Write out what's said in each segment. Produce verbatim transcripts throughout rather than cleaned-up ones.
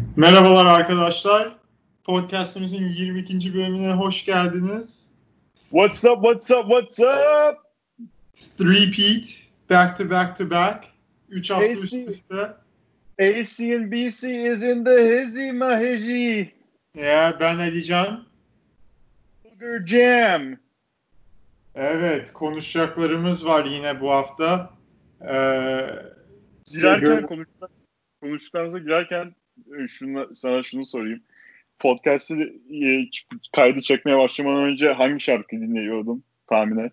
Merhabalar arkadaşlar. Podcast'imizin yirmi ikinci bölümüne hoş geldiniz. What's up, what's up, what's up? Three-peat, back to back to back. Üç hafta A üst C, üste. A C and B C is in the hizzy mahizi. Ya ben Alican. Sugar Jam. Evet, konuşacaklarımız var yine bu hafta. Ee, Girerken gör- konuştuklar, konuştuklarınıza girerken e, şunu, sana şunu sorayım. Podcast'ı e, kaydı çekmeye başlamadan önce hangi şarkı dinliyordun tahmin et?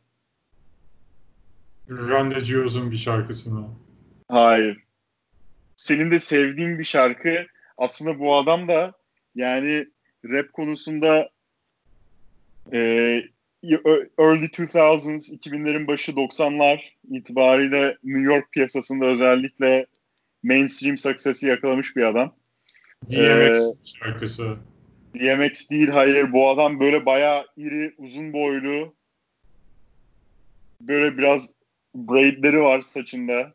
Run the Jewels'un bir şarkısını. Hayır. Senin de sevdiğin bir şarkı. Aslında bu adam da yani rap konusunda e, early iki binler, iki binlerin başı doksanlar itibariyle New York piyasasında özellikle mainstream success'i yakalamış bir adam. D M X Ee, şarkısı. D M X değil, hayır. Bu adam böyle bayağı iri, uzun boylu. Böyle biraz braidleri var saçında.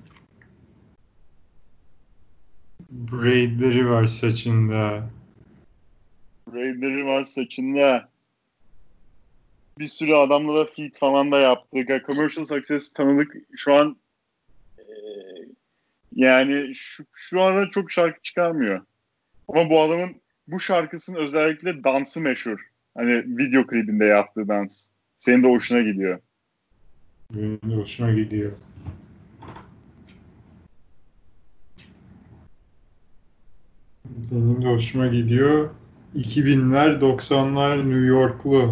Braidleri var saçında. Braidleri var saçında. Bir sürü adamla da feat falan da yaptık. Yani commercial success tanıdık. Şu an e, yani şu, şu anda çok şarkı çıkarmıyor. Ama bu adamın bu şarkısının özellikle dansı meşhur. Hani video klibinde yaptığı dans. Senin de hoşuna gidiyor. Benim de hoşuma gidiyor. Benim de hoşuma gidiyor. iki binler, doksanlar New Yorklu.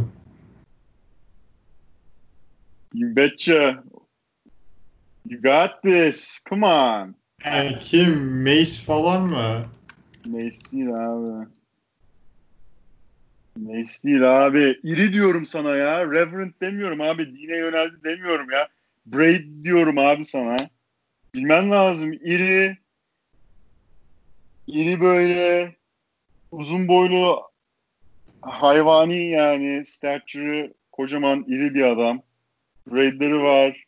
You betcha. You got this. Come on. Yani kim? Mace falan mı? Mace değil abi. Mace değil abi. İri diyorum sana ya. Reverend demiyorum abi. Dine yöneldi demiyorum ya. Braid diyorum abi sana. Bilmen lazım. İri. İri böyle. Uzun boylu. Hayvani yani. Stature'ı kocaman iri bir adam. Braidleri var.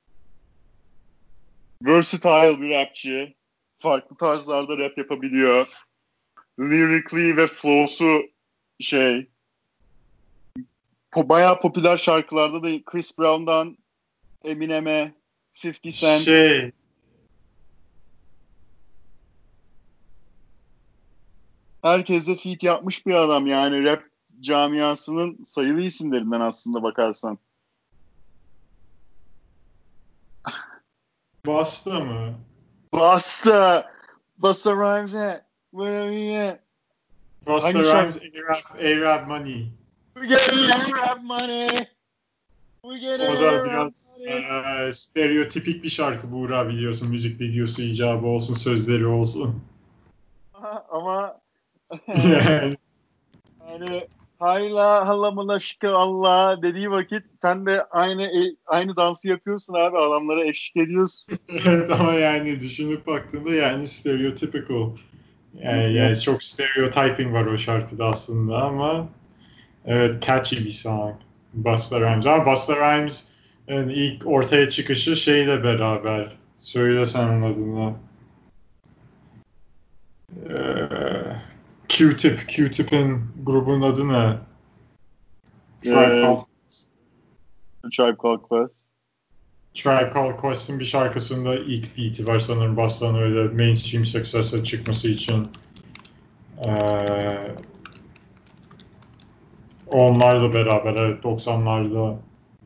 Versatile bir rapçi. Farklı tarzlarda rap yapabiliyor. Lyrically ve flow'su şey po- bayağı popüler şarkılarda da Chris Brown'dan Eminem'e, fifty Cent. Şey, Herkese feat yapmış bir adam yani rap camiasının sayılı isimlerinden aslında bakarsan. Basta mı? Basta! Basta Rhymes he. Where are you at? Basta Hangi Rhymes, şarkı? A-Rap, A-Rap Money. We get A-Rap money. We get O da A-Rap biraz money. e, stereotipik bir şarkı Buğra biliyorsun. Müzik videosu icabı olsun, sözleri olsun. Ama Yani yani hayla halamına şıkı Allah dediği vakit sen de aynı e, aynı dansı yapıyorsun abi, adamlara eşlik ediyorsun. evet ama yani düşünüp baktığında yani stereotypical. Yani, yani çok stereotyping var o şarkıda aslında ama evet catchy bir song. Busta Rhymes. Ama Busta Rhymes'ın ilk ortaya çıkışı şeyle beraber. Söyle sen onun adını. Ee, Q-Tip. Q-Tip'in grubun adı ne? Tribe Ee, Called, Tribe Called Quest. Tribe Called Quest'in bir şarkısında ilk feat'i var sanırım Busta'nın öyle mainstream success'a çıkması için. Ee, onlarla beraber evet doksanlarda.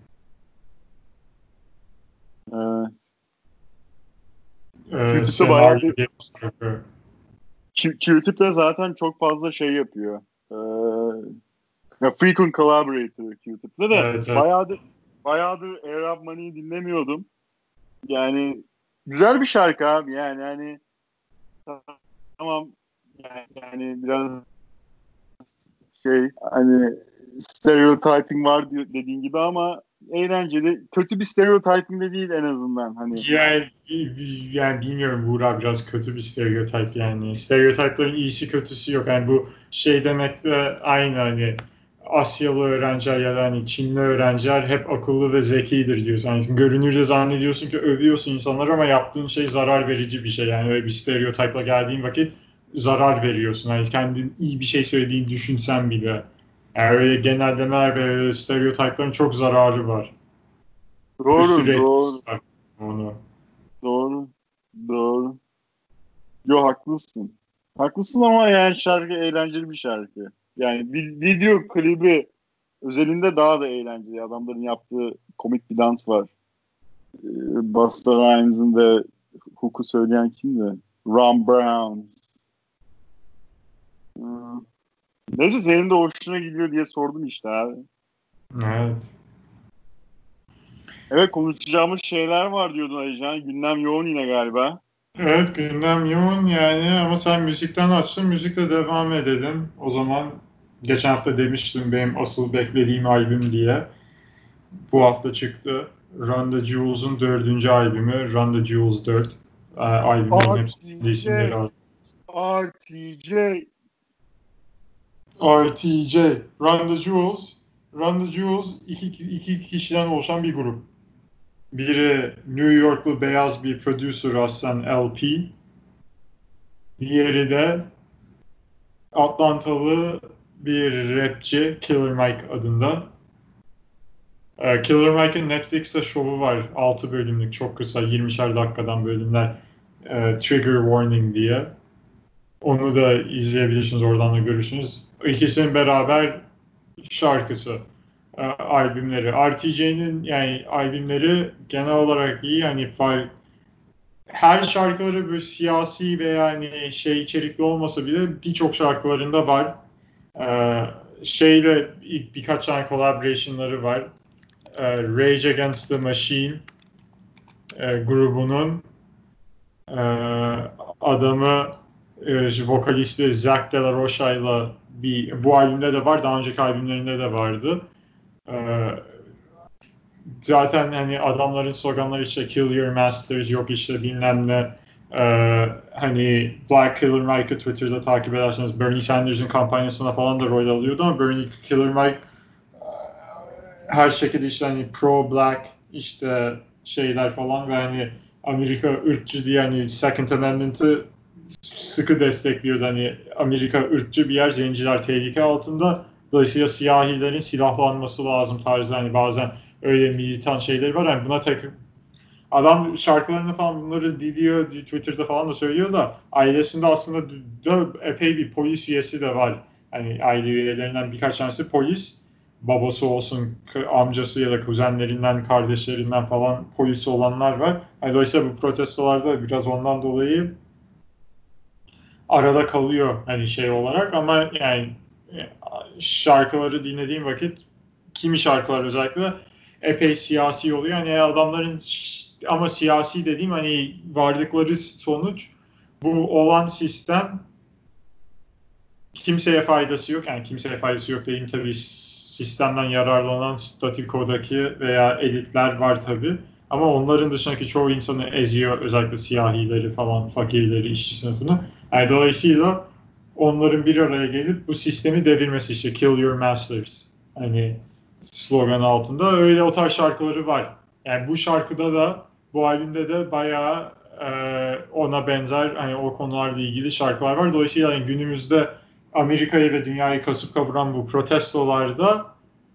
Evet. Ee, Q-Tip'te bayağı senaryo bir diye bir şarkı. Q- Q-Tip'te zaten çok fazla şey yapıyor. Ee, ya frequent collaborator Q-Tip'te de Evet, evet. bayağıdır bayağıdır A-Rap Money'i dinlemiyordum. Yani güzel bir şarkı abi yani hani tamam yani, yani biraz şey hani stereotyping var diyor, dediğin gibi, ama eğlenceli. Kötü bir stereotyping de değil en azından. Hani Yani, yani bilmiyorum Buğra biraz kötü bir stereotip yani. Stereotiplerin iyisi kötüsü yok. Yani bu şey demekle aynı hani Asyalı öğrenciler ya da hani Çinli öğrenciler hep akıllı ve zekidir diyorsun. Yani görünürde zannediyorsun ki övüyorsun insanları ama yaptığın şey zarar verici bir şey. Yani öyle bir stereotiple geldiğin vakit zarar veriyorsun. Yani kendin iyi bir şey söylediğini düşünsen bile. Yani öyle genellemeler ve stereotiplerin çok zararı var. Bir Doğru, sürü doğru, etkisi var onu. doğru, doğru. Yo, haklısın. Haklısın ama yani şarkı eğlenceli bir şarkı. Yani vi- video klibi özelinde daha da eğlenceli. Adamların yaptığı komik bir dans var. Ee, Busta Rhymes'ın da hook'u söyleyen kimdi? Ron Brown. Hmm. Neyse, senin de hoşuna gidiyor diye sordum işte abi. Evet. Evet, konuşacağımız şeyler var diyordun Aycan. Gündem yoğun yine galiba. Evet, gündem yoğun yani ama sen müzikten açtın. Müzikle devam edelim. O zaman geçen hafta demiştim benim asıl beklediğim albüm diye. Bu hafta çıktı. Run the Jewels'un dördüncü albümü. Run the Jewels dört. Ee, albümlerin hepsi kendi isimleri R T J, var. R T J. R T J, Run the Jewels. Run the Jewels iki, iki kişiden oluşan bir grup. Biri New Yorklu beyaz bir producer Aslan L P. Diğeri de Atlantalı bir rapçi Killer Mike adında. Ee, Killer Mike'ın Netflix'te şovu var. altı bölümlük, çok kısa, yirmişer dakikadan bölümler. Ee, Trigger Warning diye. Onu da izleyebilirsiniz, oradan da görürsünüz. İkisinin beraber şarkısı, e, albümleri. R T J'nin yani albümleri genel olarak iyi. Yani far, her şarkıları böyle siyasi veya yani şey içerikli olmasa bile birçok şarkılarında var. Ee, şeyle ilk birkaç tane collaboration'ları var. Ee, Rage Against the Machine e, grubunun e, adamı e, vokalisti Zack De La Rocha'yla bir bu albümde de var, daha önceki albümlerinde de vardı. Ee, zaten hani adamların sloganları işte Kill Your Masters, yok işte bilmem ne. Ee, hani Black Killer Mike'ı Twitter'da takip ederseniz Bernie Sanders'ın kampanyasına falan da rol alıyordu ama Bernie Killer Mike her şekilde işte hani pro-black işte şeyler falan ve hani Amerika ırkçı diye hani Second Amendment'ı sıkı destekliyordu. Hani Amerika ırkçı bir yer, zenciler tehlike altında. Dolayısıyla siyahilerin silahlanması lazım tarzı hani bazen öyle militan şeyleri var. Yani buna tek adam şarkılarını falan bunları diliyor, Twitter'da falan da söylüyor da ailesinde aslında epey bir polis üyesi de var. Hani aile üyelerinden birkaç tanesi polis. Babası olsun, amcası ya da kuzenlerinden, kardeşlerinden falan polis olanlar var. Yani dolayısıyla bu protestolarda biraz ondan dolayı arada kalıyor hani şey olarak ama yani şarkıları dinlediğim vakit kimi şarkılar özellikle epey siyasi oluyor. Hani adamların ama siyasi dediğim hani vardıkları sonuç bu olan sistem kimseye faydası yok. Yani kimseye faydası yok dediğim tabii sistemden yararlanan statükodaki veya elitler var tabii. Ama onların dışındaki çoğu insanı eziyor. Özellikle siyahileri falan, fakirleri, işçi sınıfını. Yani dolayısıyla onların bir araya gelip bu sistemi devirmesi işte Kill Your Masters. Hani slogan altında öyle o tarz şarkıları var. Yani bu şarkıda da bu albümde de bayağı e, ona benzer hani o konularla ilgili şarkılar var. Dolayısıyla yani günümüzde Amerika'yı ve dünyayı kasıp kavuran bu protestolarda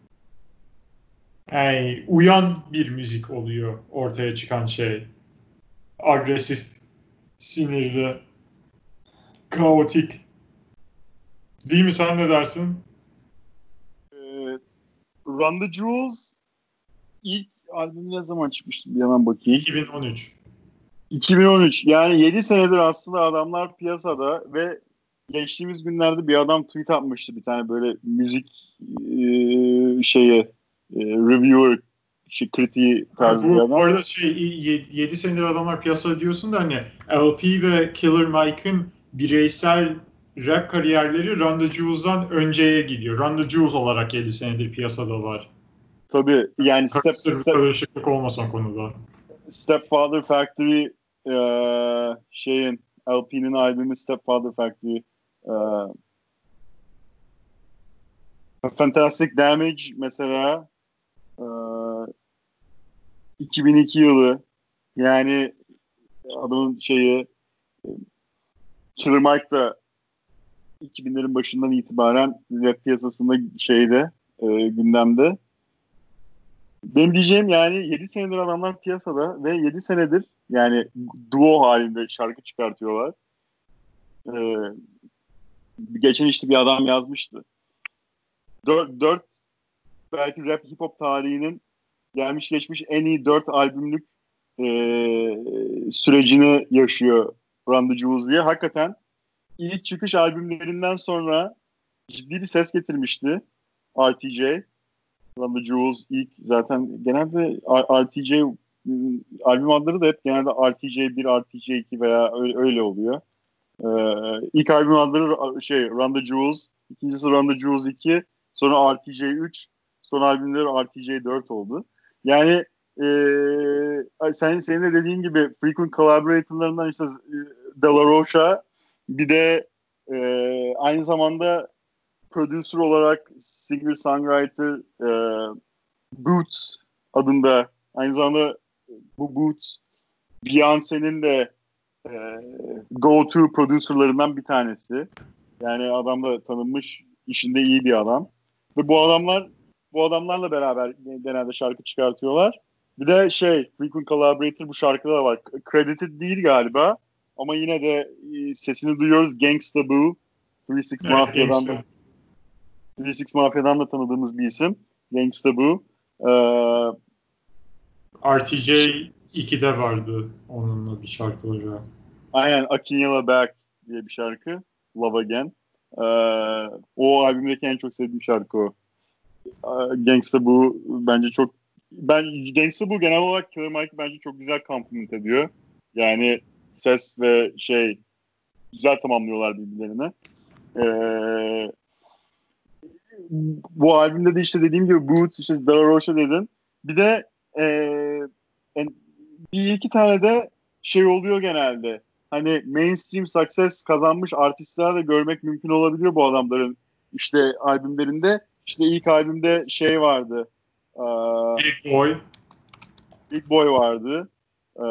yani uyan bir müzik oluyor ortaya çıkan şey. Agresif, sinirli, kaotik. Değil mi, sen ne dersin? Ee, Run the Jewels ilk albüm ne zaman çıkmıştı? Bir hemen bakayım. iki bin on üç. iki bin on üç. Yani yedi senedir aslında adamlar piyasada ve geçtiğimiz günlerde bir adam tweet atmıştı, bir tane böyle müzik e, şeye e, reviewer şey, kritiği Ha, tarzı bir bu, bu adam. arada şey yedi senedir adamlar piyasada diyorsun da hani L P ve Killer Mike'ın bireysel rap kariyerleri Run the Jewels'dan önceye gidiyor. Run the Jewels olarak yedi senedir piyasada var. Tabii yani Step, Karıştır, Step, karışıklık olmasın konuda. Stepfather Factory e, şeyin L P'nin albümü Stepfather Factory, e, Fantastic Damage mesela, e, iki bin iki yılı, yani adamın şeyi Killer Mike da iki binlerin başından itibaren rap piyasasında şeyde e, gündemde. Benim diyeceğim yani yedi senedir adamlar piyasada ve yedi senedir yani duo halinde şarkı çıkartıyorlar. Ee, geçen işte bir adam yazmıştı. Dört, dört belki rap hip hop tarihinin gelmiş geçmiş en iyi dört albümlük e, sürecini yaşıyor Run the Jewels diye. Hakikaten ilk çıkış albümlerinden sonra ciddi bir ses getirmişti R T J. Run the Jewels ilk zaten genelde R T J albüm adları da hep genelde R T J bir, R T J iki veya öyle, öyle oluyor. Ee, ilk albüm adları şey Run the Jewels, ikincisi Run the Jewels iki, sonra R T J üç, son albümleri R T J dört oldu. Yani ee, sen senin de dediğin gibi frequent collaborator'larından işte De La Rocha, bir de ee, aynı zamanda producer olarak singer-songwriter e, Boots adında, aynı zamanda bu Boots Beyoncé'nin de e, go-to producerlarından bir tanesi. Yani adam da tanınmış, işinde iyi bir adam. Ve bu adamlar bu adamlarla beraber genelde şarkı çıkartıyorlar. Bir de şey, frequent collaborator bu şarkıda da var. Credited değil galiba ama yine de e, sesini duyuyoruz. Gangsta Boo, üç altı Evet, Mafya'dan da Gangsta. üç altı Mafya'dan da tanıdığımız bir isim. Gangsta Boo. Ee, R T J ikide vardı onunla bir şarkıları. aynen Akinyala Back diye bir şarkı. Love Again. Ee, o albümdeki en çok sevdiğim şarkı o. Ee, Gangsta Boo bence çok ben Gangsta Boo genel olarak Killer Mike'ı bence çok güzel compliment ediyor. Yani ses ve şey güzel tamamlıyorlar birbirlerine. Ee, bu albümde de işte dediğim gibi Boots, işte De La Rocha dedin. Bir de ee, bir iki tane de şey oluyor genelde. Hani mainstream success kazanmış artistler de görmek mümkün olabiliyor bu adamların işte albümlerinde. İşte ilk albümde şey vardı. Ee, Big Boy. Big Boy vardı. Ee,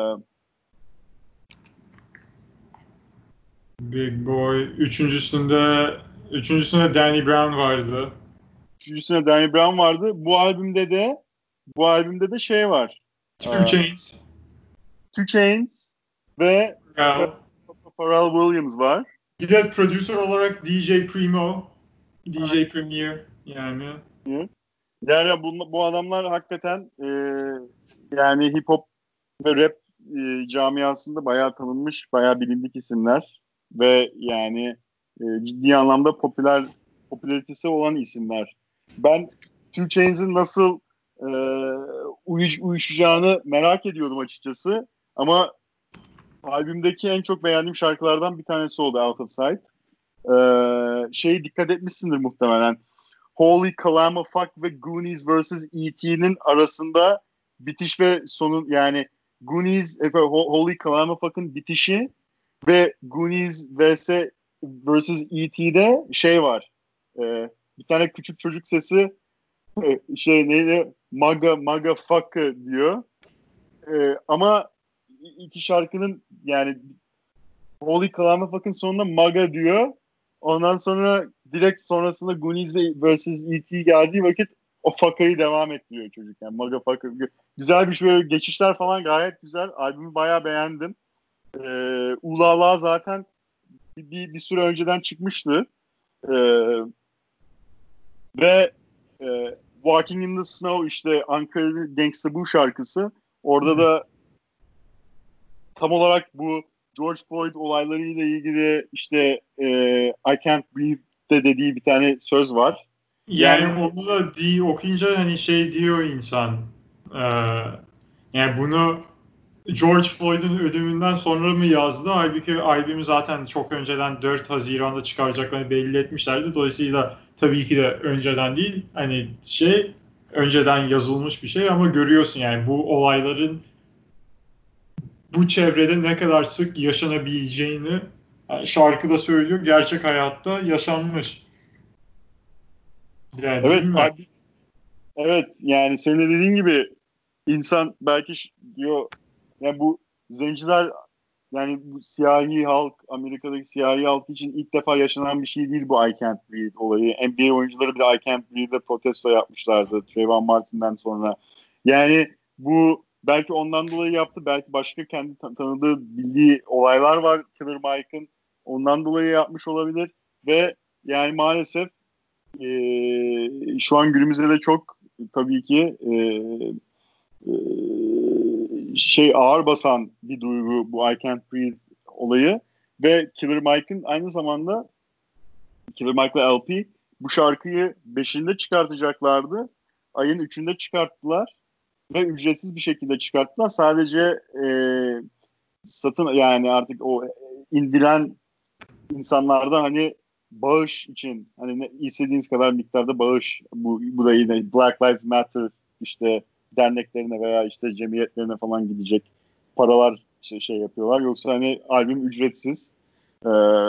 Big Boy. Üçüncüsünde üçüncüsünde Danny Brown vardı. üçüncüsüne Danny Brown vardı. Bu albümde de bu albümde de şey var. Two Ee, Chainz. Two Chainz ve Pharrell. Pharrell Williams var. Bir de producer olarak D J Primo. D J Premier yani. Yani bu, bu adamlar hakikaten e, yani hip hop ve rap e, camiasında bayağı tanınmış, bayağı bilindik isimler ve yani e, ciddi anlamda popüler popülaritesi olan isimler. Ben Two Chains'in nasıl e, uyuş, uyuşacağını merak ediyordum açıkçası ama albümdeki en çok beğendiğim şarkılardan bir tanesi oldu Out of Sight. E, şeye dikkat etmişsindir muhtemelen. Holy Kalamafuck ve Goonies versus E T'nin arasında bitiş ve sonun yani Goonies Holy Kalamafuck'ın bitişi ve Goonies vs versus E T'de şey var. E, bir tane küçük çocuk sesi e, şey neydi? Maga Maga fuck diyor. E, ama iki şarkının yani Holy Kalamafuck'ın sonunda Maga diyor. Ondan sonra direkt sonrasında Goonies versus E T geldiği vakit o fakayı devam ettiriyor çocuk. Yani Maga faka. Güzel bir şey, böyle geçişler falan gayet güzel. Albümü bayağı beğendim. Ee, Ulala zaten bir, bir, bir süre önceden çıkmıştı. Ee, ve e, Walking in the Snow işte Ankara'nın Gangsta Boo şarkısı. Orada da tam olarak bu George Floyd olaylarıyla ilgili işte e, I can't breathe de dediği bir tane söz var. Yani, Yani onu da di, okuyunca hani şey diyor insan. E, yani bunu George Floyd'un ölümünden sonra mı yazdı? Halbuki albümü zaten çok önceden dört Haziran'da çıkaracaklarını belli etmişlerdi. Dolayısıyla tabii ki de önceden değil. Hani şey önceden yazılmış bir şey ama görüyorsun yani bu olayların bu çevrede ne kadar sık yaşanabileceğini yani şarkıda söylüyor. Gerçek hayatta yaşanmış. Yani değil evet mi? abi, evet yani senin dediğin gibi insan belki diyor yani bu zenciler yani bu siyahi halk, Amerika'daki siyahi halk için ilk defa yaşanan bir şey değil bu I can't breathe olayı. N B A oyuncuları bile I can't breathe'de protesto yapmışlardı Trayvon Martin'den sonra. Yani bu belki ondan dolayı yaptı, belki başka kendi tanıdığı, bildiği olaylar var Killer Mike'ın. Ondan dolayı yapmış olabilir ve yani maalesef e, şu an günümüzde de çok tabii ki e, e, şey ağır basan bir duygu bu I Can't Breathe olayı ve Killer Mike'ın aynı zamanda Killer Mike'la L P bu şarkıyı beşinde çıkartacaklardı. Ayın üçünde çıkarttılar ve ücretsiz bir şekilde çıkarttılar. Sadece e, satın yani artık o indiren insanlarda hani bağış için hani ne, istediğiniz kadar miktarda bağış bu, bu da yine Black Lives Matter işte derneklerine veya işte cemiyetlerine falan gidecek paralar şey, şey yapıyorlar. Yoksa hani albüm ücretsiz. Ee,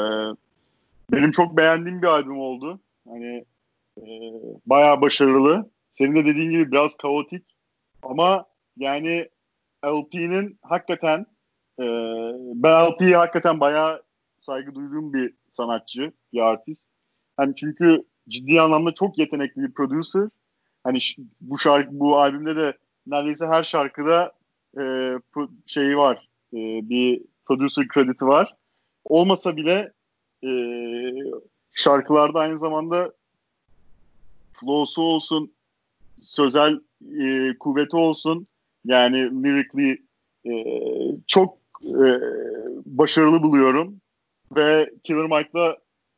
benim çok beğendiğim bir albüm oldu. Hani e, bayağı başarılı. Senin de dediğin gibi biraz kaotik ama yani L P'nin hakikaten e, ben L P'ye hakikaten bayağı saygı duyduğum bir sanatçı, bir artist. Hani çünkü ciddi anlamda çok yetenekli bir producer. Hani bu şarkı, bu albümde de neredeyse her şarkıda e, şeyi var, e, bir producer credit'i var. Olmasa bile e, şarkılarda aynı zamanda flow'su olsun, sözel e, kuvveti olsun, yani lyrically e, çok e, başarılı buluyorum ve Killer Mike'la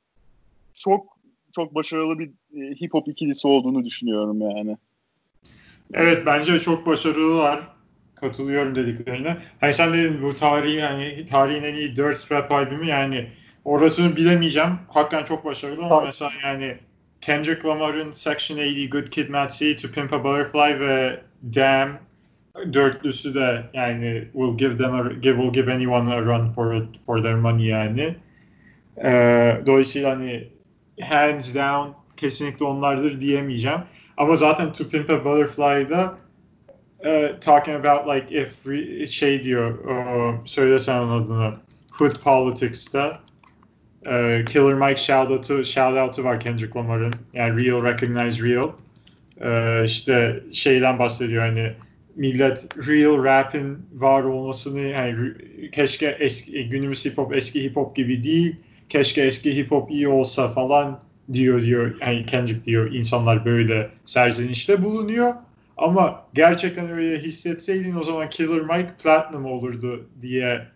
çok çok başarılı bir e, hip hop ikilisi olduğunu düşünüyorum yani. Evet, bence çok başarılılar. Katılıyorum dediklerine. Hani sen dedin bu tarihi hani tarihin en iyi dört rap albümü yani orasını bilemeyeceğim. Hakikaten çok başarılı ama mesela yani Kendrick Lamar'ın Section eighty, Good Kid, Mad City, To Pimp a Butterfly ve Damn dörtlüsü de yani will give them a, give will give anyone a run for it, for their money yani. Ee, dolayısıyla hani hands down kesinlikle onlardır diyemeyeceğim. Ama zaten To Pimp a Butterfly'da uh, talking about like if re, şey diyor uh, söylesen onun adını Hood Politics'ta uh, Killer Mike shout out'u shout out'u var Kendrick Lamar'ın yani real recognize real uh, işte şeyden bahsediyor hani millet real rap'in var olmasını yani keşke eski günümüz hip hop eski hip hop gibi değil keşke eski hip hop iyi olsa falan diyor diyor yani Kendrick diyor insanlar böyle serzenişte bulunuyor. Ama gerçekten öyle hissetseydin o zaman Killer Mike Platinum olurdu diye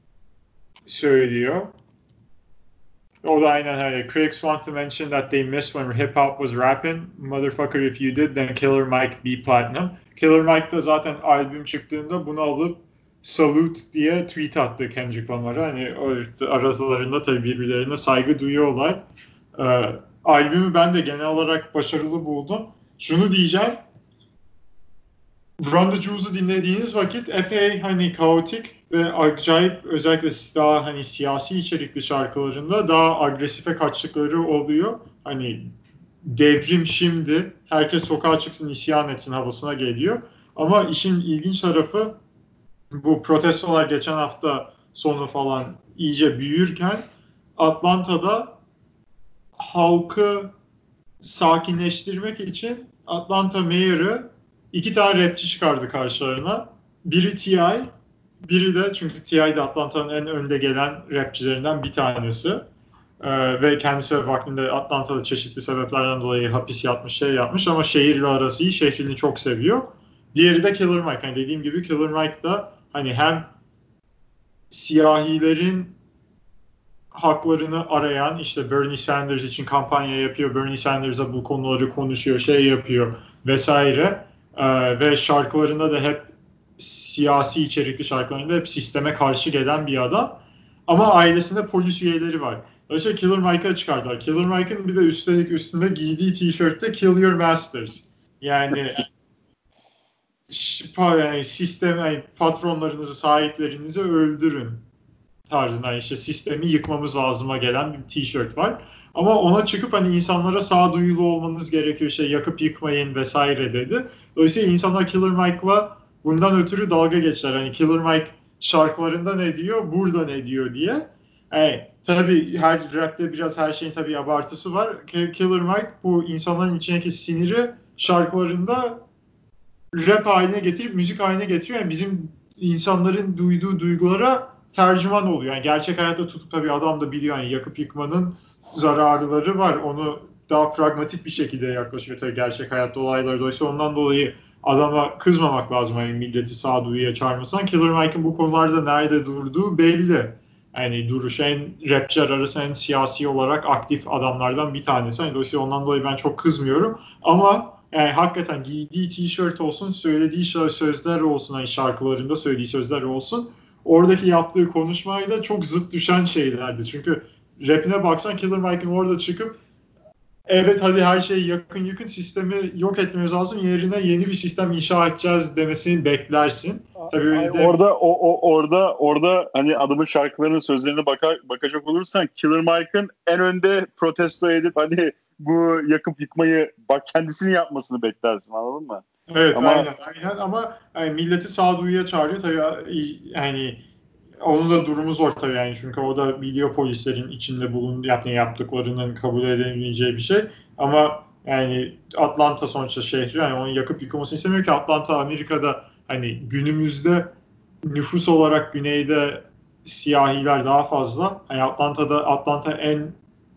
söylüyor. O da aynen hani critics want to mention that they missed when hip hop was rapping. Motherfucker if you did then Killer Mike be Platinum. Killer Mike da zaten albüm çıktığında bunu alıp salute diye tweet attı Kendrick Lamar'a. Hani aralarında tabii birbirlerine saygı duyuyorlar. Ee, albümü ben de genel olarak başarılı buldum. Şunu diyeceğim. Run the Jewels'u dinlediğiniz vakit epey hani kaotik ve acayip özellikle daha hani siyasi içerikli şarkılarında daha agresife kaçtıkları oluyor. Hani devrim şimdi, herkes sokağa çıksın isyan etsin havasına geliyor. Ama işin ilginç tarafı bu protestolar geçen hafta sonu falan iyice büyürken Atlanta'da halkı sakinleştirmek için Atlanta Mayor'ı iki tane rapçi çıkardı karşılarına. Biri T I, biri de çünkü T I de Atlanta'nın en önde gelen rapçilerinden bir tanesi. Ee, ve kendisi vaktinde Atlanta'da çeşitli sebeplerden dolayı hapis yatmış, şey yapmış ama şehirle arası iyi, şehrini çok seviyor. Diğeri de Killer Mike. Yani dediğim gibi Killer Mike da hani hem siyahilerin haklarını arayan, işte Bernie Sanders için kampanya yapıyor, Bernie Sanders'a bu konuları konuşuyor, şey yapıyor vesaire. Ee, ve şarkılarında da hep siyasi içerikli şarkılarında hep sisteme karşı gelen bir adam. Ama ailesinde polis üyeleri var. Dolayısıyla Killer Mike'a çıkardılar. Killer Mike'ın bir de üstelik üstünde giydiği tişörtte Kill Your Masters. Yani yani sistem, yani patronlarınızı, sahiplerinizi öldürün tarzına işte sistemi yıkmamız lazıma gelen bir tişört var. Ama ona çıkıp hani insanlara sağduyulu olmanız gerekiyor, şey yakıp yıkmayın vesaire dedi. Dolayısıyla insanlar Killer Mike'la bundan ötürü dalga geçtiler. Hani Killer Mike şarkılarında ne diyor, burada ne diyor diye. Yani, tabii her rapte biraz her şeyin tabii abartısı var. Killer Mike bu insanların içindeki siniri şarkılarında rap haline getirip müzik haline getiriyor. Yani bizim insanların duyduğu duygulara tercüman oluyor. Yani gerçek hayatta tutup tabii adam da biliyor yani yakıp yıkmanın zararları var. Onu daha pragmatik bir şekilde yaklaşıyor tabii gerçek hayatta olayları. Dolayısıyla ondan dolayı adama kızmamak lazım yani milleti sağduyuya çağırmasan. Killer Mike'ın bu konularda nerede durduğu belli. Yani duruş en rapçiler arasında en siyasi olarak aktif adamlardan bir tanesi. Yani dolayısıyla ondan dolayı ben çok kızmıyorum. Ama yani hakikaten giydiği tişört olsun, söylediği sözler olsun, hani şarkılarında söylediği sözler olsun. Oradaki yaptığı konuşmayla çok zıt düşen şeylerdi. Çünkü rapine baksan Killer Mike'ın orada çıkıp evet hadi her şeyi yakın yakın sistemi yok etmemiz lazım. Yerine yeni bir sistem inşa edeceğiz demesini beklersin. Tabii öyle de... Orada o, o orada orada hani adamın şarkılarının sözlerine bakar bakacak olursan Killer Mike'ın en önde protesto edip hani bu yakıp yıkmayı bak kendisini yapmasını beklersin, anladın mı? Evet ama, aynen aynen ama yani milleti sağduyuya çağırıyor tabii yani onun da durumu zor tabii yani çünkü o da biliyor polislerin içinde bulunduğu yani yaptıklarının kabul edemeyeceği bir şey ama yani Atlanta sonuçta şehri yani onu yakıp yıkılmasını istemiyor ki Atlanta Amerika'da hani günümüzde nüfus olarak güneyde siyahiler daha fazla. Yani Atlanta'da Atlanta en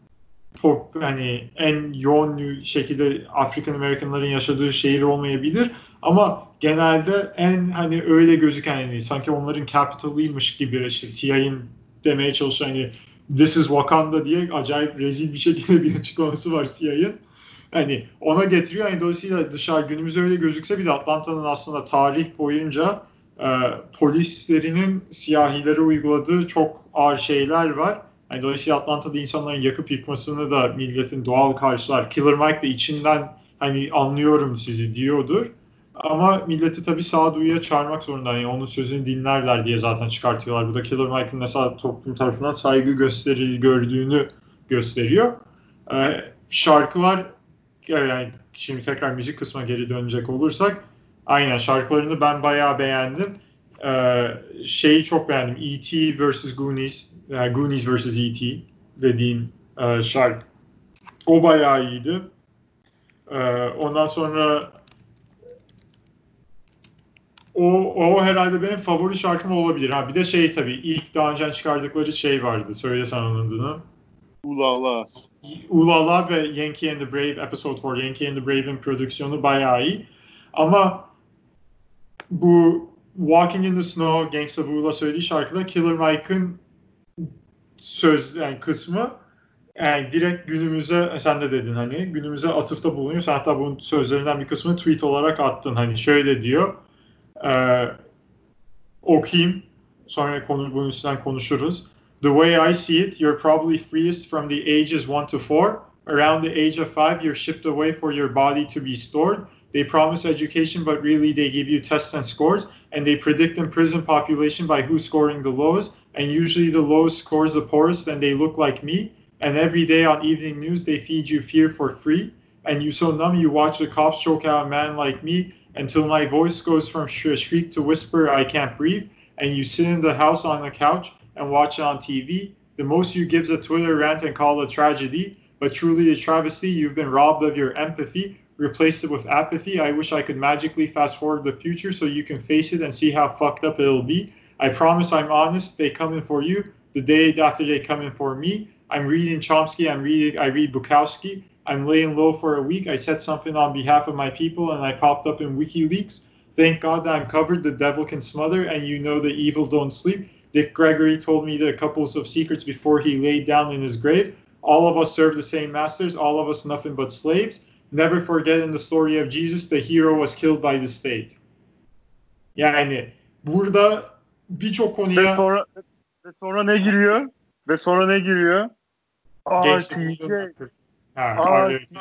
pop hani en yoğun şekilde African Americanların yaşadığı şehir olmayabilir ama genelde en hani öyle gözüken hani sanki onların capitalıymış gibi işte T I'nin demeye çalışan hani This is Wakanda diye acayip rezil bir şekilde bir açıklaması var T I'nin. Hani ona getiriyor. Yani dolayısıyla dışarı günümüzde öyle gözükse bir de Atlanta'nın aslında tarih boyunca e, polislerinin siyahilere uyguladığı çok ağır şeyler var. Yani dolayısıyla Atlanta'da insanların yakıp yıkmasını da milletin doğal karşılar. Killer Mike de içinden hani anlıyorum sizi diyordur. Ama milleti tabii sağduyuya çağırmak zorunda. Yani onun sözünü dinlerler diye zaten çıkartıyorlar. Bu da Killer Mike'ın mesela toplum tarafından saygı gösteri gördüğünü gösteriyor. Ee, şarkılar yani şimdi tekrar müzik kısmına geri dönecek olursak aynen şarkılarını ben bayağı beğendim. Ee, şeyi çok beğendim. E T versus Goonies. Yani Goonies versus E T dediğin e, şarkı. O bayağı iyiydi. Ee, ondan sonra o, o herhalde benim favori şarkım olabilir. Ha, bir de şey tabii ilk daha önce çıkardıkları şey vardı. Söylesen onun adını. Ulala. Ulala ve Yankee and the Brave Episode dört. Yankee and the Brave'in prodüksiyonu bayağı iyi. Ama bu Walking in the Snow, Gangsta Boo'la söylediği şarkıda Killer Mike'ın söz yani kısmı yani direkt günümüze sen de dedin hani günümüze atıfta bulunuyor. Sen hatta bunun sözlerinden bir kısmını tweet olarak attın. Hani şöyle diyor. E, okuyayım. Sonra konu, bunun üstünden konuşuruz. The way I see it, you're probably freest from the ages one to four. Around the age of five, you're shipped away for your body to be stored. They promise education, but really they give you tests and scores. And they predict in prison population by who's scoring the lows. And usually the lowest scores the poorest, and they look like me. And every day on evening news, they feed you fear for free. And you so numb, you watch the cops choke out a man like me until my voice goes from shriek to whisper, I can't breathe. And you sit in the house on the couch and watch it on T V. The most you give is a Twitter rant and call it a tragedy. But truly a travesty, you've been robbed of your empathy, replaced it with apathy. I wish I could magically fast forward the future so you can face it and see how fucked up it'll be. I promise I'm honest, they come in for you the day after they come in for me. I'm reading Chomsky, I'm reading, I read Bukowski. I'm laying low for a week. I said something on behalf of my people and I popped up in WikiLeaks. Thank God that I'm covered, the devil can smother, and you know the evil don't sleep. Dick Gregory told me the couples of secrets before he laid down in his grave. All of us serve the same masters, all of us nothing but slaves. Never forget in the story of Jesus, the hero was killed by the state. Yani burada birçok konuya... Ve sonra, ve sonra ne giriyor? Ve sonra ne giriyor? R T J. R T J.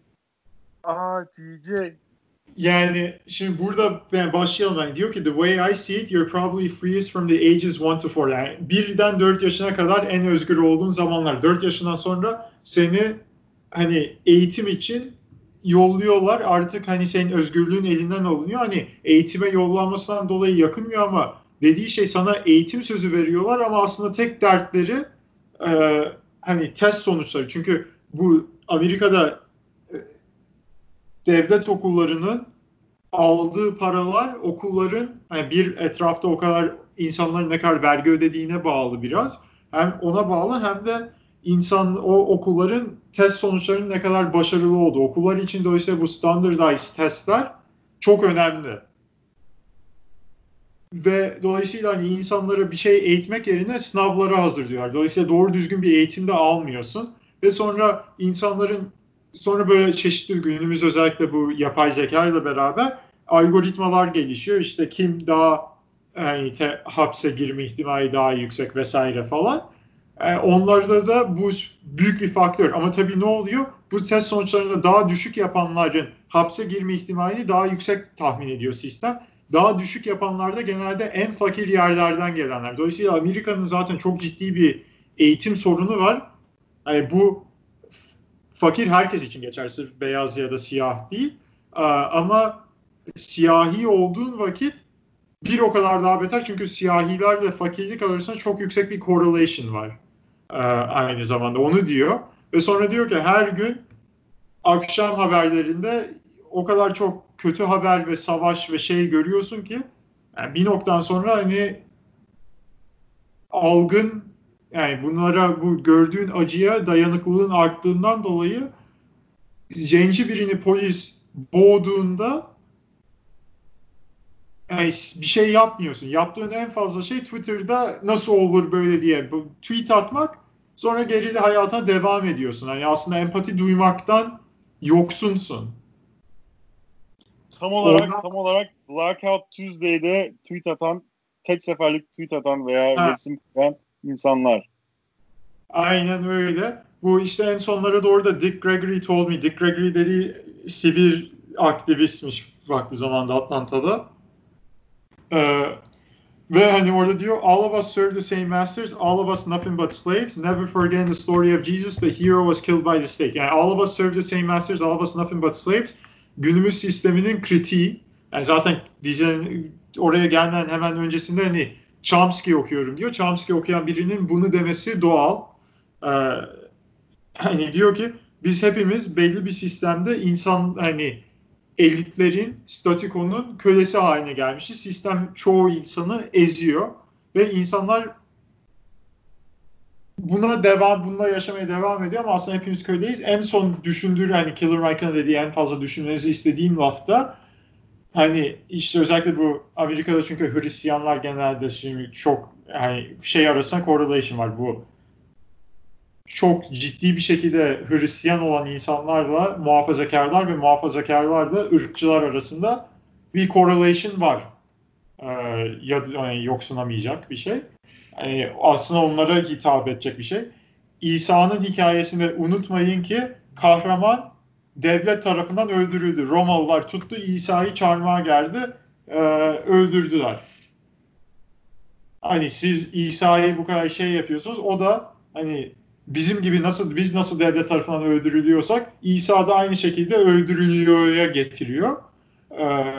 R T J. Yani şimdi burada yani başlayalım. Yani diyor ki the way I see it you're probably freest from the ages one to four. Yani birden dört yaşına kadar en özgür olduğun zamanlar. dört yaşından sonra seni hani eğitim için yolluyorlar. Artık hani senin özgürlüğün elinden alınıyor. Hani eğitime yollanmasından dolayı yakınmıyor ama dediği şey sana eğitim sözü veriyorlar ama aslında tek dertleri e, hani test sonuçları. Çünkü bu Amerika'da e, devlet okullarının aldığı paralar okulların yani bir etrafta o kadar insanların ne kadar vergi ödediğine bağlı biraz. Hem ona bağlı hem de insan o okulların test sonuçlarının ne kadar başarılı olduğu. Okullar için dolayısıyla bu standardized testler çok önemli. Ve dolayısıyla hani insanlara bir şey eğitmek yerine sınavlara hazırlıyorlar. Dolayısıyla doğru düzgün bir eğitim de almıyorsun. Ve sonra insanların sonra böyle çeşitli günümüz özellikle bu yapay zeka ile beraber algoritmalar gelişiyor. İşte kim daha yani te, hapse girme ihtimali daha yüksek vesaire falan. Yani onlarda da bu büyük bir faktör. Ama tabii ne oluyor? Bu test sonuçlarında daha düşük yapanların hapse girme ihtimalini daha yüksek tahmin ediyor sistem. Daha düşük yapanlarda genelde en fakir yerlerden gelenler. Dolayısıyla Amerika'nın zaten çok ciddi bir eğitim sorunu var. Yani bu fakir herkes için geçer. Sırf beyaz ya da siyah değil. Ama siyahi olduğun vakit bir o kadar daha beter. Çünkü siyahilerle fakirlik arasında çok yüksek bir correlation var. Aynı zamanda onu diyor. Ve sonra diyor ki her gün akşam haberlerinde o kadar çok kötü haber ve savaş ve şey görüyorsun ki yani bir noktadan sonra hani algın yani bunlara bu gördüğün acıya dayanıklılığın arttığından dolayı zenci birini polis boğduğunda yani bir şey yapmıyorsun. Yaptığın en fazla şey Twitter'da nasıl olur böyle diye tweet atmak sonra gerili hayata devam ediyorsun. Yani aslında empati duymaktan yoksunsun. Tam olarak Ondan... tam olarak Blackout Tuesday'de tweet atan, tek seferlik tweet atan veya ha. resim koyan insanlar. Aynen öyle. Bu işte en sonlara doğru da Dick Gregory told me. Dick Gregory dediği sivil aktivistmiş vakti zamanda Atlanta'da. Ee, ve hani orada diyor all of us serve the same masters, all of us nothing but slaves. Never forget the story of Jesus, the hero was killed by the stake. Yani all of us serve the same masters, all of us nothing but slaves. Günümüz sisteminin kritiği. Yani zaten dizinin oraya gelmeden hemen öncesinde hani Chomsky okuyorum diyor. Chomsky okuyan birinin bunu demesi doğal. Ee, hani diyor ki biz hepimiz belli bir sistemde insan hani elitlerin, statikonun kölesi haline gelmişiz. Sistem çoğu insanı eziyor ve insanlar buna devam, bununla yaşamaya devam ediyor ama aslında hepimiz köleyiz. En son düşündüğü hani Killer Mike'ın dediği en fazla düşünmenizi istediğim lafta hani işte özellikle bu Amerika'da çünkü Hristiyanlar genelde şimdi çok hani şey arasında correlation var bu. Çok ciddi bir şekilde Hristiyan olan insanlarla muhafazakarlar ve muhafazakarlarla ırkçılar arasında bir correlation var. Ee, ya yani yoksunamayacak bir şey. Yani aslında onlara hitap edecek bir şey. İsa'nın hikayesinde unutmayın ki kahraman devlet tarafından öldürüldü. Romalılar tuttu İsa'yı çarmıha gerdi, e, öldürdüler. Hani siz İsa'yı bu kadar şey yapıyorsunuz, o da hani bizim gibi nasıl biz nasıl devlet tarafından öldürülüyorsak İsa da aynı şekilde öldürülüyor'ya getiriyor. Ee,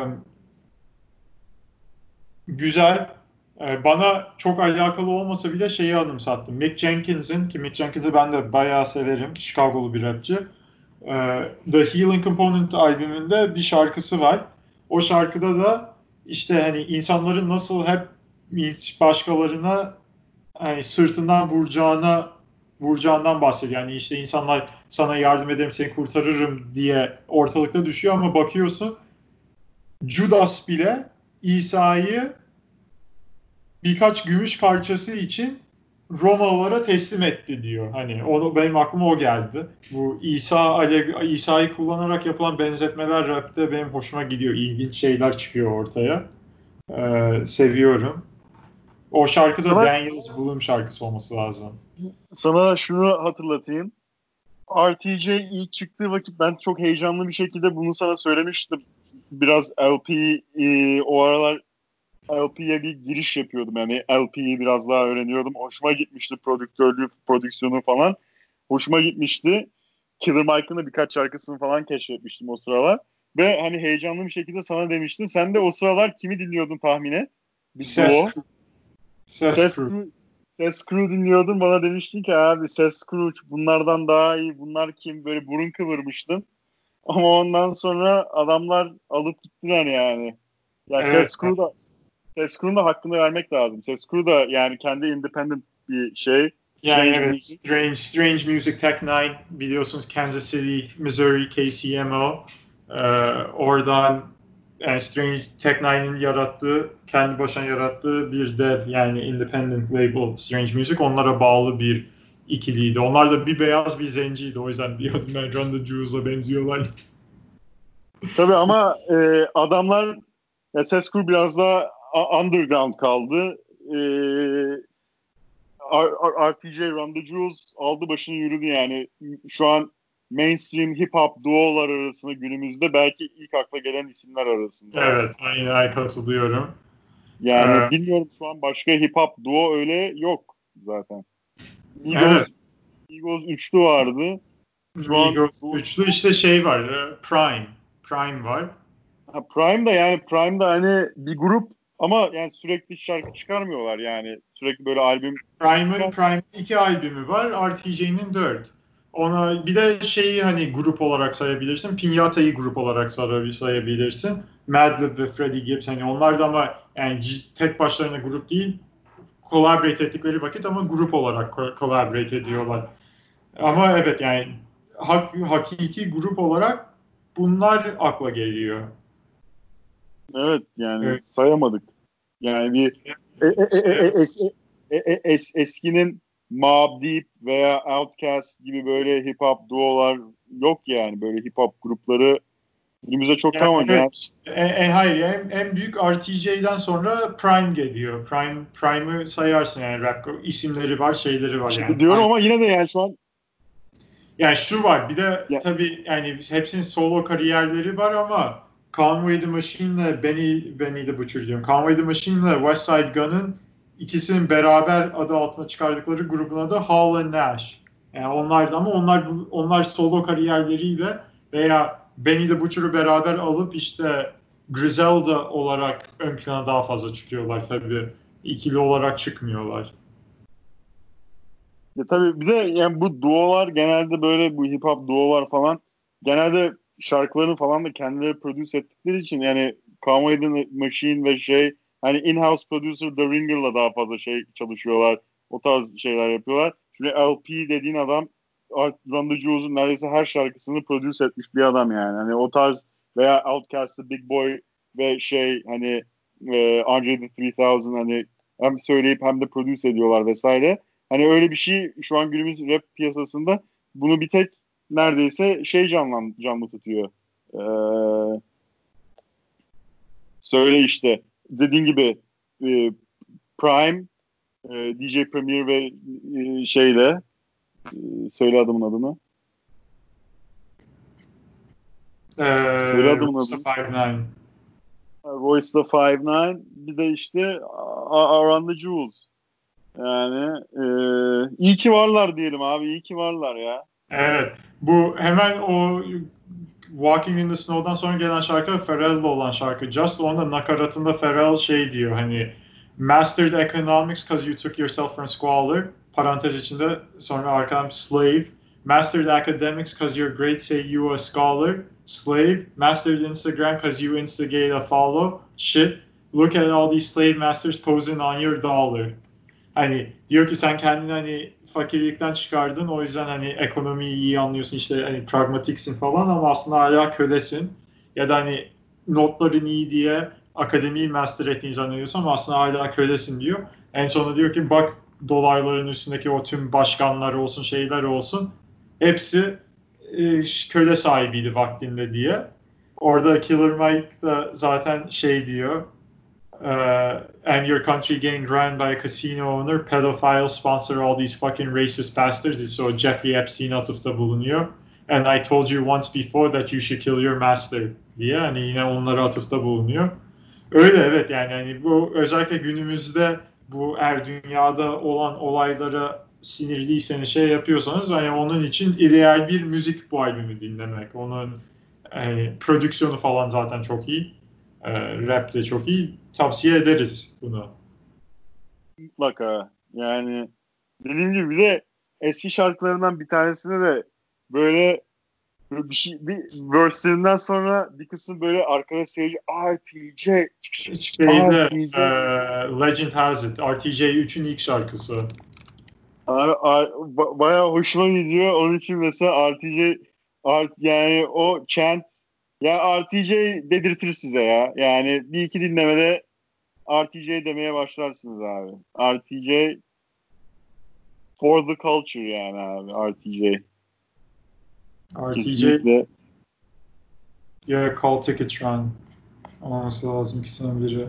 güzel. Ee, bana çok alakalı olmasa bile şeyi anımsattım. Mick Jenkins'in ki Mick Jenkins'i ben de bayağı severim. Chicago'lu bir rapçi. Ee, The Healing Component albümünde bir şarkısı var. O şarkıda da işte hani insanların nasıl hep başkalarına hani sırtından vuracağına vuracağından bahsediyor. Yani işte insanlar sana yardım ederim, seni kurtarırım diye ortalıkta düşüyor ama bakıyorsun Judas bile İsa'yı birkaç gümüş parçası için Romalılara teslim etti diyor. Hani onu benim aklıma o geldi. Bu İsa İsa'yı kullanarak yapılan benzetmeler rapte benim hoşuma gidiyor. İlginç şeyler çıkıyor ortaya. Ee, seviyorum. O şarkıda sana, Daniels Bloom şarkısı olması lazım. Sana şunu hatırlatayım. R T J ilk çıktığı vakit ben çok heyecanlı bir şekilde bunu sana söylemiştim. Biraz L P e, o aralar L P'ye bir giriş yapıyordum. Yani L P'yi biraz daha öğreniyordum. Hoşuma gitmişti prodüktörlüğü, prodüksiyonu falan. Hoşuma gitmişti. Killer Mike'ın da birkaç şarkısını falan keşfetmiştim o sıralar. Ve hani heyecanlı bir şekilde sana demiştim. Sen de o sıralar kimi dinliyordun tahmin et? bir Ses duo. Crew. Ses, Ses Crew. Crew. Ses Crew dinliyordum. Bana demiştin ki abi Ses Crew bunlardan daha iyi. Bunlar kim? Böyle burun kıvırmıştın. Ama ondan sonra adamlar alıp gittiler yani. Ya Evet. Ses Crew da Ses Crew'un da hakkını vermek lazım. Ses Crew da yani kendi independent bir şey. Yani Strange evet, Music. Strange, Strange Music Tech Nine biliyorsunuz Kansas City, Missouri, K C M O. Ee, oradan yani Strange Tech Nine'in yarattığı, kendi başına yarattığı bir dev yani independent label Strange Music. Onlara bağlı bir ikiliydi. Onlar da bir beyaz bir zenciydi. O yüzden diyordum ben Run the Jewels'a benziyorlar. Tabii ama e, adamlar ya Ses Crew biraz daha underground kaldı. E, R T J Run the Jewels aldı başını yürüdü yani. Şu an mainstream hip hop duolar arasında günümüzde belki ilk akla gelen isimler arasında. Evet, aynen katılıyorum. Yani Ee, bilmiyorum şu an başka hip hop duo öyle yok zaten. Migos, evet, Migos üçlü vardı. Şu an Migos bu üçlü işte şey var, e, Prime. Prime var. ha, Prime'da yani Prime'da hani bir grup ama yani sürekli şarkı çıkarmıyorlar yani. Sürekli böyle albüm Prime'ın çıkar. Prime iki albümü var, R T J'nin dört. Ona bir de şeyi hani grup olarak sayabilirsin. Piñata'yı grup olarak sayabilirsin. Madlib ve Freddie Gibbs hani onlar da ama yani tek başlarına grup değil. Collaborate ettikleri vakit ama grup olarak collaborate ediyorlar. Ama evet yani hak, hakiki grup olarak bunlar akla geliyor. Evet yani Evet. sayamadık. Yani bir e, e, e, e, e, es, e, e, es, eskinin Mobb Deep veya Outkast gibi böyle hip hop duolar yok yani. Böyle hip hop grupları günümüzde çok Yani kalmadı. Yani evet, e, e, hayır en, en büyük R T J'den sonra Prime geliyor. Prime Prime'ı sayarsın yani rap isimleri var, şeyleri var yani. işte diyorum ama yine de yani şu an Yani şu var bir de ya, tabii yani hepsinin solo kariyerleri var ama Conway the Machine'le Benny, Benny the Butcher diyorum. Conway the Machine'le West Side Gun'ın ikisinin beraber adı altına çıkardıkları grubuna da Hall and Nash. Yani onlar da ama onlar onlar solo kariyerleriyle veya Benny the Butcher'ı beraber alıp işte Griselda olarak ön plana daha fazla çıkıyorlar tabii. İkili olarak çıkmıyorlar. ya tabii bir de yani bu duolar genelde böyle bu hip hop duolar falan genelde şarkılarını falan da kendileri produce ettikleri için yani Conway the Machine ve şey hani in-house producer The Ringer'la daha fazla şey çalışıyorlar. O tarz şeyler yapıyorlar. Şimdi L P dediğin adam Run the Jewels'un neredeyse her şarkısını produce etmiş bir adam yani. Hani o tarz veya Outkast'ı Big Boy ve şey hani e, Andre the three thousand hani hem söyleyip hem de produce ediyorlar vesaire. Hani öyle bir şey şu an günümüz rap piyasasında bunu bir tek neredeyse şey canlan, canlı tutuyor. Ee, söyle işte dediğin gibi e, Prime, e, D J Premier ve e, şeyle e, söyle adamın adını. Ee, Söyle adamın Royce adını. Five Nine. Royce'da Five Nine bir de işte Around the Jewels. Yani e, iyi ki varlar diyelim abi. İyi ki varlar ya. Evet. Bu hemen o Walking in the Snow'dan sonra gelen şarkı Pharrell'le olan şarkı. Just onda nakaratında Pharrell şey diyor hani Mastered economics cause you took yourself from squalor. Parantez içinde sonra arkadan slave. Mastered academics cause you're great say you a scholar. Slave. Mastered Instagram cause you instigate a follow. Shit. Look at all these slave masters posing on your dollar. Hani diyor ki sen kendini hani fakirlikten çıkardın o yüzden hani ekonomiyi iyi anlıyorsun işte hani pragmatiksin falan ama aslında hala kölesin. Ya da hani notların iyi diye akademiyi master ettiğini zannediyorsun ama aslında hala kölesin diyor. En sonunda diyor ki bak dolarların üstündeki o tüm başkanlar olsun şeyler olsun hepsi e, köle sahibiydi vaktinde diye. Orada Killer Mike da zaten şey diyor uh, and your country getting run by a casino owner, pedophile sponsor all these fucking racist bastards. So Jeffrey Epstein atıfta bulunuyor. And I told you once before that you should kill your master diye hani yine onlara atıfta bulunuyor. Öyle evet yani hani bu özellikle günümüzde bu eğer dünyada olan olaylara sinirliyseniz şey yapıyorsanız hani onun için ideal bir müzik bu albümü dinlemek. Onun hani prodüksiyonu falan zaten çok iyi. E, rap de çok iyi. Tavsiye ederiz bunu. Mutlaka. Yani dediğim gibi bir de eski şarkılarından bir tanesinde de böyle bir şey, bir verse'lerinden sonra bir kısım böyle arkada seyirci R T J Şeyde e, R T J Legend Has It. R T J üçün ilk şarkısı. Abi, a- ba- bayağı hoşuma gidiyor. Onun için mesela R T J art, yani o chant ya R T J dedirtir size ya. Yani bir iki dinlemede R T J demeye başlarsınız abi. R T J for the culture yani abi R T J. R T J Kesinlikle. ya Call Ticket Run olması lazım ikisinden biri.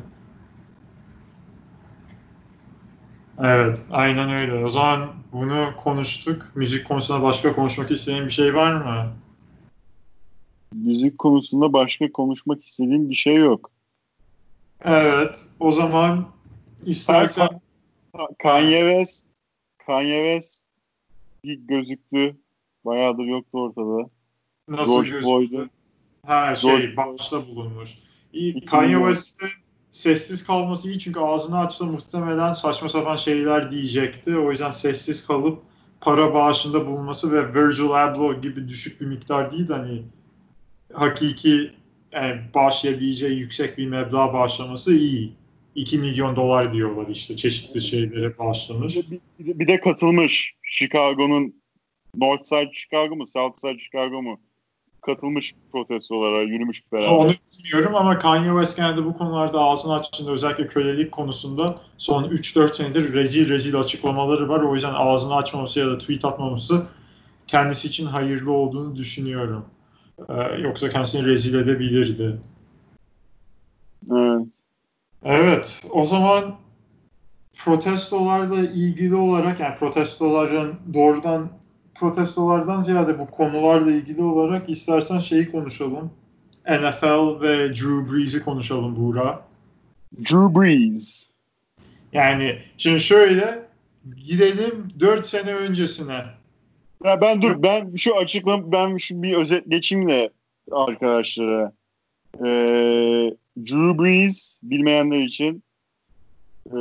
Evet, aynen öyle. O zaman bunu konuştuk. Müzik konusunda başka konuşmak istediğin bir şey var mı? Müzik konusunda başka konuşmak istediğim bir şey yok. Evet, o zaman Ha, istersen Ka- Kanye West Kanye West bir gözüktü. Bayağıdır yoktu ortada. nasıl George gözüktü? Floyd'u Ha George şey, Floyd bağışta bulunmuş. İyi, iki bin Kanye yirmi West'in sessiz kalması iyi çünkü ağzını açsa muhtemelen saçma sapan şeyler diyecekti. O yüzden sessiz kalıp para bağışında bulunması ve Virgil Abloh gibi düşük bir miktar değil de hani hakiki yani bağışlayabileceği yüksek bir meblağ bağışlaması iyi. iki milyon dolar diyorlar işte çeşitli şeylere Bir bağışlamış. de, bir, bir de- bir de katılmış. Chicago'nun North Side Chicago mu, South Side Chicago mu? Katılmış protestolara, yürümüş Onu beraber. bilmiyorum ama Kanye West genelde bu konularda ağzını açtığında özellikle kölelik konusunda son üç dört senedir rezil rezil açıklamaları var. O yüzden ağzını açmaması ya da tweet atmaması kendisi için hayırlı olduğunu düşünüyorum. Ee, yoksa kendisini rezil edebilirdi. Evet. Evet, o zaman protestolarla ilgili olarak yani protestoların doğrudan protestolardan ziyade bu konularla ilgili olarak istersen şeyi konuşalım. N F L ve Drew Brees'i konuşalım Buğra. Drew Brees. Yani şimdi şöyle gidelim dört sene öncesine. Ya ben dur ben şu açıklam ben şu bir özet geçeyim de arkadaşlara. Ee, Drew Brees bilmeyenler için e,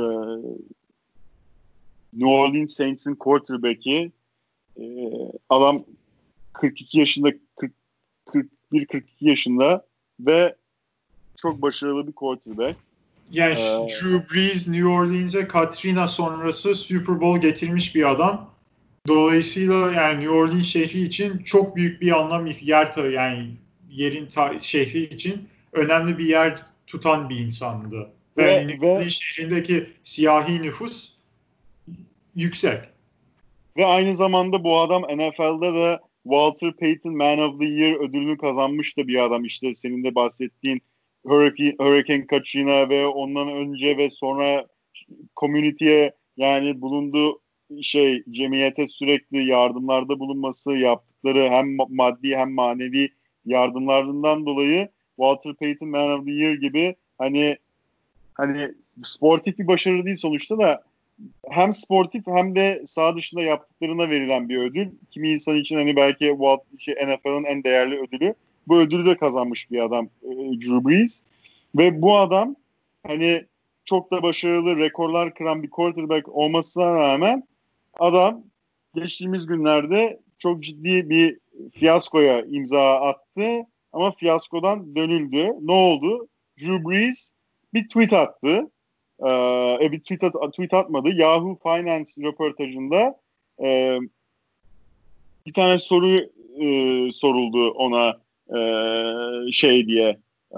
New Orleans Saints'in quarterback'i. Ee, adam kırk iki yaşında kırk, kırk bir kırk iki yaşında ve çok başarılı bir quarterback. Yani Ee, Drew Brees New Orleans'e Katrina sonrası Super Bowl getirmiş bir adam. Dolayısıyla yani New Orleans şehri için çok büyük bir anlam yer tabii yani yerin ta- şehri için önemli bir yer tutan bir insandı. Ve ve New ve Orleans şehrindeki siyahi nüfus yüksek. ve aynı zamanda bu adam N F L'de de Walter Payton Man of the Year ödülünü kazanmış da bir adam. İşte senin de bahsettiğin Hurricane, Hurricane Katrina ve ondan önce ve sonra community'ye yani bulunduğu şey cemiyete sürekli yardımlarda bulunması, yaptıkları hem maddi hem manevi yardımlarından dolayı Walter Payton Man of the Year gibi hani hani sportif bir başarı değil sonuçta da hem sportif hem de sağ dışında yaptıklarına verilen bir ödül. Kimi insan için hani belki Walt, şey, N F L'ın en değerli ödülü. Bu ödülü de kazanmış bir adam e, Drew Brees. Ve bu adam hani çok da başarılı rekorlar kıran bir quarterback olmasına rağmen adam geçtiğimiz günlerde çok ciddi bir fiyaskoya imza attı. Ama fiyaskodan dönüldü. Ne oldu? Drew Brees bir tweet attı. Ee, bir tweet, at, tweet atmadı. Yahoo Finance röportajında e, bir tane soru e, soruldu ona e, şey diye e,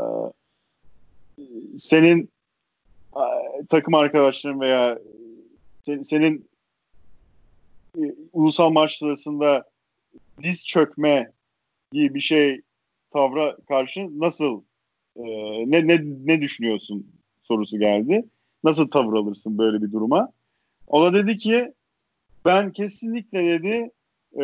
senin e, takım arkadaşların veya sen, senin e, ulusal maç sırasında diz çökme gibi bir şey tavra karşı nasıl e, ne, ne, ne düşünüyorsun sorusu geldi. Nasıl tavır alırsın böyle bir duruma? O da dedi ki ben kesinlikle dedi e,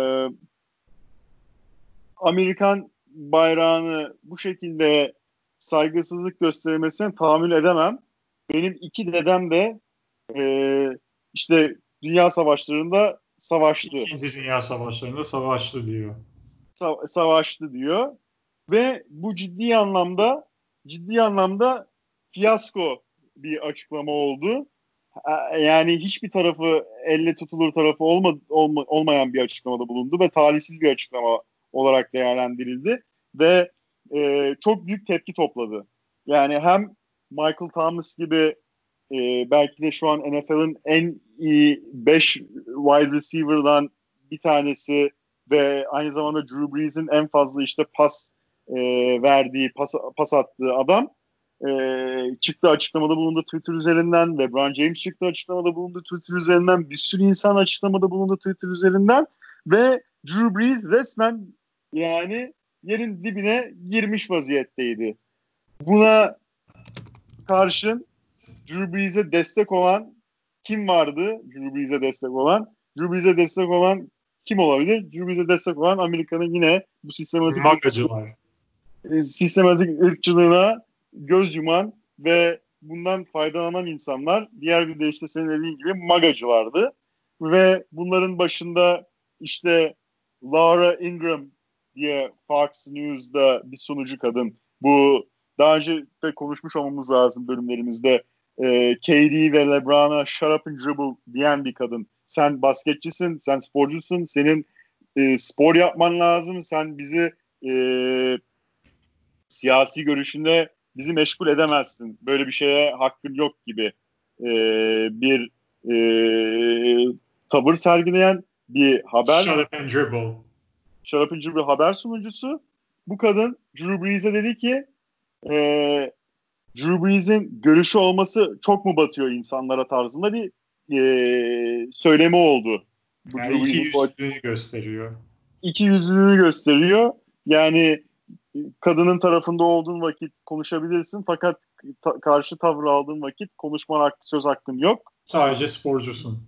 Amerikan bayrağını bu şekilde saygısızlık gösterilmesine tahammül edemem. Benim iki dedem de e, işte dünya savaşlarında savaştı. İkinci Dünya Savaşları'nda savaştı diyor. Sa- savaştı diyor. Ve bu ciddi anlamda ciddi anlamda fiyasko bir açıklama oldu. Yani hiçbir tarafı elle tutulur tarafı olma, olma, olmayan bir açıklamada bulundu ve talihsiz bir açıklama olarak değerlendirildi ve e, çok büyük tepki topladı. Yani hem Michael Thomas gibi e, belki de şu an N F L'in en iyi beş wide receiver'dan bir tanesi ve aynı zamanda Drew Brees'in en fazla işte pas e, verdiği, pas, pas attığı adam e, çıktı açıklamada bulundu Twitter üzerinden. LeBron James çıktı açıklamada bulundu Twitter üzerinden. Bir sürü insan açıklamada bulundu Twitter üzerinden ve Drew Brees resmen yani yerin dibine girmiş vaziyetteydi. Buna karşın Drew Brees'e destek olan kim vardı? Drew Brees'e destek olan. Drew Brees'e destek olan kim olabilir? Drew Brees'e destek olan Amerika'nın yine bu sistematik magacılar. Sistematik ırkçılığına göz yuman ve bundan faydalanan insanlar. Diğer bir de işte senin dediğin gibi magacılardı. Ve bunların başında işte Laura Ingraham diye Fox News'da bir sunucu kadın. Bu daha önce de konuşmuş olmamız lazım bölümlerimizde. E, K D ve LeBron'a shut up and dribble diyen bir kadın. Sen basketçisin, sen sporcusun, senin e, spor yapman lazım, sen bizi e, siyasi görüşünde bizi meşgul edemezsin. Böyle bir şeye hakkın yok gibi e, bir e, tavır sergileyen bir haber. Shut up and dribble. Shut up and dribble haber sunucusu. Bu kadın Drew Brees'e dedi ki e, Drew Brees'in görüşü olması çok mu batıyor insanlara tarzında bir e, söylemi oldu. Bu yani iki yüzlülüğünü gösteriyor. İki yüzlülüğünü gösteriyor. Yani kadının tarafında olduğun vakit konuşabilirsin fakat ta- karşı tavır aldığın vakit konuşman hakkı, söz hakkın yok. Sadece sporcusun.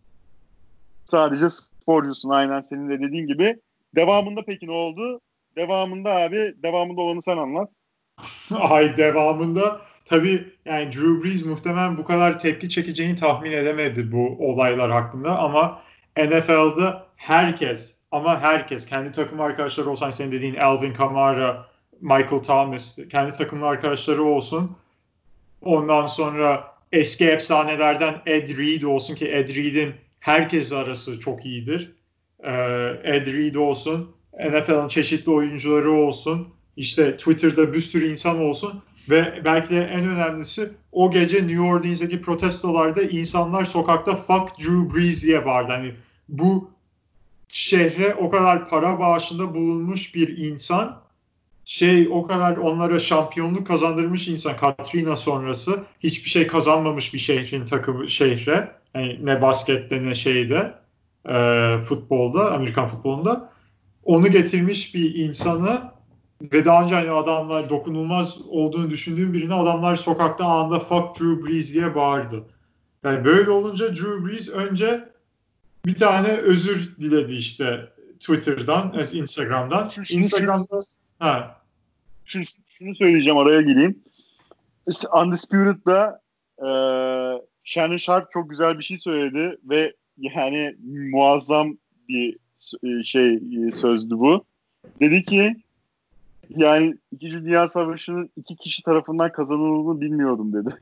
Sadece sporcusun, aynen senin de dediğin gibi. Devamında peki ne oldu? Devamında abi, devamında olanı sen anlat. Ay devamında tabii yani Drew Brees muhtemelen bu kadar tepki çekeceğini tahmin edemedi bu olaylar hakkında ama N F L'de herkes ama herkes kendi takım arkadaşları olsan senin dediğin Alvin Kamara, Michael Thomas kendi takım arkadaşları olsun. Ondan sonra eski efsanelerden Ed Reed olsun ki Ed Reed'in herkes arası çok iyidir. Ed Reed olsun, N F L'in çeşitli oyuncuları olsun. İşte Twitter'da bir sürü insan olsun ve belki de en önemlisi o gece New Orleans'daki protestolarda insanlar sokakta fuck Drew Brees diye bağırdı. Hani bu şehre o kadar para bağışında bulunmuş bir insan, şey o kadar onlara şampiyonluk kazandırmış insan Katrina sonrası hiçbir şey kazanmamış bir şehrin takımı şehre. Yani ne baskette ne şeyde e, futbolda, Amerikan futbolunda onu getirmiş bir insanı ve daha önce hani adamlar dokunulmaz olduğunu düşündüğüm birini adamlar sokakta anında fuck Drew Brees diye bağırdı. Yani böyle olunca Drew Brees önce bir tane özür diledi işte Twitter'dan, Instagram'dan. Instagram'da ha. Şunu, şunu söyleyeceğim, araya gireyim. Undisputed'da e, Shannon Sharp çok güzel bir şey söyledi ve yani muazzam bir şey sözdü bu. Dedi ki yani İkinci Dünya Savaşı'nın iki kişi tarafından kazanıldığını bilmiyordum dedi.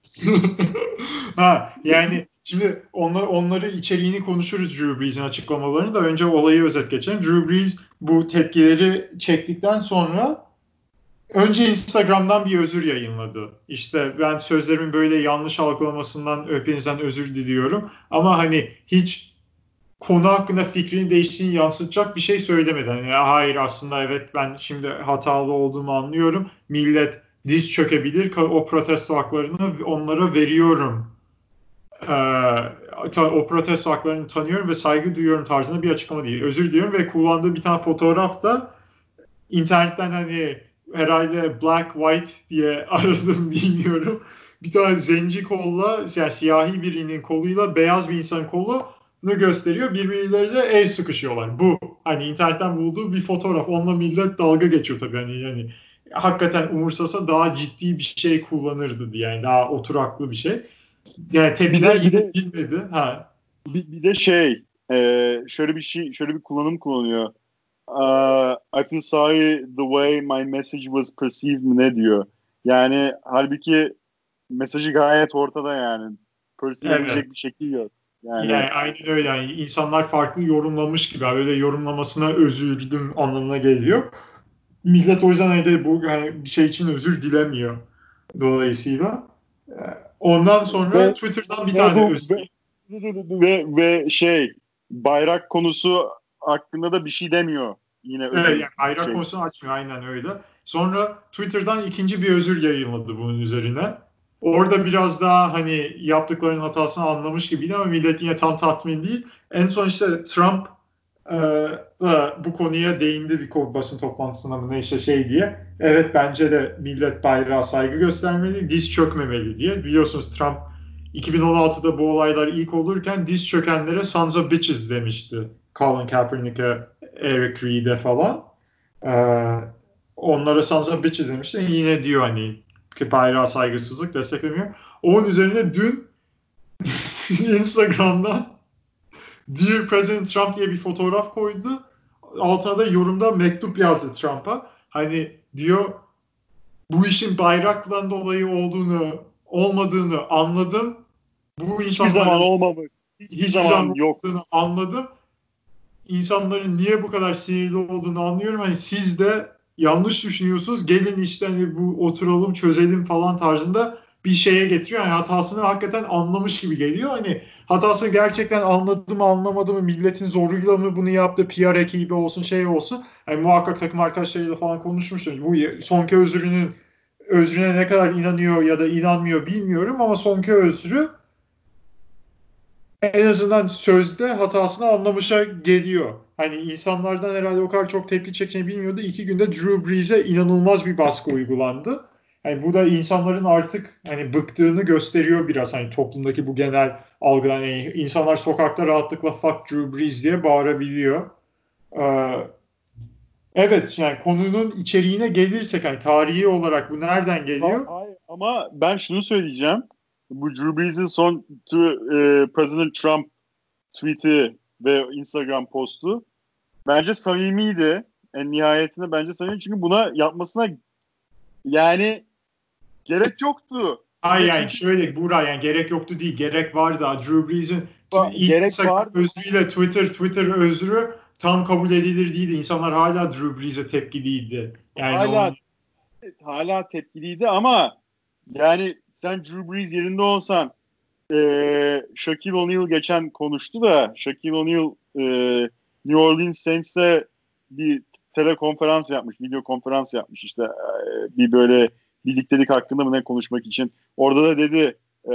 ha yani şimdi onlar, onları içeriğini konuşuruz Drew Brees'in açıklamalarını da önce olayı özet geçelim. Drew Brees bu tepkileri çektikten sonra önce Instagram'dan bir özür yayınladı. İşte ben sözlerimin böyle yanlış algılamasından hepinizden özür diliyorum. Ama hani hiç konu hakkında fikrini değiştiğini yansıtacak bir şey söylemedi. Yani, hayır aslında evet ben şimdi hatalı olduğumu anlıyorum. Millet diz çökebilir. O protesto haklarını onlara veriyorum. Ee, o protesto haklarını tanıyorum ve saygı duyuyorum tarzında bir açıklama değil. Özür diliyorum ve kullandığı bir tane fotoğraf da internetten hani herhalde black white diye aradım bilmiyorum. Bir tane zenci kolla yani siyahi birinin koluyla beyaz bir insanın kolunu gösteriyor. Birbirleriyle el sıkışıyorlar. Bu hani internetten bulduğu bir fotoğraf. Onunla millet dalga geçiyor tabii. Hani yani hakikaten umursasa daha ciddi bir şey kullanırdı diye. Yani daha oturaklı bir şey. Yani tepkiler yine de, bilmedi. Ha. Bir, bir de şey e, şöyle bir şey şöyle bir kullanım kullanıyor. Uh, I feel sorry the way my message was perceived mi ne diyor. Yani halbuki mesajı gayet ortada yani. Pörtülebilecek Evet. bir şekil yok. Yani Yani aynen öyle. Yani insanlar farklı yorumlamış gibi. Öyle yorumlamasına özür anlamına geliyor. Millet o yüzden öyle bu yani bir şey için özür dilemiyor. Dolayısıyla. e, Ondan sonra ve Twitter'dan bir ve tane bu özür. ve, ve, ve şey bayrak konusu hakkında da bir şey demiyor. Yine Evet, özür yani bayrak şey. konusunu açmıyor aynen öyle. Sonra Twitter'dan ikinci bir özür yayınladı bunun üzerine. Orada biraz daha hani yaptıklarının hatasını anlamış gibiydi ama millet yine tam tatmin değil. En son işte Trump e, da bu konuya değindi bir basın toplantısında mı neyse şey diye. Evet bence de millet bayrağa saygı göstermeli, diz çökmemeli diye. Biliyorsunuz Trump iki bin on altıda bu olaylar ilk olurken diz çökenlere sons of bitches demişti. Colin Kaepernick'e, Eric Reid'e falan. Ee, Onlara sons of bitches demişti. Yine diyor hani ki bayrağa saygısızlık desteklemiyor. Onun üzerine dün Instagram'da Dear President Trump diye bir fotoğraf koydu. Altına da yorumda mektup yazdı Trump'a. Hani diyor bu işin bayraktan dolayı olduğunu, olmadığını anladım. Bu Hiçbir zaman insanların olmamış. Hiçbir hiçbir zaman zaman yok. olmadığını anladım. İnsanların niye bu kadar sinirli olduğunu anlıyorum. Hani siz de yanlış düşünüyorsunuz. Gelin işte hani bu oturalım çözelim falan tarzında bir şeye getiriyor. Yani hatasını hakikaten anlamış gibi geliyor. Hani hatasını gerçekten anladı mı anlamadı mı milletin zoruyla mı bunu yaptı P R ekibi olsun şey olsun. Yani muhakkak takım arkadaşlarıyla falan konuşmuştur. Bu sonki özrünün özrüne ne kadar inanıyor ya da inanmıyor bilmiyorum ama sonki özrü en azından sözde hatasını anlamışa geliyor. Hani insanlardan herhalde o kadar çok tepki çekeceğini bilmiyordu. İki günde Drew Brees'e inanılmaz bir baskı uygulandı. Yani bu da insanların artık hani bıktığını gösteriyor biraz hani toplumdaki bu genel algıdan. Yani insanlar sokakta rahatlıkla fuck Drew Brees diye bağırabiliyor. Ee, evet yani konunun içeriğine gelirsek hani tarihi olarak bu nereden Ha- geliyor? Hayır, ama ben şunu söyleyeceğim. Bu Drew Brees'in son tu- e, President Trump tweet'i ve Instagram postu bence samimiydi. En nihayetinde bence samimi çünkü buna yapmasına yani gerek yoktu. Ay Yine yani çünkü şöyle Buğra yani gerek yoktu değil gerek vardı. Drew Brees'in ba- ilk gerek Instagram vardı. özrüyle Twitter Twitter özrü tam kabul edilir değildi. İnsanlar hala Drew Brees'e tepkiliydi. Yani Hala onun hala tepkiliydi ama yani sen Drew Brees yerinde olsan e, Shaquille O'Neal geçen konuştu da Shaquille O'Neal e, New Orleans Saints'e bir telekonferans yapmış, video konferans yapmış işte e, bir böyle birliktelik hakkında mı ne konuşmak için. Orada da dedi e,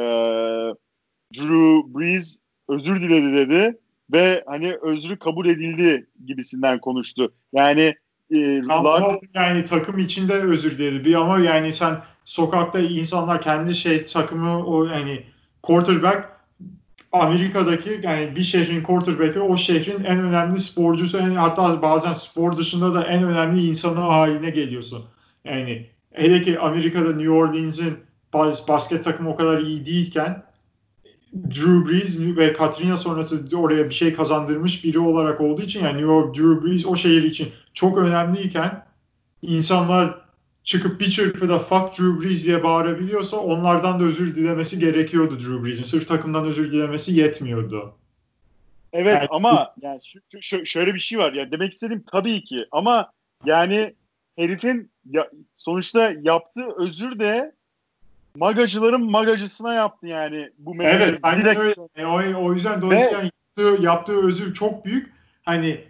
Drew Brees özür diledi dedi ve hani özrü kabul edildi gibisinden konuştu. Yani e, tam lag o yani takım içinde özür diledi bir ama yani sen sokakta insanlar kendi şey takımı o yani quarterback Amerika'daki yani bir şehrin quarterback'i o şehrin en önemli sporcusu en, hatta bazen spor dışında da en önemli insanı haline geliyorsun. Yani hele ki Amerika'da New Orleans'in bas, basket takımı o kadar iyi değilken Drew Brees ve Katrina sonrası oraya bir şey kazandırmış biri olarak olduğu için yani New York Drew Brees o şehir için çok önemliyken insanlar çıkıp bir çırpıda fuck Drew Brees diye bağırabiliyorsa onlardan da özür dilemesi gerekiyordu Drew Brees'in. Sırf takımdan özür dilemesi yetmiyordu. evet Yani ama yani şu, şu- şöyle bir şey var ya demek istediğim tabii ki ama yani herifin ya, sonuçta yaptığı özür de magacıların magacısına yaptı yani bu evet mesele aynen direkt öyle. E, o, o yüzden ve dolayısıyla yaptığı, yaptığı özür çok büyük. Hani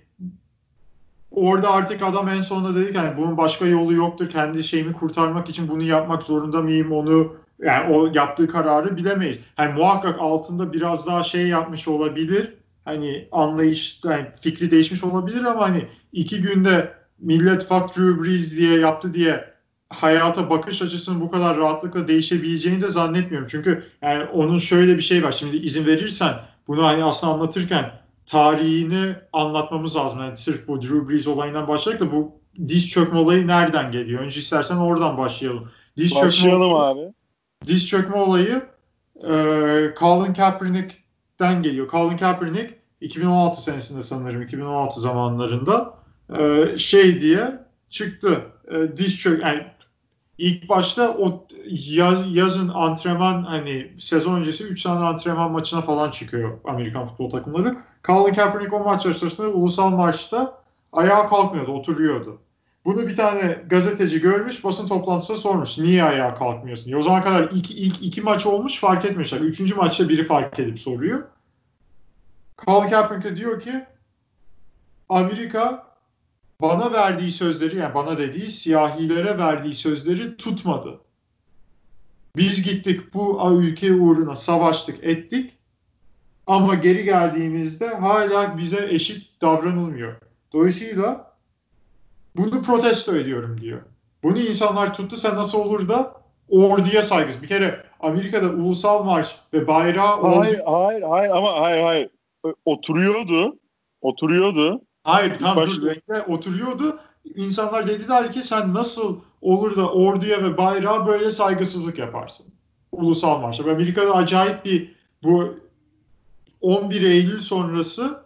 orada artık adam en sonunda dedi ki hani bunun başka yolu yoktur. Kendi şeyimi kurtarmak için bunu yapmak zorunda mıyım onu yani o yaptığı kararı bilemeyiz. Hani muhakkak altında biraz daha şey yapmış olabilir. Hani anlayış yani fikri değişmiş olabilir ama hani iki günde millet fuck Drew Brees diye yaptı diye hayata bakış açısının bu kadar rahatlıkla değişebileceğini de zannetmiyorum. Çünkü yani onun şöyle bir şey var. Şimdi izin verirsen bunu hani aslında anlatırken tarihini anlatmamız lazım. Yani sırf bu Drew Brees olayından başlayarak da bu diz çökme olayı nereden geliyor? Önce istersen oradan başlayalım. Diz çökme başlayalım olayı, abi. diz çökme olayı e, Colin Kaepernick'ten geliyor. Colin Kaepernick iki bin on altı senesinde sanırım iki bin on altı zamanlarında e, şey diye çıktı. E, diz çök yani İlk başta o yaz, yazın antrenman hani sezon öncesi üç tane antrenman maçına falan çıkıyor Amerikan futbol takımları. Colin Kaepernick o maç sırasında ulusal marşta ayağa kalkmıyordu, oturuyordu. Bunu bir tane gazeteci görmüş, basın toplantısında sormuş. Niye ayağa kalkmıyorsun diye. O zaman kadar ilk, ilk iki maç olmuş fark etmemişler. Üçüncü maçta biri fark edip soruyor. Colin Kaepernick de diyor ki Amerika bana verdiği sözleri, yani bana dediği siyahilere verdiği sözleri tutmadı. Biz gittik bu ülke uğruna savaştık ettik ama geri geldiğimizde hala bize eşit davranılmıyor. Dolayısıyla bunu protesto ediyorum diyor. Bunu insanlar tuttu, sen nasıl olur da orduya saygısız. Bir kere Amerika'da ulusal marş ve bayrağı Hayır, ordu... hayır, hayır ama hayır, hayır. Oturuyordu. Oturuyordu. Hayır, tam başta... dur bekle, oturuyordu. İnsanlar dediler ki sen nasıl olur da orduya ve bayrağa böyle saygısızlık yaparsın? Ulusal marşa. Amerika'da acayip bir bu on bir Eylül sonrası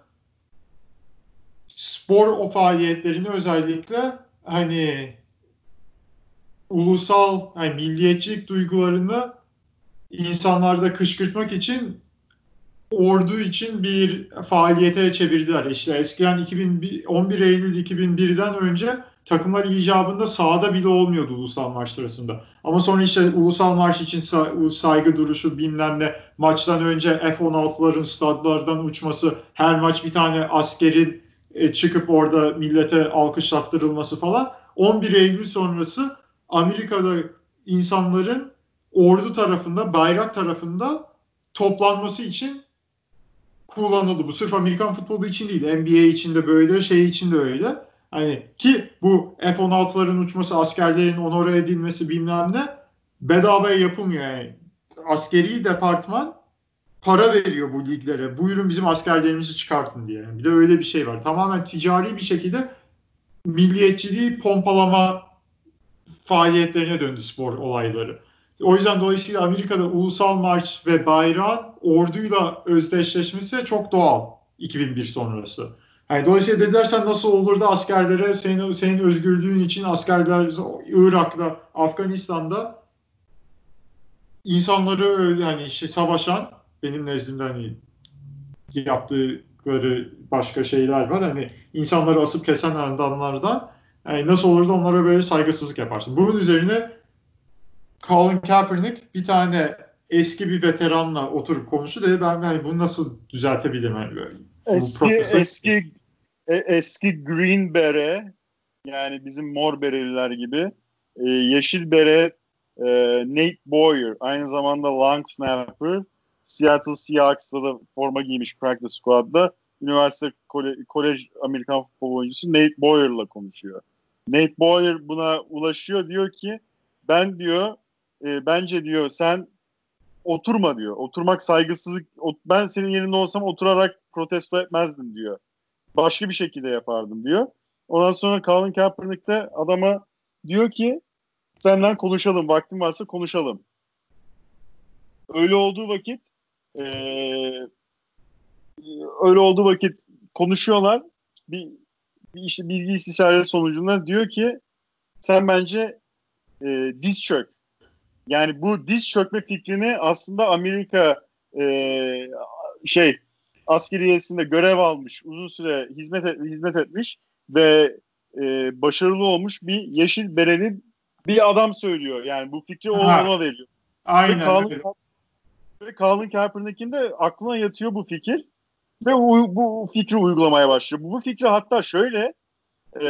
spor o faaliyetlerini özellikle hani ulusal yani milliyetçilik duygularını insanlarda kışkırtmak için ordu için bir faaliyete çevirdiler. İşte eskiden iki bin on bir Eylül iki bin birden önce takımlar icabında sahada bile olmuyordu ulusal maç sırasında. Ama sonra işte ulusal marş için saygı duruşu bilmem ne maçtan önce F on altıların stadlardan uçması, her maç bir tane askerin çıkıp orada millete alkışlattırılması falan. on bir Eylül sonrası Amerika'da insanların ordu tarafında, bayrak tarafında toplanması için kullanıldı. Bu sırf Amerikan futbolu için değil. N B A için de böyle, şey için de öyle. Hani ki bu F on altıların uçması, askerlerin onore edilmesi bilmem ne bedavaya yapılmıyor yani. Askeri departman para veriyor bu liglere. Buyurun bizim askerlerimizi çıkartın diye. Yani bir de öyle bir şey var. Tamamen ticari bir şekilde milliyetçiliği pompalama faaliyetlerine döndü spor olayları. O yüzden dolayısıyla Amerika'da ulusal marş ve bayrağın orduyla özdeşleşmesi çok doğal iki bin bir sonrası. Yani dolayısıyla dediler sen nasıl olur da askerlere senin, senin özgürlüğün için askerler Irak'ta, Afganistan'da insanları yani işte savaşan benim nezdimde hani yaptıkları başka şeyler var. Hani insanları asıp kesen adamlardan yani nasıl olur da onlara böyle saygısızlık yaparsın. Bunun üzerine Colin Kaepernick bir tane eski bir veteranla oturup konuştu dedi ben yani bunu nasıl düzeltebilirim yani böyle. Eski eski e, eski Green Beret yani bizim mor bereliler gibi e, yeşil bere e, Nate Boyer aynı zamanda long snapper Seattle Seahawks'ta da forma giymiş practice squad'da üniversite kole, kolej Amerikan futbol oyuncusu Nate Boyer'la konuşuyor. Nate Boyer buna ulaşıyor diyor ki ben diyor e, bence diyor sen oturma diyor. Oturmak saygısızlık. Ben senin yerinde olsam oturarak protesto etmezdim diyor. Başka bir şekilde yapardım diyor. Ondan sonra Colin Kaepernick de adama diyor ki senden konuşalım. Vaktin varsa konuşalım. Öyle olduğu vakit ee, öyle olduğu vakit konuşuyorlar. Bir, bir işte bilgi istişaresi sonucunda diyor ki sen bence e, diz çök. Yani bu diz çökme fikrini aslında Amerika e, şey askeriyesinde görev almış, uzun süre hizmet et, hizmet etmiş ve e, başarılı olmuş bir yeşil bereli bir adam söylüyor. Yani bu fikri o Ha, ona veriyor. Ve aynen Colin, öyle. ve Colin Kaepernick'in de aklına yatıyor bu fikir ve bu, bu fikri uygulamaya başlıyor. Bu, bu fikri hatta şöyle e,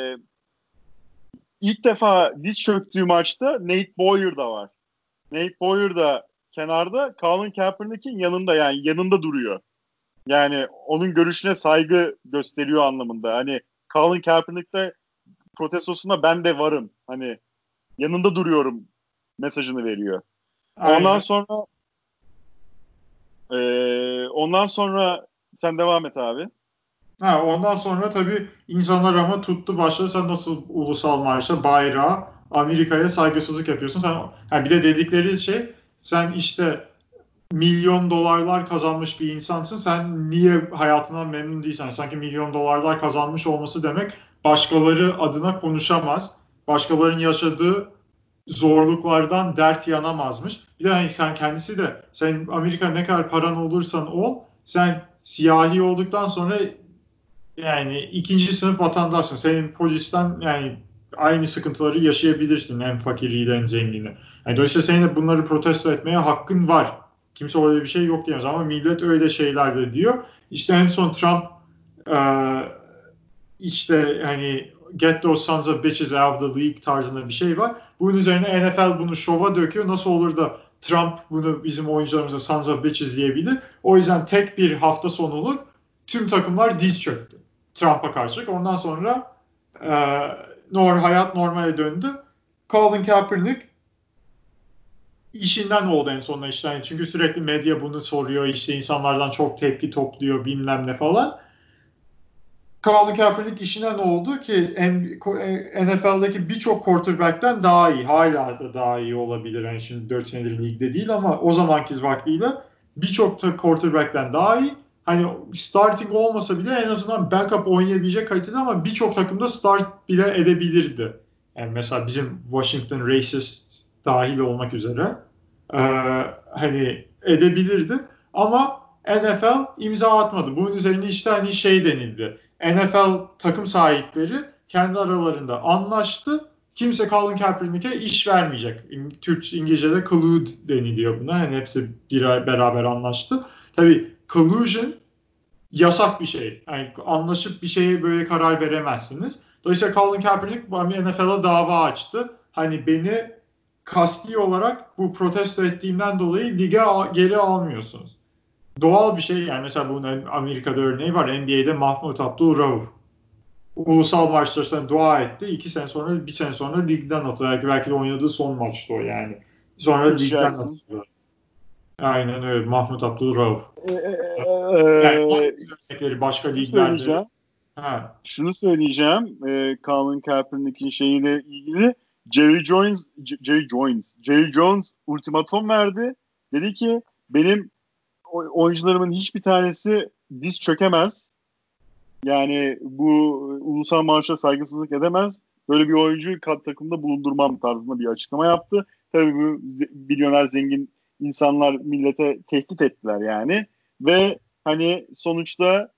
ilk defa diz çöktüğü maçta Nate Boyer da var. Nate Boyer da kenarda, Colin Kaepernick'in yanında yani yanında duruyor. Yani onun görüşüne saygı gösteriyor anlamında. Hani Colin Kaepernick de protestosunda ben de varım. Hani yanında duruyorum mesajını veriyor. Ondan Aynen. sonra e, ondan sonra sen devam et abi. Ha, ondan sonra tabii insanlar ama tuttu başladı. Sen nasıl ulusal marşa, bayrağa, Amerika'ya saygısızlık yapıyorsun. Sen, ha bir de dedikleri şey sen işte milyon dolarlar kazanmış bir insansın. Sen niye hayatından memnun değilsen, sanki milyon dolarlar kazanmış olması demek başkaları adına konuşamaz. Başkalarının yaşadığı zorluklardan dert yanamazmış. Bir de hani sen kendisi de sen Amerika ne kadar paran olursan ol sen siyahi olduktan sonra yani ikinci sınıf vatandaşsın. Senin polisten yani aynı sıkıntıları yaşayabilirsin en fakiriyle en zengini. Yani dolayısıyla senin de bunları protesto etmeye hakkın var. Kimse öyle bir şey yok diyemez ama millet öyle şeyler de diyor. İşte en son Trump e, işte hani get those sons of bitches out of the league tarzında bir şey var. Bunun üzerine N F L bunu şova döküyor. Nasıl olur da Trump bunu bizim oyuncularımıza sons of bitches diyebilir. O yüzden tek bir hafta sonuluk tüm takımlar diz çöktü Trump'a karşı. Ondan sonra e, nor hayat normale döndü. Colin Kaepernick işinden oldu en sonunda işte. Yani çünkü sürekli medya bunu soruyor. İşte insanlardan çok tepki topluyor bilmem ne falan. Colin Kaepernick işine ne oldu ki N F L'deki birçok quarterback'ten daha iyi. Hala da daha iyi olabilir. Yani şimdi dört senedir ligde değil ama o zamanki vaktiyle birçok quarterback'ten daha iyi. Hani starting olmasa bile en azından backup oynayabilecek kalitede ama birçok takımda start bile edebilirdi. Yani mesela bizim Washington Racist dahil olmak üzere ee, hani edebilirdi. Ama N F L imza atmadı. Bunun üzerine işte hani şey denildi. N F L takım sahipleri kendi aralarında anlaştı. Kimse Colin Kaepernick'e iş vermeyecek. Türk İngilizce'de collude deniliyor buna. Yani hepsi bir beraber anlaştı. Tabii collusion yasak bir şey. Yani anlaşıp bir şeye böyle karar veremezsiniz. Dolayısıyla Colin Kaepernick N F L'e dava açtı. Hani beni kasti olarak bu protesto ettiğimden dolayı lige geri almıyorsunuz. Doğal bir şey yani mesela bunun Amerika'da örneği var. N B A'de Mahmut Abdul Rauf ulusal maçlarına dua etti. İki sene sonra, bir sene sonra ligden atıldı. Belki, belki de oynadığı son maçtı o yani. Sonra Chris ligden Jackson. atıldı. Aynen öyle. Mahmut Abdul Rauf. Ee, Yani e, başka şunu liglerde. söyleyeceğim. Ha. Şunu söyleyeceğim. E, Colin Kaepernick'in şeyiyle ilgili Jerry Jones Jerry Jones Jerry Jones ultimatom verdi. Dedi ki benim oyuncularımın hiçbir tanesi diz çökemez. Yani bu ulusal marşa saygısızlık edemez. Böyle bir oyuncuyu kat takımda bulundurmam tarzında bir açıklama yaptı. Tabii bu milyoner zengin insanlar millete tehdit ettiler yani. Ve hani sonuçta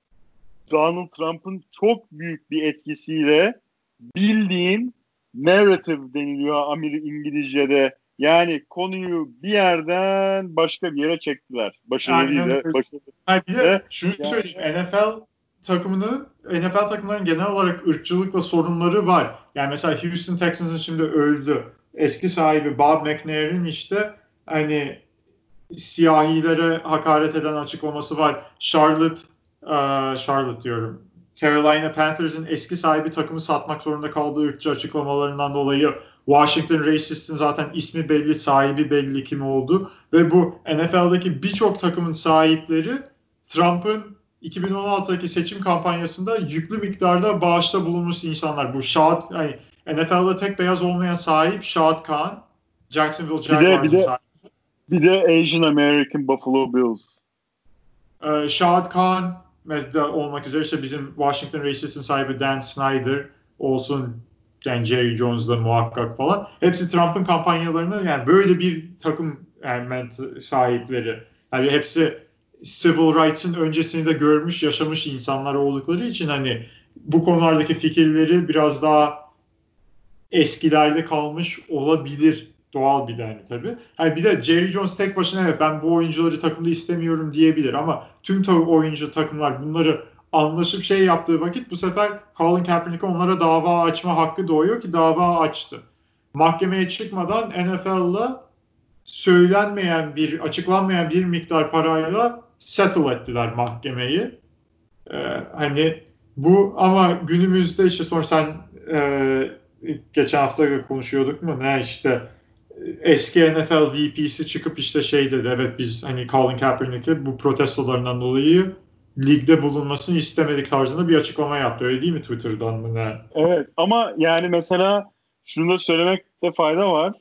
Donald Trump'ın çok büyük bir etkisiyle bildiğin narrative deniliyor Amir İngilizce'de. Yani konuyu bir yerden başka bir yere çektiler. Aynen Başarılıyla. öyle. Başarılı. Ha, bir de Ve şunu yani, söyleyeyim. N F L takımının N F L takımlarının genel olarak ırkçılıkla sorunları var. Yani mesela Houston Texans'ın şimdi öldü. Eski sahibi Bob McNair'in işte hani siyahilere hakaret eden açıklaması var. Charlotte uh, Charlotte diyorum. Carolina Panthers'ın eski sahibi takımı satmak zorunda kaldığı ırkçı açıklamalarından dolayı Washington Racist'in zaten ismi belli, sahibi belli kim oldu. Ve bu N F L'deki birçok takımın sahipleri Trump'ın iki bin on altıdaki seçim kampanyasında yüklü miktarda bağışta bulunmuş insanlar. Bu Shad, yani N F L'de tek beyaz olmayan sahip Shad Khan, Jacksonville Jaguars'ın sahibi. Bir de Asian American Buffalo Bills. Ee, Shad Khan olmak üzere işte bizim Washington Racist'in sahibi Dan Snyder olsun, yani Jerry Jones'da muhakkak falan. Hepsi Trump'ın kampanyalarını yani böyle bir takım yani sahipleri. Yani hepsi civil rights'in öncesini de görmüş, yaşamış insanlar oldukları için hani bu konulardaki fikirleri biraz daha eskilerde kalmış olabilir. Doğal bir de hani tabii. Hani bir de Jerry Jones tek başına evet ben bu oyuncuları takımda istemiyorum diyebilir ama tüm ta- oyuncu takımlar bunları anlaşıp şey yaptığı vakit bu sefer Colin Kaepernick'e onlara dava açma hakkı doğuyor ki dava açtı. Mahkemeye çıkmadan N F L'la söylenmeyen bir, açıklanmayan bir miktar parayla settle ettiler mahkemeyi. Ee, hani bu ama günümüzde işte sonra sen e, geçen hafta konuşuyorduk mu ne işte eski N F L V P'si çıkıp işte şey dedi evet biz hani Colin Kaepernick'e bu protestolarından dolayı ligde bulunmasını istemedik tarzında bir açıklama yaptı. Öyle değil mi Twitter'dan mı ne? Evet ama yani mesela şunu da söylemekte fayda var.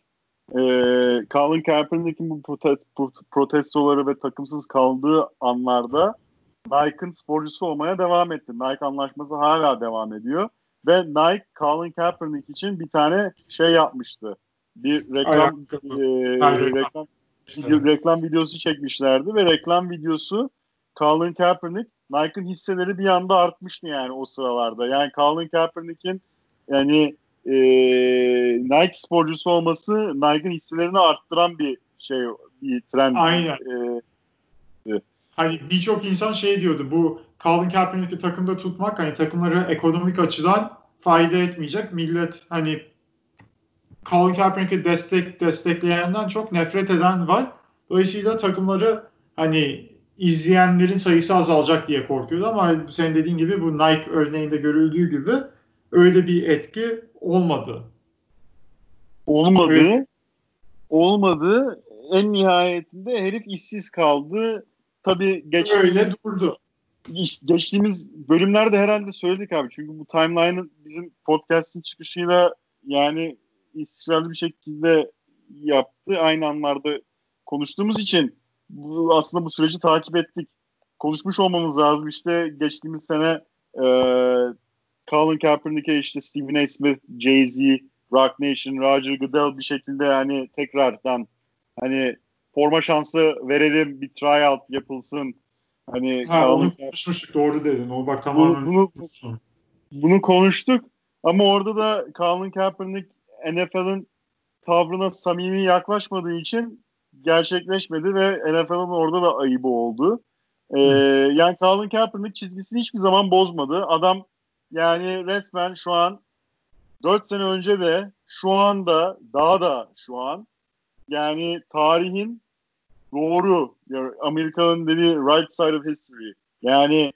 Ee, Colin Kaepernick'in bu protestoları ve takımsız kaldığı anlarda Nike'ın sporcusu olmaya devam etti. Nike anlaşması hala devam ediyor. Ve Nike Colin Kaepernick için bir tane şey yapmıştı. bir reklam Ayakkabı. e, Ha, reklam. reklam video, reklam videosu çekmişlerdi ve reklam videosu Colin Kaepernick, Nike'ın hisseleri bir anda artmıştı yani o sıralarda. Yani Colin Kaepernick'in yani e, Nike sporcusu olması Nike'ın hisselerini arttıran bir şey, bir trend. Aynen. E, Hani birçok insan şey diyordu, bu Colin Kaepernick'i takımda tutmak hani takımları ekonomik açıdan fayda etmeyecek. Millet hani Colin Kaepernick'i destek destekleyenden çok nefret eden var. Dolayısıyla takımları hani izleyenlerin sayısı azalacak diye korkuyordu ama senin dediğin gibi bu Nike örneğinde görüldüğü gibi öyle bir etki olmadı. olmadı. Öyle, Olmadı. En nihayetinde herif işsiz kaldı. Tabii öyle geçtiğimiz durdu. geçtiğimiz bölümlerde herhalde söyledik abi. Çünkü bu timeline'ın bizim podcast'in çıkışıyla yani istikrarlı bir şekilde yaptı. Aynı anlarda konuştuğumuz için bu, aslında bu süreci takip ettik. Konuşmuş olmamız lazım. İşte geçtiğimiz sene e, Colin Kaepernick'e işte Stephen A. Smith, Jay-Z, Roc Nation, Roger Goodell bir şekilde yani tekrardan hani forma şansı verelim, bir tryout yapılsın. Hani Ha, Colin onu konuşmuştuk, doğru dedin. O bak bunu, tamamen bunu unutmuşsun. bunu konuştuk ama orada da Colin Kaepernick N F L'in tavrına samimi yaklaşmadığı için gerçekleşmedi ve N F L'in orada da ayıbı oldu. Ee, Hı. yani Colin Kaepernick çizgisini hiçbir zaman bozmadı. Adam yani resmen şu an dört sene önce de şu anda daha da şu an yani tarihin doğru yani Amerika'nın dediği right side of history. Yani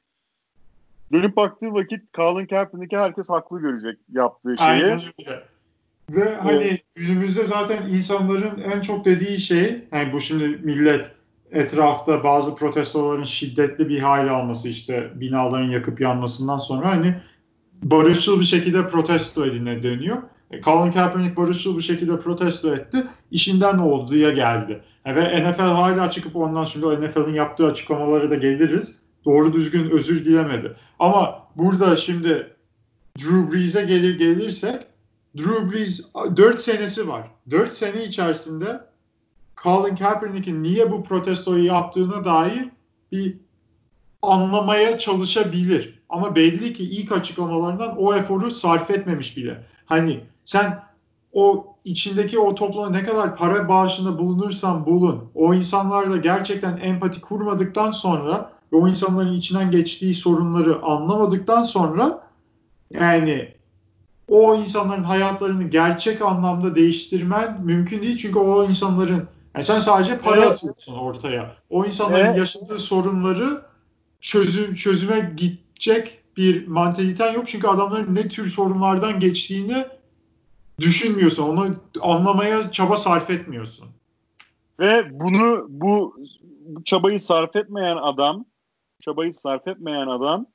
dönüp baktığı vakit Colin Kaepernick'i herkes haklı görecek yaptığı şeyi. Aynen öyle. Ve Ee, hani günümüzde zaten insanların en çok dediği şey, yani bu şimdi millet etrafta bazı protestoların şiddetli bir hale alması, işte binaların yakıp yanmasından sonra hani barışçıl bir şekilde protesto edine dönüyor. E, Colin Kaepernick barışçıl bir şekilde protesto etti. İşinden olduğuya geldi. E, ve N F L hala çıkıp ondan sonra N F L'in yaptığı açıklamalara da geliriz. Doğru düzgün özür dilemedi. Ama burada şimdi Drew Brees'e gelir gelirsek, Drew Brees dört senesi var. dört sene içerisinde Colin Kaepernick'in niye bu protestoyu yaptığına dair bir anlamaya çalışabilir. Ama belli ki ilk açıklamalarından o eforu sarf etmemiş bile. Hani sen o içindeki o topluma ne kadar para bağışında bulunursan bulun, o insanlarla gerçekten empati kurmadıktan sonra ve o insanların içinden geçtiği sorunları anlamadıktan sonra yani o insanların hayatlarını gerçek anlamda değiştirmen mümkün değil. Çünkü o insanların yani sen sadece para ve, atıyorsun ortaya. O insanların ve yaşadığı sorunları çözüm çözüme gidecek bir mantaliten yok. Çünkü adamların ne tür sorunlardan geçtiğini düşünmüyorsun. Onu anlamaya çaba sarf etmiyorsun. ve bunu bu, bu çabayı sarf etmeyen adam, çabayı sarf etmeyen adam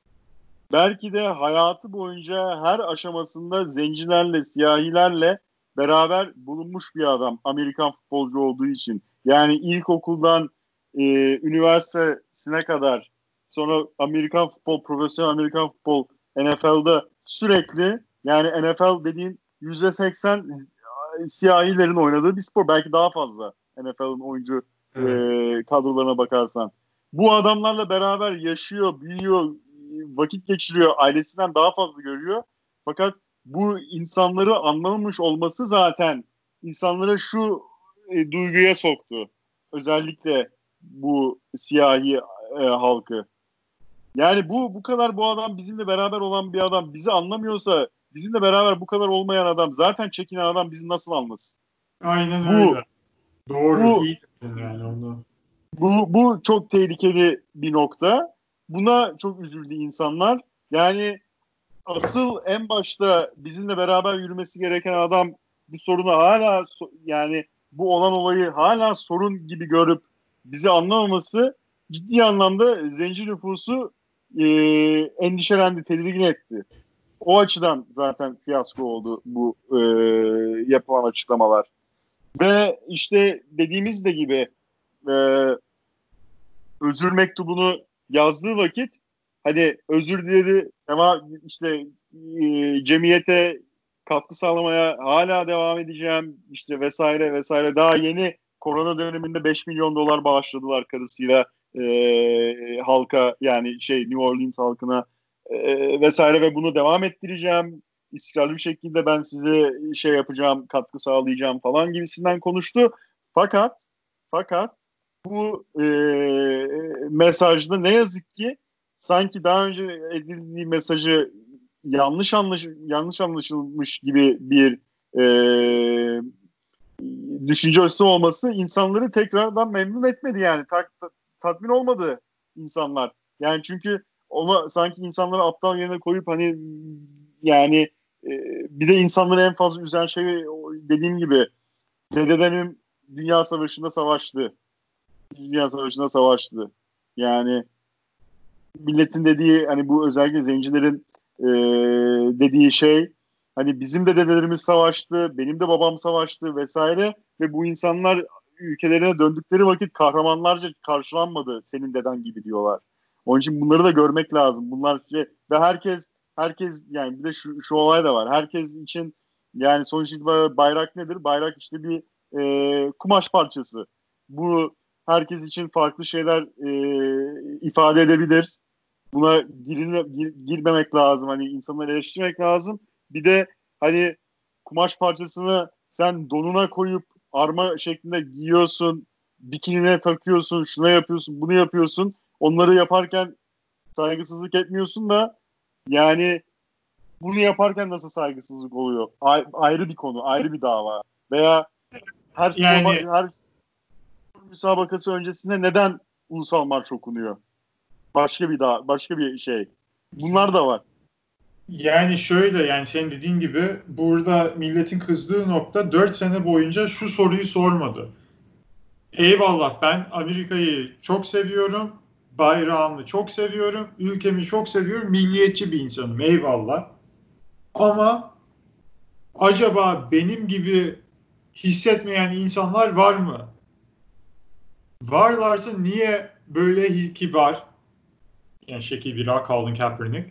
belki de hayatı boyunca her aşamasında zencilerle, siyahilerle beraber bulunmuş bir adam. Amerikan futbolcu olduğu için. Yani ilkokuldan e, üniversitesine kadar sonra Amerikan futbol, profesyonel Amerikan futbol N F L'de sürekli yani N F L dediğin yüzde seksen siyahilerin oynadığı bir spor. Belki daha fazla N F L'in oyuncu e, Evet. kadrolarına bakarsan. Bu adamlarla beraber yaşıyor, büyüyor, vakit geçiriyor, ailesinden daha fazla görüyor. Fakat bu insanları anlamamış olması zaten insanlara şu e, duyguya soktu. Özellikle bu siyahi e, halkı. Yani bu bu kadar bu adam bizimle beraber olan bir adam bizi anlamıyorsa bizimle beraber bu kadar olmayan adam zaten çekinen adam bizi nasıl anlasın? Aynen Bu öyle. Doğru. bu İyi dedin yani onu. bu bu çok tehlikeli bir nokta. Buna çok üzüldü insanlar. Yani asıl en başta bizimle beraber yürümesi gereken adam bu sorunu hala yani bu olan olayı hala sorun gibi görüp bizi anlamaması ciddi anlamda zenci nüfusu e, endişelendi, tedirgin etti. O açıdan zaten fiyasko oldu bu e, yapılan açıklamalar. Ve işte dediğimiz de gibi e, özür mektubunu yazdığı vakit hani özür diledi ama işte e, cemiyete katkı sağlamaya hala devam edeceğim işte vesaire vesaire. Daha yeni korona döneminde beş milyon dolar bağışladılar karısıyla e, halka, yani şey New Orleans halkına e, vesaire ve bunu devam ettireceğim. İstikrarlı bir şekilde ben size şey yapacağım, katkı sağlayacağım falan gibisinden konuştu. Fakat fakat bu e, mesajda ne yazık ki sanki daha önce edildiği mesajı yanlış anlaş yanlış anlaşılmış gibi bir e, düşüncesi olması insanları tekrardan memnun etmedi, yani Ta- ta- tatmin olmadı insanlar. Yani çünkü ona sanki insanları aptal yerine koyup hani yani e, bir de insanları en fazla üzen şey dediğim gibi dedemin Dünya Savaşı'nda savaştı. Dünya Savaşı'nda savaştı. Yani milletin dediği, hani bu özellikle zencilerin e, dediği şey, hani bizim de dedelerimiz savaştı, benim de babam savaştı vesaire ve bu insanlar ülkelerine döndükleri vakit kahramanlarca karşılanmadı senin deden gibi diyorlar. Onun için bunları da görmek lazım. Bunlar şey, ve herkes herkes yani bir de şu, şu olay da var. Herkes için yani sonuç itibariyle bayrak nedir? Bayrak işte bir e, kumaş parçası. Bu herkes için farklı şeyler e, ifade edebilir. Buna girilme, gir, girmemek lazım. Hani insanları eleştirmek lazım. Bir de hani kumaş parçasını sen donuna koyup arma şeklinde giyiyorsun, bikinine takıyorsun, şuna yapıyorsun, bunu yapıyorsun. Onları yaparken saygısızlık etmiyorsun da yani bunu yaparken nasıl saygısızlık oluyor? A- ayrı bir konu, ayrı bir dava. Veya her spor Yani her müsabakası öncesinde neden ulusal marş okunuyor? Başka bir daha, başka bir şey. Bunlar da var. Yani şöyle, yani senin dediğin gibi burada milletin kızdığı nokta dört sene boyunca şu soruyu sormadı. Eyvallah, ben Amerika'yı çok seviyorum, bayrağımı çok seviyorum, ülkemi çok seviyorum, milliyetçi bir insanım, eyvallah. Ama acaba benim gibi hissetmeyen insanlar var mı? Varlarsa niye böyle ki var? Yani şekil bir Colin Kaepernick.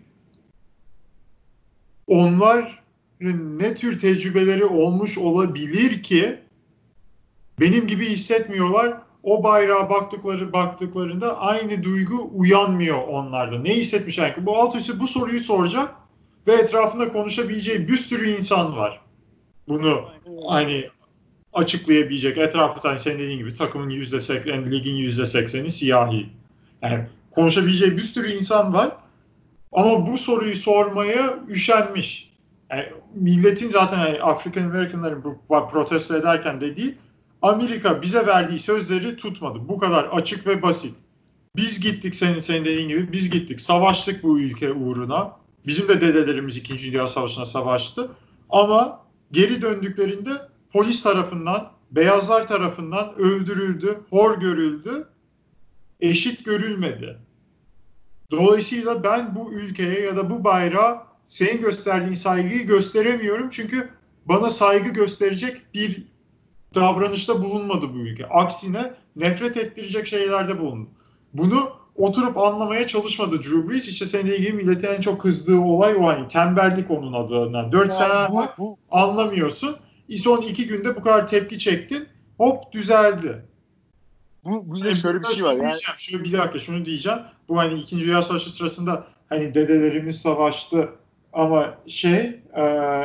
Onların ne tür tecrübeleri olmuş olabilir ki benim gibi hissetmiyorlar? O bayrağa baktıkları baktıklarında aynı duygu uyanmıyor onlarda. Ne hissetmişler ki? Bu alt üstü bu soruyu soracak ve etrafında konuşabileceği bir sürü insan var. Bunu hani açıklayabilecek. Etrafında hani senin dediğin gibi takımın yüzde seksen, ligin yüzde sekseni siyahi. Yani konuşabileceği bir sürü insan var. Ama bu soruyu sormaya üşenmiş. Yani milletin zaten yani African American'ların protesto ederken dediği, Amerika bize verdiği sözleri tutmadı. Bu kadar açık ve basit. Biz gittik, senin, senin dediğin gibi biz gittik. Savaştık bu ülke uğruna. Bizim de dedelerimiz İkinci Dünya Savaşı'na savaştı. Ama geri döndüklerinde polis tarafından, beyazlar tarafından öldürüldü, hor görüldü, eşit görülmedi. Dolayısıyla ben bu ülkeye ya da bu bayrağa senin gösterdiğin saygıyı gösteremiyorum. Çünkü bana saygı gösterecek bir davranışta bulunmadı bu ülke. Aksine nefret ettirecek şeylerde bulundu. Bunu oturup anlamaya çalışmadı Drew Brees. İşte senin ilgili milletin en çok kızdığı olay o, hani tembellik onun adına. Dört sene bu, bu anlamıyorsun. Son iki günde bu kadar tepki çektin. Hop düzeldi. Bu bir de şöyle bir şey var. Yani... Şöyle bir dakika şunu diyeceğim. Bu hani İkinci Dünya Savaşı sırasında hani dedelerimiz savaştı ama şey e,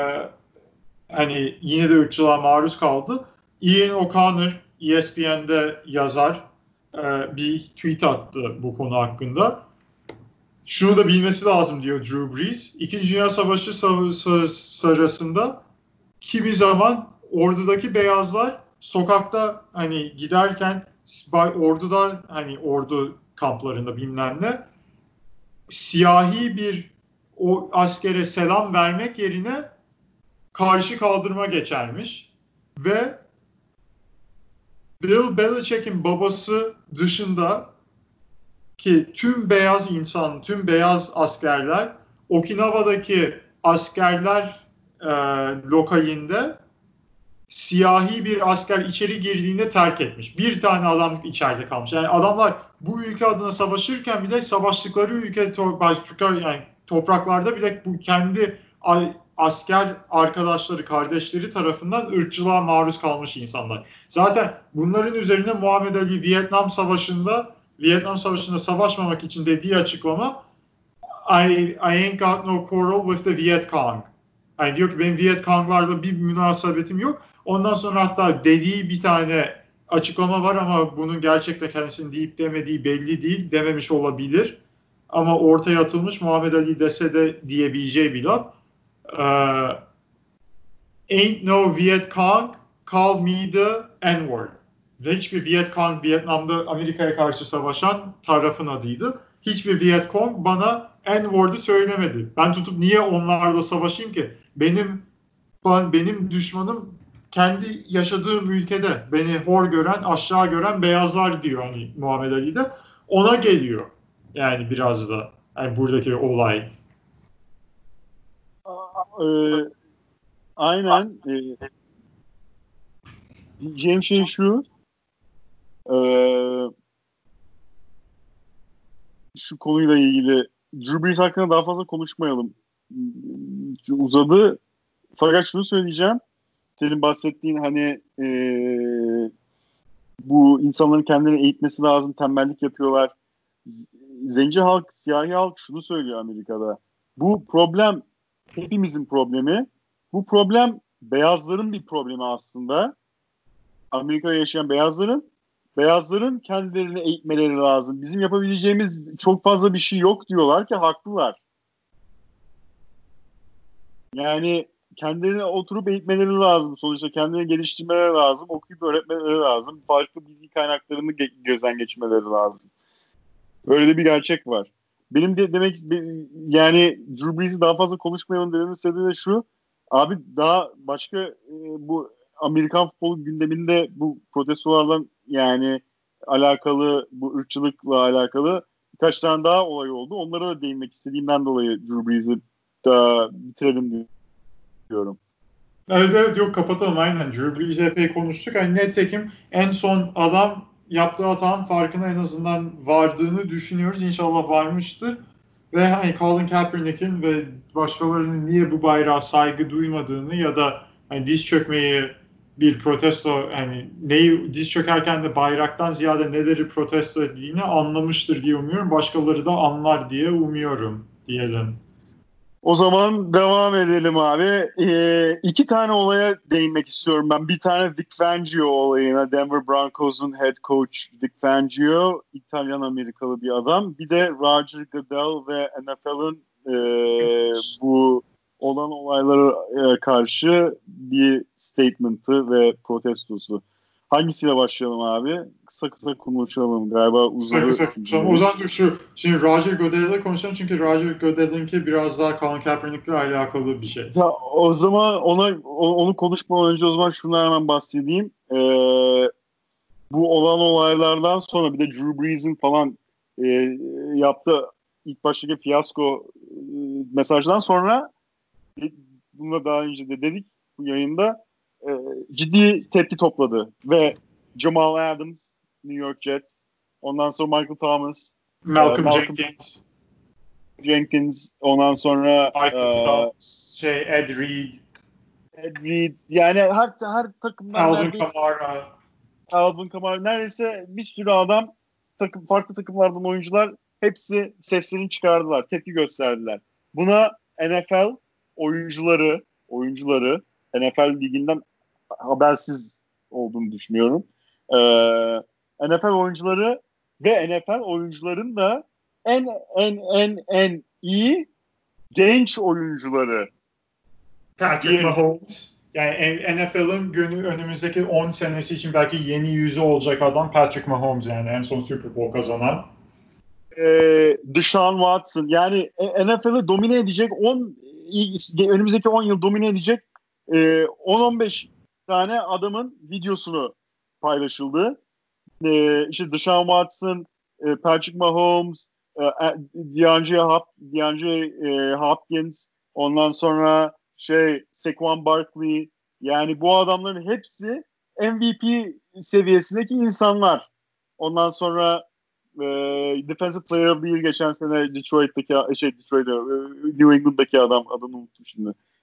hani yine de ırkçılığa maruz kaldı. Ian O'Connor E S P N'de yazar e, bir tweet attı bu konu hakkında. Şunu da bilmesi lazım diyor Drew Brees. İkinci Dünya Savaşı sırasında kimi zaman ordudaki beyazlar sokakta hani giderken orduda hani ordu kamplarında bilmem ne siyahi bir o askere selam vermek yerine karşı kaldırma geçermiş ve Bill Belichick'in babası dışında ki tüm beyaz insan, tüm beyaz askerler Okinawa'daki askerler e, lokalinde siyahi bir asker içeri girdiğinde terk etmiş. Bir tane adam içeride kalmış. Yani adamlar bu ülke adına savaşırken bile savaştıkları ülke başka yani topraklarda bile bu kendi asker arkadaşları, kardeşleri tarafından ırkçılığa maruz kalmış insanlar. Zaten bunların üzerine Muhammed Ali Vietnam Savaşı'nda Vietnam Savaşı'nda savaşmamak için dediği açıklama I, I ain't got no quarrel with the Viet Cong. Yani diyor ki benim Viet Cong'larla bir münasebetim yok. Ondan sonra hatta dediği bir tane açıklama var ama bunun gerçekten kendisinin deyip demediği belli değil. Dememiş olabilir. Ama ortaya atılmış Muhammed Ali dese de diyebileceği bir laf. Uh, ain't no Viet Cong, call me the N-word. Ve hiçbir Viet Cong Vietnam'da Amerika'ya karşı savaşan tarafın adıydı. Hiçbir Viet Cong bana N-word'u söylemedi. Ben tutup niye onlarla savaşayım ki? Benim benim düşmanım kendi yaşadığım ülkede beni hor gören, aşağı gören beyazlar diyor hani Muhammed Ali de. Ona geliyor. Yani biraz da yani buradaki olay. Ee, aynen. Ee, diyeceğim şey şu. Ee, şu konuyla ilgili Drew Brees hakkında daha fazla konuşmayalım. Uzadı. Fakat şunu söyleyeceğim. Senin bahsettiğin hani ee, bu insanların kendilerini eğitmesi lazım, tembellik yapıyorlar. Zenci halk, siyahi halk şunu söylüyor Amerika'da. Bu problem hepimizin problemi. Bu problem beyazların bir problemi aslında. Amerika'da yaşayan beyazların beyazların kendilerini eğitmeleri lazım. Bizim yapabileceğimiz çok fazla bir şey yok diyorlar ki haklılar. Yani kendilerine oturup eğitmeleri lazım. Sonuçta kendilerini geliştirmeleri lazım. Okuyup öğretmeleri lazım. Farklı bilgi kaynaklarını ge- gözden geçirmeleri lazım. Böyle de bir gerçek var. Benim de demek yani Drew Brees'i daha fazla konuşmayalım dememin sebebi de şu. Abi daha başka e, bu Amerikan futbolu gündeminde bu protestolardan yani alakalı, bu ırkçılıkla alakalı birkaç tane daha olay oldu. Onlara da değinmek istediğimden dolayı Drew Brees'i da bitirelim diyorum. Evet evet yok kapatalım aynen. Drew Brees'i epey konuştuk. Yani nitekim en son adam yaptığı hatanın farkına en azından vardığını düşünüyoruz. İnşallah varmıştır. Ve hani Colin Kaepernick'in ve başkalarının niye bu bayrağa saygı duymadığını ya da hani diz çökmeyi bir protesto hani neyi diz çökerken de bayraktan ziyade neleri protesto ettiğini anlamıştır diye umuyorum. Başkaları da anlar diye umuyorum diyelim. O zaman devam edelim abi. Ee, iki tane olaya değinmek istiyorum ben. Bir tane Vic Fangio olayına. Denver Broncos'un head coach Vic Fangio. İtalyan-Amerikalı bir adam. Bir de Roger Goodell ve N F L'ın e, bu olan olaylara e, karşı bir statement'ı ve protestosu. Hangisiyle başlayalım abi? Kısa kısa konuşalım. Galiba uzadı. Kısa kısa konuşalım. O zaman dur şu, şimdi Roger Goodell'le konuşalım çünkü Roger Goodell'inki biraz daha Colin Kaepernick'le alakalı bir şey. Ya, o zaman ona onu konuşmadan önce o zaman şundan hemen bahsedeyim. Ee, bu olan olaylardan sonra bir de Drew Brees'in falan e, yaptığı ilk baştaki fiyasko e, mesajdan sonra e, bunu da daha önce de dedik bu yayında e, ciddi tepki topladı ve Jamal Adams, New York Jets, ondan sonra Michael Thomas, Malcolm, e, Malcolm Jenkins, Jenkins, ondan sonra Michael e, Thomas, şey Ed Reed, Ed Reed, yani her her takımdan Alvin neredeyse Kamara. Alvin Kamara neredeyse bir sürü adam takım farklı takımlardan oyuncular hepsi seslerini çıkardılar, tepki gösterdiler. Buna N F L oyuncuları oyuncuları N F L liginden habersiz olduğunu düşünüyorum. Ee, N F L oyuncuları ve N F L oyuncuların da en en en en iyi genç oyuncuları Patrick diye Mahomes. Yani N F L'ın günü önümüzdeki on senesi için belki yeni yüzü olacak adam Patrick Mahomes yani en son Super Bowl kazanan. e, Deshaun Watson yani N F L'i domine edecek on önümüzdeki on yıl domine edecek e, on on beş tane adamın videosunu paylaşıldı. E, işte Deshaun Watson, e, Patrick Mahomes, e, DeAndre, Hop, DeAndre e, Hopkins, ondan sonra şey Saquon Barkley, yani bu adamların hepsi M V P seviyesindeki insanlar. Ondan sonra e, Defensive Player of the Year geçen sene Detroit'teki şey Detroit'te New England'daki adam adını unuttum şimdi.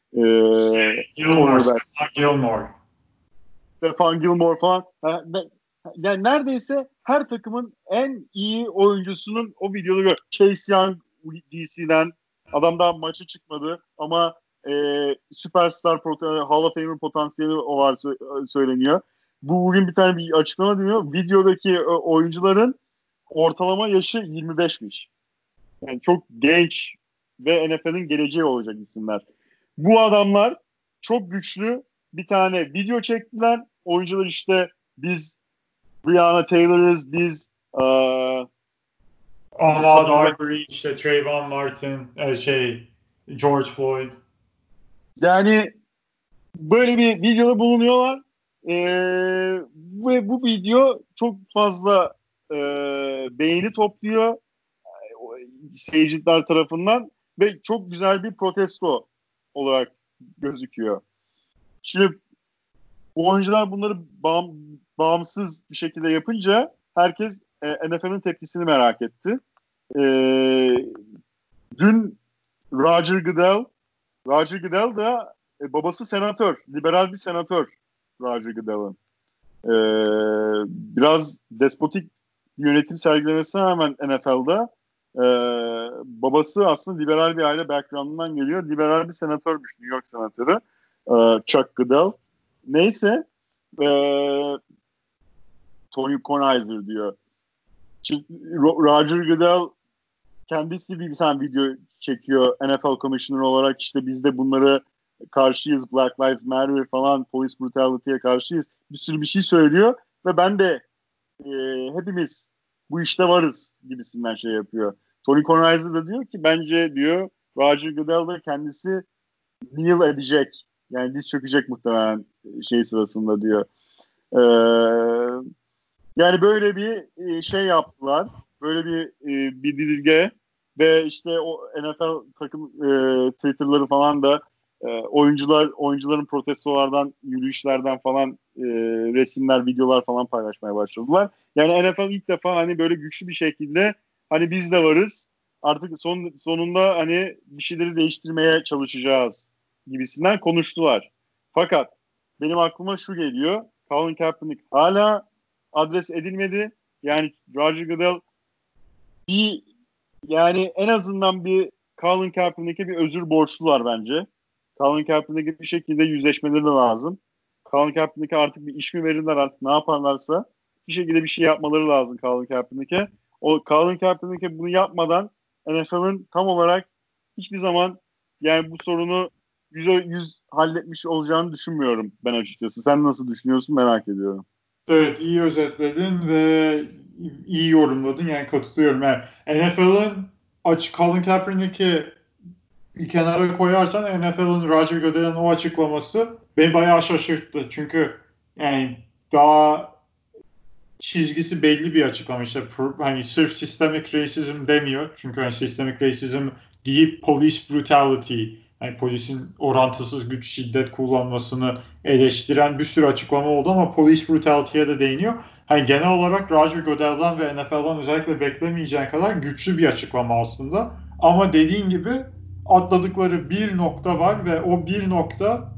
e, Gilmore, Stephon Gilmore. Stephon Gilmore falan. Yani neredeyse her takımın en iyi oyuncusunun o videoları gör. Chase Young D C'den adam daha maça çıkmadı ama e, süperstar Hall of Famer potansiyeli o var söyleniyor. Bu bugün bir tane bir açıklama dinliyor. Videodaki oyuncuların ortalama yaşı yirmi beşmiş. Yani çok genç ve N F L'in geleceği olacak isimler. Bu adamlar çok güçlü bir tane video çektiler. Oyuncular işte biz Breonna Taylor'ız, biz uh, Ahmaud Arbery, işte Trayvon Martin, şey George Floyd. Yani böyle bir videoda bulunuyorlar. Ee, ve bu video çok fazla e, beğeni topluyor seyirciler tarafından ve çok güzel bir protesto olarak gözüküyor. Şimdi bu oyuncular bunları bağım, bağımsız bir şekilde yapınca herkes e, N F L'in tepkisini merak etti. E, dün Roger Goodell Roger Goodell da e, babası senatör, liberal bir senatör Roger Goodell'ın. E, biraz despotik yönetim sergilemesine rağmen N F L'da e, babası aslında liberal bir aile background'undan geliyor. Liberal bir senatörmüş, New York senatörü e, Chuck Goodell. Neyse e, Tony Kornheiser diyor. Çünkü Roger Goodell kendisi bir tane video çekiyor N F L Commissioner olarak, işte biz de bunları karşıyız, Black Lives Matter falan, police brutality'ye karşıyız. Bir sürü bir şey söylüyor ve ben de e, hepimiz bu işte varız gibisinden şey yapıyor. Tony Kornheiser da diyor ki bence diyor Roger Goodell da kendisi kneel edecek. Yani diz çökecek muhtemelen şey sırasında diyor. Ee, yani böyle bir şey yaptılar. Böyle bir e, bir dilge ve işte o N F L takım e, Twitter'ları falan da e, oyuncular oyuncuların protestolardan, yürüyüşlerden falan e, resimler, videolar falan paylaşmaya başladılar. Yani N F L ilk defa hani böyle güçlü bir şekilde hani biz de varız. Artık son sonunda hani bir şeyleri değiştirmeye çalışacağız gibisinden konuştular. Fakat benim aklıma şu geliyor. Colin Kaepernick hala adres edilmedi. Yani Roger Goodell bir yani en azından bir Colin Kaepernick'e bir özür borçlular bence. Colin Kaepernick'e bir şekilde yüzleşmeleri de lazım. Colin Kaepernick'e artık bir iş mi verirler, artık ne yaparlarsa bir şekilde bir şey yapmaları lazım Colin Kaepernick'e. O Colin Kaepernick'e bunu yapmadan N F L'ın tam olarak hiçbir zaman yani bu sorunu yüze yüz halletmiş olacağını düşünmüyorum ben açıkçası. Sen nasıl düşünüyorsun merak ediyorum. Evet, iyi özetledin ve iyi yorumladın. Yani katılıyorum. Yani N F L'ın açık Colin Kaepernick'i bir kenara koyarsan N F L'ın Roger Goodell'in o açıklaması beni bayağı şaşırttı. Çünkü yani daha çizgisi belli bir açıklama. İşte hani sırf systemic racism demiyor. Çünkü hani systemic racism deyip police brutality, yani polisin orantısız güç, şiddet kullanmasını eleştiren bir sürü açıklama oldu ama police brutality'ye de değiniyor. Hani genel olarak Roger Goodell'dan ve N F L'dan özellikle beklemeyeceğin kadar güçlü bir açıklama aslında. Ama dediğin gibi atladıkları bir nokta var ve o bir nokta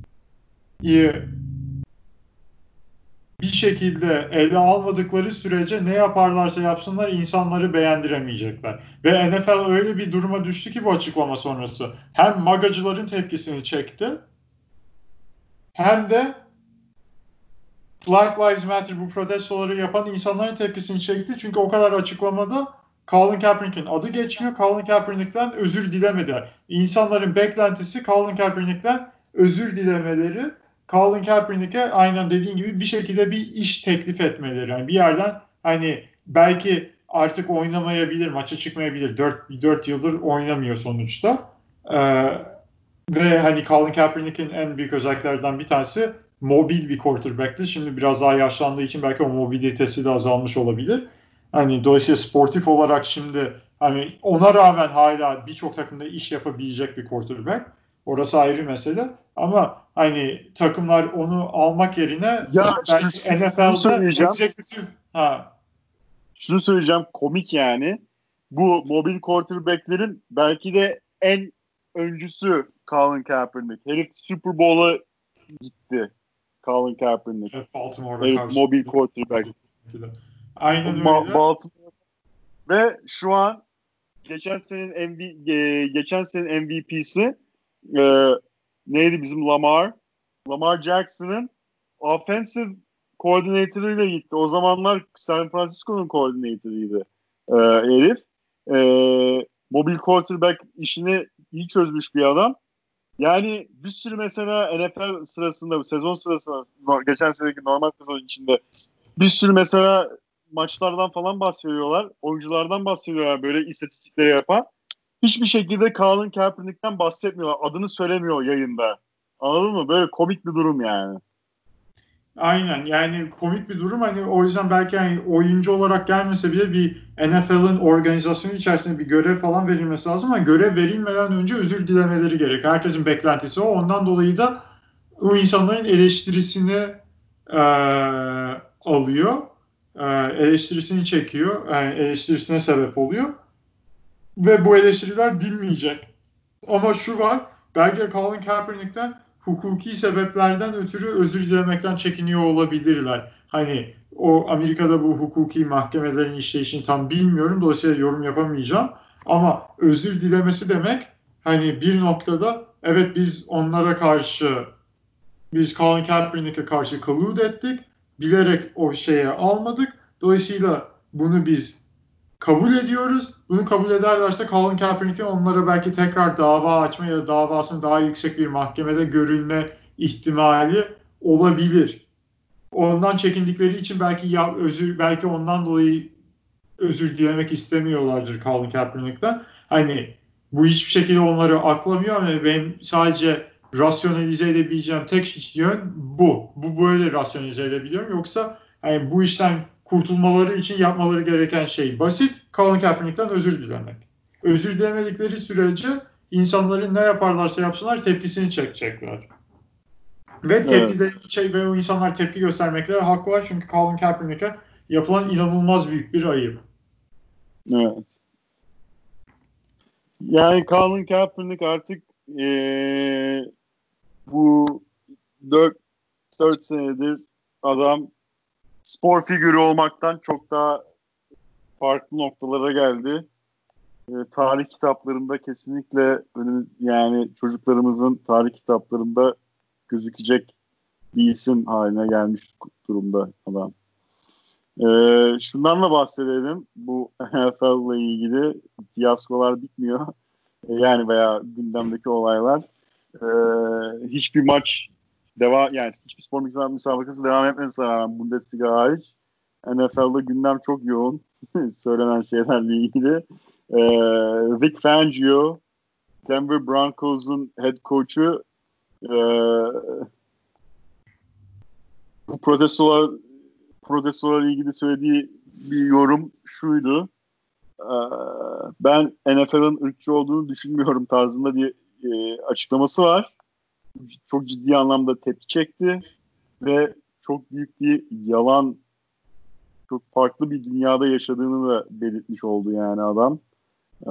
bir şekilde ele almadıkları sürece ne yaparlarsa yapsınlar insanları beğendiremeyecekler. Ve N F L öyle bir duruma düştü ki bu açıklama sonrası. Hem magacıların tepkisini çekti hem de Black Lives Matter bu protestoları yapan insanların tepkisini çekti. Çünkü o kadar açıklamada Colin Kaepernick'in adı geçmiyor. Colin Kaepernick'ten özür dilemediler. İnsanların beklentisi Colin Kaepernick'ten özür dilemeleri, Colin Kaepernick'e aynen dediğin gibi bir şekilde bir iş teklif etmeleri. Yani bir yerden hani belki artık oynamayabilir, maça çıkmayabilir. dört yıldır oynamıyor sonuçta. Ee, ve hani Colin Kaepernick'in en büyük özelliklerden bir tanesi mobil bir quarterback'ti. Şimdi biraz daha yaşlandığı için belki o mobilitesi de azalmış olabilir. Hani dolayısıyla sportif olarak şimdi hani ona rağmen hala birçok takımda iş yapabilecek bir quarterback. Orası ayrı mesele. Ama hani takımlar onu almak yerine ya belki şu, N F L'de söyleyeceğim. executive ha. Şunu söyleyeceğim, komik yani. Bu mobil quarterback'lerin belki de en öncüsü Colin Kaepernick. Herif Super Bowl'a gitti. Colin Kaepernick. Evet, Baltimore'da Herif karşı. mobil quarterback. Aynen Ma- öyle. Baltimore. Ve şu an geçen senenin M V, e, geçen senenin M V P'si e, neydi bizim Lamar? Lamar Jackson'ın offensive coordinator'ıyla gitti. O zamanlar San Francisco'nun coordinator'ıydı e, herif. E, mobil quarterback işini iyi çözmüş bir adam. Yani bir sürü mesela N F L sırasında, sezon sırasında, geçen seneki normal sezon içinde bir sürü mesela maçlardan falan bahsediyorlar. Oyunculardan bahsediyorlar böyle istatistikleri yapan. Hiçbir şekilde Colin Kaepernick'ten bahsetmiyorlar. Adını söylemiyor yayında. Anladın mı? Böyle komik bir durum yani. Aynen, yani komik bir durum, hani o yüzden belki hani oyuncu olarak gelmese bile bir N F L'ın organizasyonu içerisinde bir görev falan verilmesi lazım ama görev verilmeden önce özür dilemeleri gerek. Herkesin beklentisi o. Ondan dolayı da o insanların eleştirisini e, alıyor. E, eleştirisini çekiyor. Yani eleştirisine sebep oluyor. Ve bu eleştiriler dinmeyecek. Ama şu var, belki de Colin Kaepernick'ten hukuki sebeplerden ötürü özür dilemekten çekiniyor olabilirler. Hani o Amerika'da bu hukuki mahkemelerin işleyişini tam bilmiyorum. Dolayısıyla yorum yapamayacağım. Ama özür dilemesi demek, hani bir noktada evet biz onlara karşı, biz Colin Kaepernick'e karşı collude ettik. Bilerek o şeye almadık. Dolayısıyla bunu biz kabul ediyoruz. Bunu kabul ederlerse Colin Kaepernick'in onlara belki tekrar dava açma ya da davasının daha yüksek bir mahkemede görülme ihtimali olabilir. Ondan çekindikleri için belki ya, özür belki ondan dolayı özür dilemek istemiyorlardır Colin Kaepernick'ten. Hani bu hiçbir şekilde onları aklamıyor ama benim sadece rasyonalize edebileceğim tek yön bu. Bu böyle rasyonalize edebiliyorum. Yoksa hani bu işten kurtulmaları için yapmaları gereken şey basit. Colin Kaepernick'ten özür dilemek. Özür dilemedikleri sürece insanların ne yaparlarsa yapsınlar tepkisini çekecekler. Ve Evet. tepkileri şey ve o insanlar tepki göstermekle haklılar çünkü Colin Kaepernick'e yapılan inanılmaz büyük bir ayıp. Evet. Yani Colin Kaepernick artık ee, bu dört dört senedir adam spor figürü olmaktan çok daha farklı noktalara geldi. E, tarih kitaplarında kesinlikle önümüz, yani çocuklarımızın tarih kitaplarında gözükecek bir isim haline gelmiş durumda adam. E, şundan da bahsedelim. Bu N F L ile ilgili fiyaskolar bitmiyor. E, yani veya gündemdeki olaylar. E, hiçbir maç devam, yani hiçbir spor müsabakası devam etmesine rağmen Bundesliga hariç N F L'de gündem çok yoğun. Söylenen şeylerle ilgili. Ee, Vic Fangio, Denver Broncos'un head coach'u, e, bu protestolar protestolarla ilgili söylediği bir yorum şuydu. Ee, ben N F L'ın ırkçı olduğunu düşünmüyorum tarzında bir e, açıklaması var. Çok ciddi anlamda tepki çekti ve çok büyük bir yalan, çok farklı bir dünyada yaşadığını da belirtmiş oldu yani adam. Ee,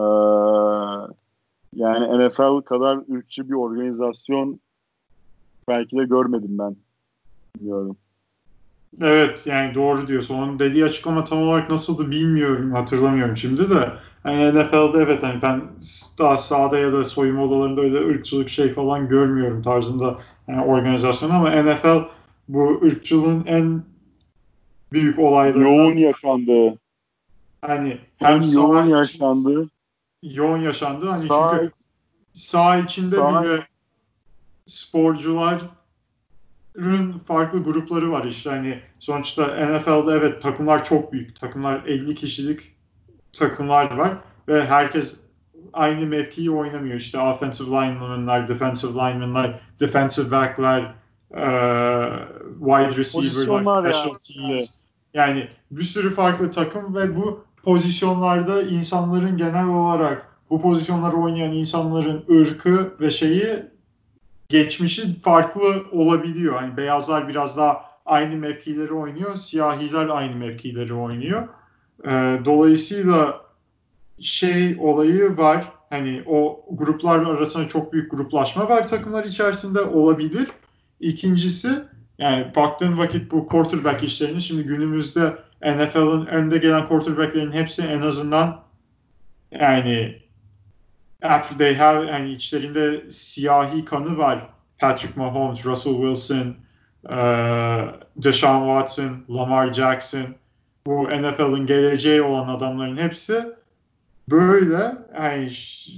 yani N F L kadar ırkçı bir organizasyon belki de görmedim ben. Bilmiyorum. Evet, yani doğru diyorsun. Onun dediği açıklama tam olarak nasıldı bilmiyorum, hatırlamıyorum şimdi de. Hani N F L'de evet, hani ben daha sahada ya da soyunma odalarında öyle ırkçılık şey falan görmüyorum tarzında yani organizasyon, ama N F L bu ırkçılığın en büyük olaylarından, Yoğun yaşandı. hani hem En yoğun saha için yaşandı. yoğun yaşandı. Hani Sağ, çünkü saha içinde sağ, bile sporcuların farklı grupları var işte, hani sonuçta N F L'de evet takımlar çok büyük. Takımlar elli kişilik takımlar var ve herkes aynı mevkiyi oynamıyor. İşte offensive linemen'lar, defensive linemen'lar, defensive back'ler, uh, wide receiver'lar, pozisyonlar special yani. teams. Yani bir sürü farklı takım ve bu pozisyonlarda insanların genel olarak bu pozisyonları oynayan insanların ırkı ve şeyi, geçmişi farklı olabiliyor. Hani beyazlar biraz daha aynı mevkileri oynuyor, siyahiler aynı mevkileri oynuyor. Ee, dolayısıyla şey olayı var. hani o gruplar arasında çok büyük gruplaşma var takımlar içerisinde olabilir. İkincisi yani baktığın vakit bu quarterback işlerini şimdi günümüzde N F L'ın önde gelen quarterbacklerin hepsi en azından yani after they have yani içlerinde siyahi kanı var. Patrick Mahomes, Russell Wilson, uh, Deshaun Watson, Lamar Jackson, bu N F L'ın geleceği olan adamların hepsi böyle yani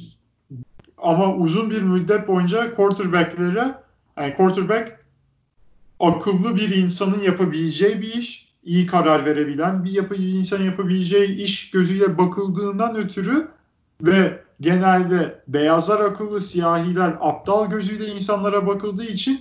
ama uzun bir müddet boyunca quarterback'lere yani quarterback akıllı bir insanın yapabileceği bir iş, iyi karar verebilen bir, yapı, bir insanın yapabileceği iş gözüyle bakıldığından ötürü ve genelde beyazlar akıllı, siyahiler aptal gözüyle insanlara bakıldığı için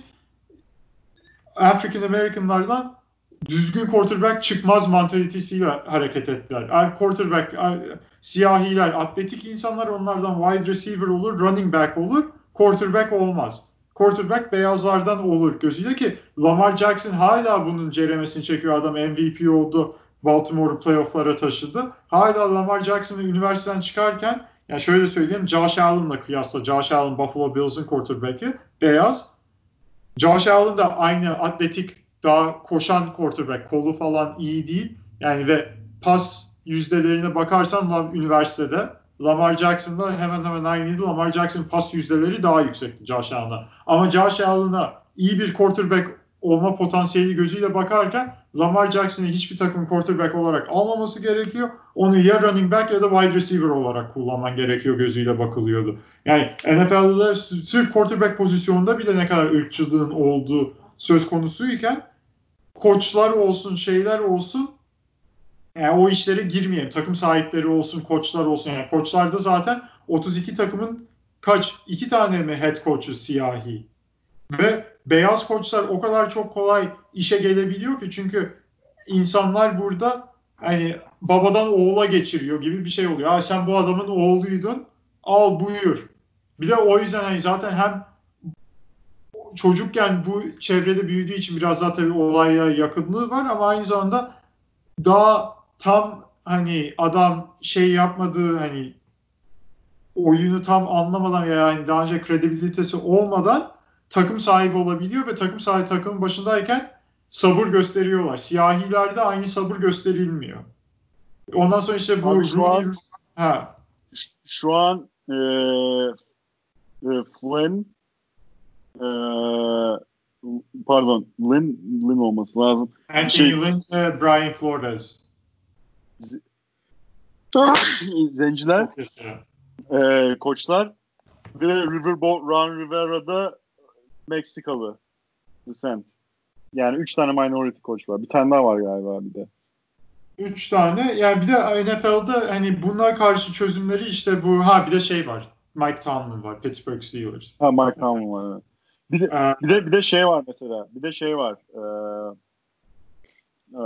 African American'lardan düzgün quarterback çıkmaz mantalitesiyle hareket ettiler. Quarterback, siyahiler atletik insanlar, onlardan wide receiver olur, running back olur, quarterback olmaz. Quarterback beyazlardan olur gözüyle ki Lamar Jackson hala bunun ceremesini çekiyor. Adam M V P oldu, Baltimore'u playoff'lara taşıdı. Hala Lamar Jackson'ı üniversiteden çıkarken yani şöyle söyleyeyim, Josh Allen'la kıyasla, Josh Allen Buffalo Bills'ın quarterback'i beyaz. Josh Allen da aynı atletik, daha koşan quarterback. Kolu falan iyi değil. Yani ve pas yüzdelerine bakarsan üniversitede Lamar Jackson'da hemen hemen aynıydı. Lamar Jackson pas yüzdeleri daha yüksekti Josh Allen'a. Ama Josh Allen'a iyi bir quarterback olma potansiyeli gözüyle bakarken Lamar Jackson'ı hiçbir takım quarterback olarak almaması gerekiyor. Onu ya running back ya da wide receiver olarak kullanman gerekiyor gözüyle bakılıyordu. Yani N F L'de sırf quarterback pozisyonunda bile ne kadar ırkçılığın olduğu söz konusuyken koçlar olsun, şeyler olsun yani o işlere girmeyelim. Takım sahipleri olsun, koçlar olsun. Yani koçlarda zaten otuz iki takımın kaç? iki tane mi head coach'u siyahi? Ve beyaz koçlar o kadar çok kolay işe gelebiliyor ki çünkü insanlar burada hani babadan oğula geçiriyor gibi bir şey oluyor. Ha sen bu adamın oğluydun, al buyur. Bir de o yüzden hani zaten hem çocukken bu çevrede büyüdüğü için biraz daha tabii olaya yakınlığı var ama aynı zamanda daha tam hani adam şey yapmadığı hani oyunu tam anlamadan yani daha önce kredibilitesi olmadan takım sahibi olabiliyor ve takım sahibi takımın başındayken sabır gösteriyorlar. Siyahilerde aynı sabır gösterilmiyor. Ondan sonra işte bu Abi şu Rudy, an, ha. şu an e, e, Flynn e, pardon Lynn, Lynn olması lazım. Anthony şey, Lynn ve Brian Flores. Z- Zenciler e, koçlar ve Riverboat Ron Rivera'da Meksikalı descent. Yani üç tane minority koç var. Bir tane daha var galiba bir de. Üç tane. Yani bir de N F L'de hani bunlara karşı çözümleri işte bu. Ha bir de şey var. Mike Tomlin var. Pittsburgh Steelers. Ha Mike Tomlin var. Evet. Bir de, Ee, bir de bir de şey var mesela. Bir de şey var. Ee, e,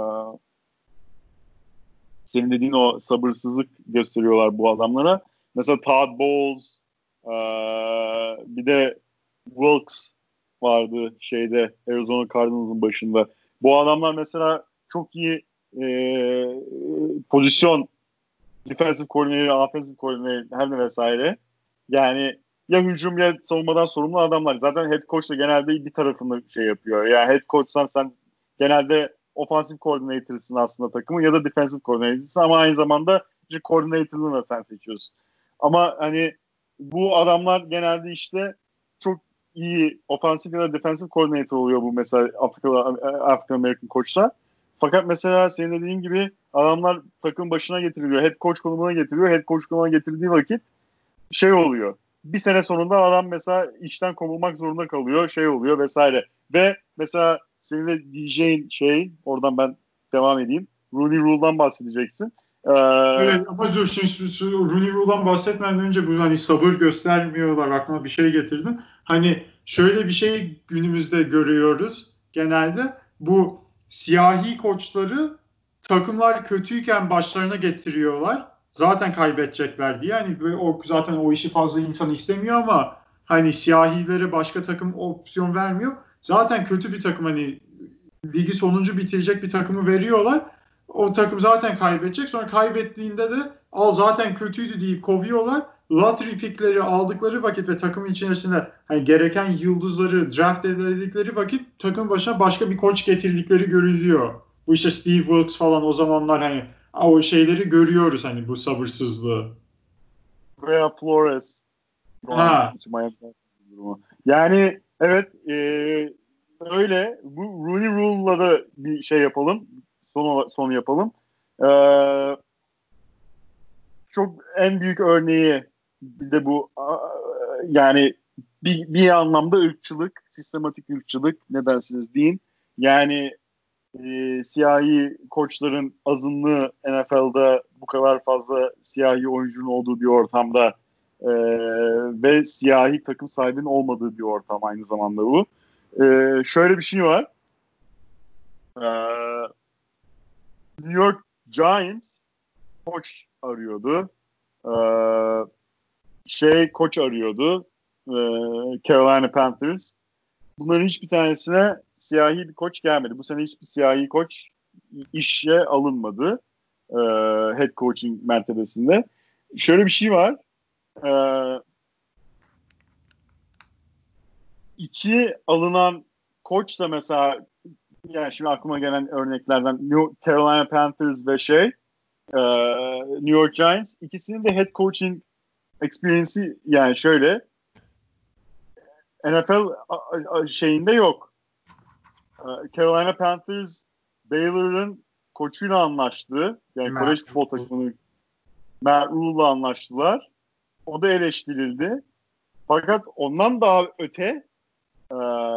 senin dediğin o sabırsızlık gösteriyorlar bu adamlara. Mesela Todd Bowles, ee, bir de Wilkes vardı şeyde Arizona Cardinals'ın başında. Bu adamlar mesela çok iyi e, pozisyon defensive coordinator, offensive coordinator her ne vesaire. Yani ya hücum ya savunmadan sorumlu adamlar. Zaten head coach da genelde bir tarafını şey yapıyor. Yani head coach'san sen genelde offensive coordinator'sın aslında takımın ya da defensive coordinator'sın ama aynı zamanda bir coordinator'ını da sen seçiyorsun. Ama hani bu adamlar genelde işte çok iyi offensive ya da defensive coordinator oluyor bu mesela African American koçlar. Fakat mesela senin dediğin gibi adamlar takım başına getiriliyor. Head coach konumuna getiriliyor. Head coach konumuna getirdiği vakit şey oluyor. Bir sene sonunda adam mesela işten kovulmak zorunda kalıyor. Şey oluyor vesaire. Ve mesela senin de diyeceğin şey, oradan ben devam edeyim. Rooney Rule'dan bahsedeceksin. Ee, evet ama dur şimdi şu, şu Rooney Rule'dan bahsetmeden önce bu hani sabır göstermiyorlar aklıma bir şey getirdim. Hani şöyle bir şey günümüzde görüyoruz genelde. Bu siyahi koçları takımlar kötüyken başlarına getiriyorlar. Zaten kaybedecekler diye. Yani o zaten o işi fazla insan istemiyor ama hani siyahilere başka takım opsiyon vermiyor. Zaten kötü bir takım hani ligi sonuncu bitirecek bir takımı veriyorlar. O takım zaten kaybedecek. Sonra kaybettiğinde de al zaten kötüydü deyip kovuyorlar. lottery pickleri aldıkları vakit ve takımın içerisinde hani gereken yıldızları draft edildikleri vakit takım başına başka bir koç getirdikleri görülüyor. Bu işte Steve Wilkes falan o zamanlar hani o şeyleri görüyoruz hani bu sabırsızlığı. Veya Flores. Ha. Yani evet e, öyle. Bu Rooney Rule'la da bir şey yapalım. Son, son yapalım. Ee, çok en büyük örneği bir de bu yani bir, bir anlamda ırkçılık, sistematik ırkçılık ne dersiniz deyin. Yani e, siyahi koçların azınlığı N F L'da bu kadar fazla siyahi oyuncunun olduğu bir ortamda e, ve siyahi takım sahibinin olmadığı bir ortam aynı zamanda bu. E, şöyle bir şey var. E, New York Giants koç arıyordu. E, şey koç arıyordu. E, Carolina Panthers. Bunların hiçbir tanesine siyahi bir koç gelmedi. Bu sene hiçbir siyahi koç işe alınmadı. E, head coaching mertebesinde. Şöyle bir şey var. E, iki alınan koç da mesela yani şimdi aklıma gelen örneklerden New Carolina Panthers ve şey e, New York Giants ikisinin de head coaching experience'i yani şöyle N F L şeyinde yok. Carolina Panthers Baylor'ın koçuyla anlaştı. Yani kolej futbol takımını Matt Rhule'la anlaştılar. O da eleştirildi. Fakat ondan daha öte e,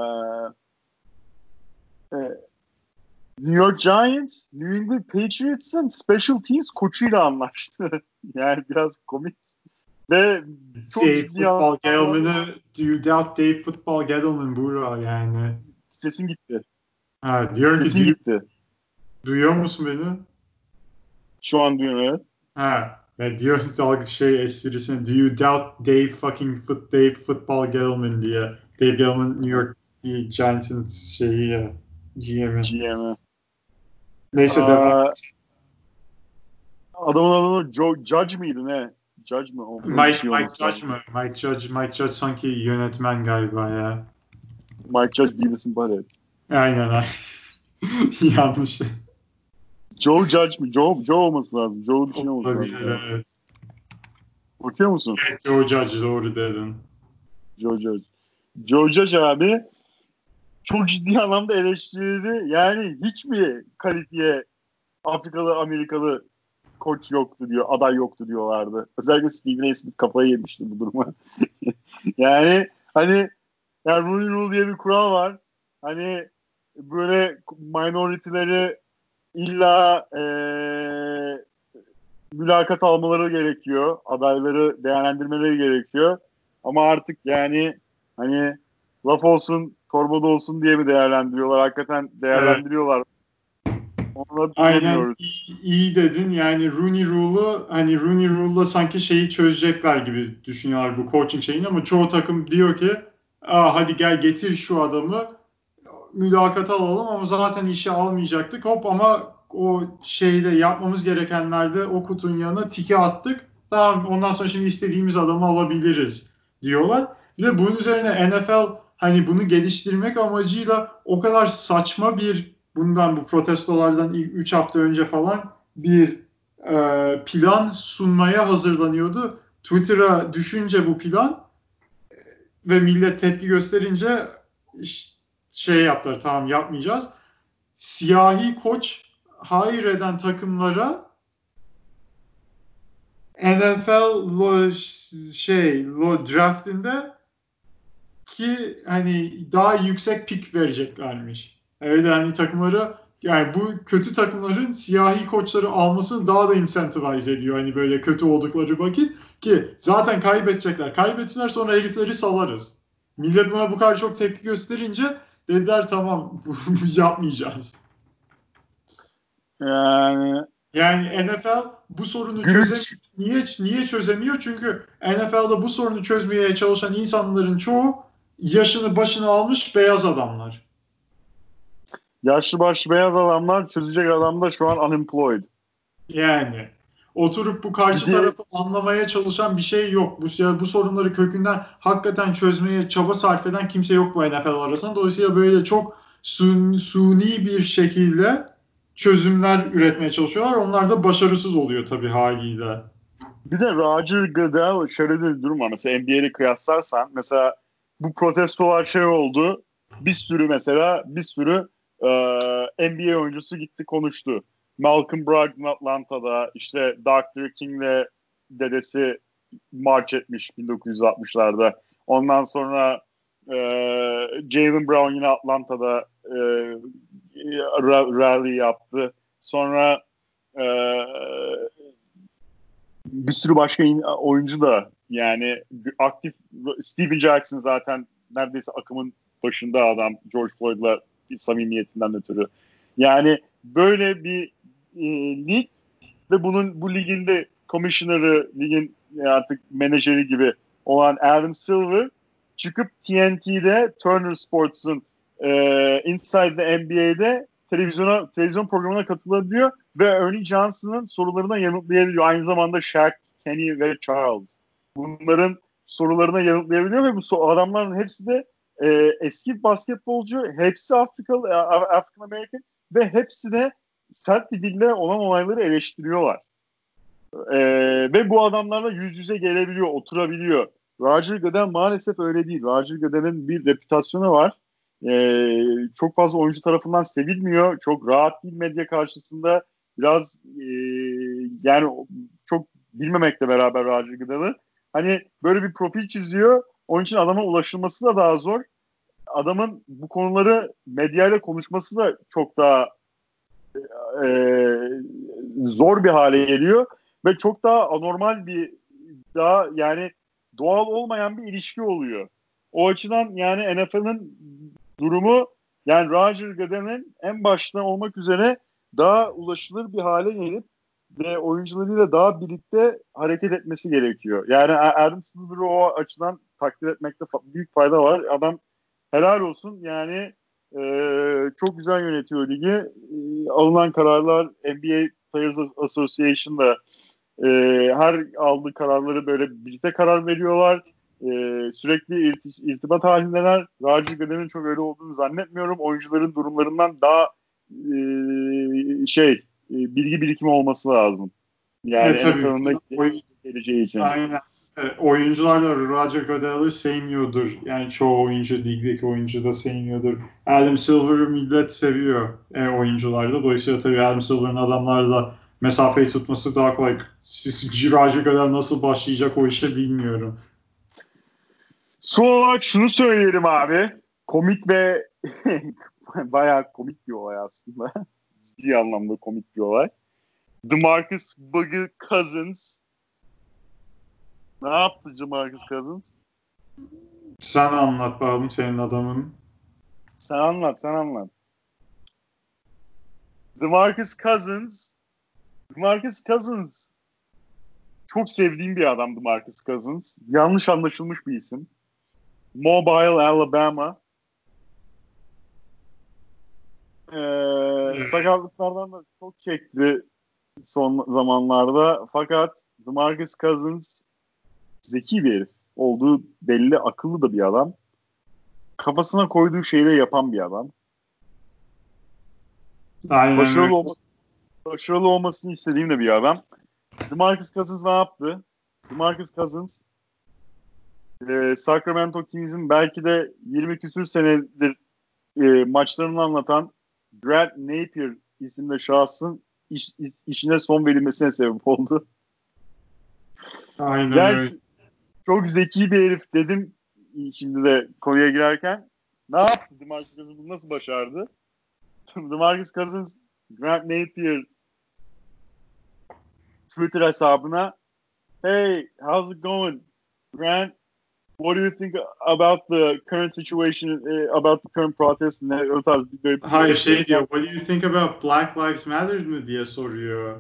e, New York Giants New England Patriots'ın special teams koçuyla anlaştı. Yani biraz komik. Ve çok Dave Football Gettleman'ı do you doubt Dave Football Gettleman Buğra yani. Sesin gitti. Ha, diyor Sesin ki gitti. duyuyor musun beni? Şu an duyuyorum evet. Ha, ve diyor dalga şey esprisine do you doubt Dave fucking foot Dave Football Gettleman diye. Dave Gettleman New York Giants'ın şeyi ya G M'i. G M'i. Neyse Aa, devam. Adamın adı Joe Judge mıydı ne? Judge mı? O, Mike, şey Mike Judge mı? Mike Judge, Mike Judge sanki yönetmen galiba ya. Mike Judge Beavis'in Butthead. Aynen aynen. Yanlış. Joe Judge mi? Joe, Joe olması lazım. Joe düşünüyor olması Olabilir, lazım. evet. Bakıyor musun? Evet, Joe Judge doğru dedin. Joe Judge. Joe Judge abi çok ciddi anlamda eleştirildi. Yani hiç mi kalifiye Afrikalı, Amerikalı koç yoktu diyor, aday yoktu diyorlardı. Özellikle Stephen A. Smith kafayı yemişti bu duruma. yani hani yani Rooney Rule diye bir kural var. Hani böyle minority'leri illa ee, mülakat almaları gerekiyor. Adayları değerlendirmeleri gerekiyor. Ama artık yani hani laf olsun, torbada olsun diye mi değerlendiriyorlar? Hakikaten değerlendiriyorlar. Evet. Onu Aynen iyi, iyi dedin. Yani Rooney Rule'u hani Rooney Rule'la sanki şeyi çözecekler gibi düşünüyorlar bu coaching şeyini ama çoğu takım diyor ki Aa, hadi gel getir şu adamı mülakata alalım ama zaten işe almayacaktık. Hop ama o şeyde yapmamız gerekenlerde o kutunun yanına tiki attık. Tamam ondan sonra şimdi istediğimiz adamı alabiliriz diyorlar. Bir de bunun üzerine N F L hani bunu geliştirmek amacıyla o kadar saçma bir bundan bu protestolardan üç hafta önce falan bir e, plan sunmaya hazırlanıyordu. Twitter'a düşünce bu plan ve millet tepki gösterince işte şey yaptılar tamam yapmayacağız. Siyahi koç hayır eden takımlara N F L lo, şey lo draftinde ki hani daha yüksek pick vereceklermiş. Öyle hani takımları yani bu kötü takımların siyahi koçları almasını daha da incentivize ediyor. Hani böyle kötü oldukları vakit ki zaten kaybedecekler. Kaybetsinler sonra herifleri salarız. Millet buna bu kadar çok tepki gösterince dediler tamam yapmayacağız. Yani Yani N F L bu sorunu çözemiyor. Niye, niye çözemiyor? Çünkü N F L'da bu sorunu çözmeye çalışan insanların çoğu yaşını başını almış beyaz adamlar. Yaşlı başlı beyaz adamlar çözecek adam da şu an unemployed. Yani oturup bu karşı Bir de- tarafı anlamaya çalışan bir şey yok. Bu, bu sorunları kökünden hakikaten çözmeye çaba sarf eden kimse yok bu N F L arasında. Dolayısıyla böyle çok sun, suni bir şekilde çözümler üretmeye çalışıyorlar. Onlar da başarısız oluyor tabii haliyle. Bir de Roger Goodell şöyle bir durum var. Mesela N B A'yle kıyaslarsan mesela bu protestolar şey oldu. Bir sürü mesela bir sürü e, N B A oyuncusu gitti konuştu. Malcolm Brogdon Atlanta'da, işte doktor King'le dedesi march etmiş bin dokuz yüz altmışlarda. Ondan sonra e, Jaylen Brown yine Atlanta'da e, rally yaptı. Sonra e, bir sürü başka oyuncu da yani aktif. Steven Jackson zaten neredeyse akımın başında adam, George Floyd'la samimiyetinden ötürü. Yani böyle bir e, lig ve bunun bu ligin de commissioner'ı, ligin artık menajeri gibi olan Adam Silver çıkıp T N T'de, Turner Sports'un e, Inside the N B A'de televizyona televizyon programına katılabiliyor ve Ernie Johnson'ın sorularına yanıtlayabiliyor. Aynı zamanda Shaq, Kenny ve Charles. Bunların sorularına yanıtlayabiliyor ve bu adamların hepsi de e, eski basketbolcu, hepsi Afrikalı, African American ve hepsi de sert bir dille olan olayları eleştiriyorlar. E, ve bu adamlarla yüz yüze gelebiliyor, oturabiliyor. Roger Goodell maalesef öyle değil. Roger Goodell'in bir reputasyonu var. Ee, çok fazla oyuncu tarafından sevilmiyor. Çok rahat değil medya karşısında. Biraz e, yani çok bilmemekle beraber Roger Goodell'ı. Hani böyle bir profil çiziyor. Onun için adama ulaşılması da daha zor. Adamın bu konuları medyayla konuşması da çok daha e, zor bir hale geliyor. Ve çok daha anormal bir, daha yani doğal olmayan bir ilişki oluyor. O açıdan yani N F L'in durumu, yani Roger Goodell'in en başta olmak üzere daha ulaşılır bir hale gelip ve oyuncularıyla daha birlikte hareket etmesi gerekiyor. Yani Adam Silver'ı o açıdan takdir etmekte büyük fayda var. Adam helal olsun yani, e, çok güzel yönetiyor ligi. E, alınan kararlar, N B A Players Association'da e, her aldığı kararları böyle birlikte karar veriyorlar. E, sürekli irti- irtibat halindeler. Roger Goodell'in çok öyle olduğunu zannetmiyorum. Oyuncuların durumlarından daha e, şey e, bilgi birikimi olması lazım. Yani Evet tabii. N F L'ın geleceği için. Aynen. E, oyuncular da Roger Goodell'ı sevmiyordur. Yani çoğu oyuncu, ligdeki oyuncu da sevmiyordur. Adam Silver'ı millet seviyor e, oyuncularda. Dolayısıyla tabii Adam Silver'ın adamlarla mesafeyi tutması daha kolay. Roger Goodell nasıl başlayacak o işe bilmiyorum. Son olarak şunu söyleyelim abi. Komik ve bayağı komik bir olay aslında. Ciddi anlamda komik bir olay. DeMarcus Buggy Cousins ne yaptı DeMarcus Cousins? Sen anlat bakalım senin adamın. Sen anlat, sen anlat. DeMarcus Cousins DeMarcus Cousins çok sevdiğim bir adam DeMarcus Cousins. Yanlış anlaşılmış bir isim. Mobile, Alabama. Ee, Evet. sakatlıklardan da çok çekti son zamanlarda. Fakat DeMarcus Cousins zeki bir herif. Olduğu belli, akıllı da bir adam. Kafasına koyduğu şeyi de yapan bir adam. Aynen Başarılı, öyle. olması, başarılı olmasını istediğim de bir adam. DeMarcus Cousins ne yaptı? DeMarcus Cousins e, Sacramento Kings'in belki de yirmi küsür senedir e, maçlarını anlatan Grant Napier isimli şahsın iş, iş, işine son verilmesine sebep oldu. Aynen Yani öyle. çok zeki bir herif dedim şimdi de konuya girerken. Ne yaptı DeMarcus Cousins, bunu nasıl başardı? DeMarcus Cousins Grant Napier Twitter hesabına, "Hey, how's it going, Grant? What do you think about the current situation, uh, about the current protest?" Ne, o tarz bir böyle Hayır bir şey diyor. hesap. What do you think about Black Lives Matter mı diye soruyor.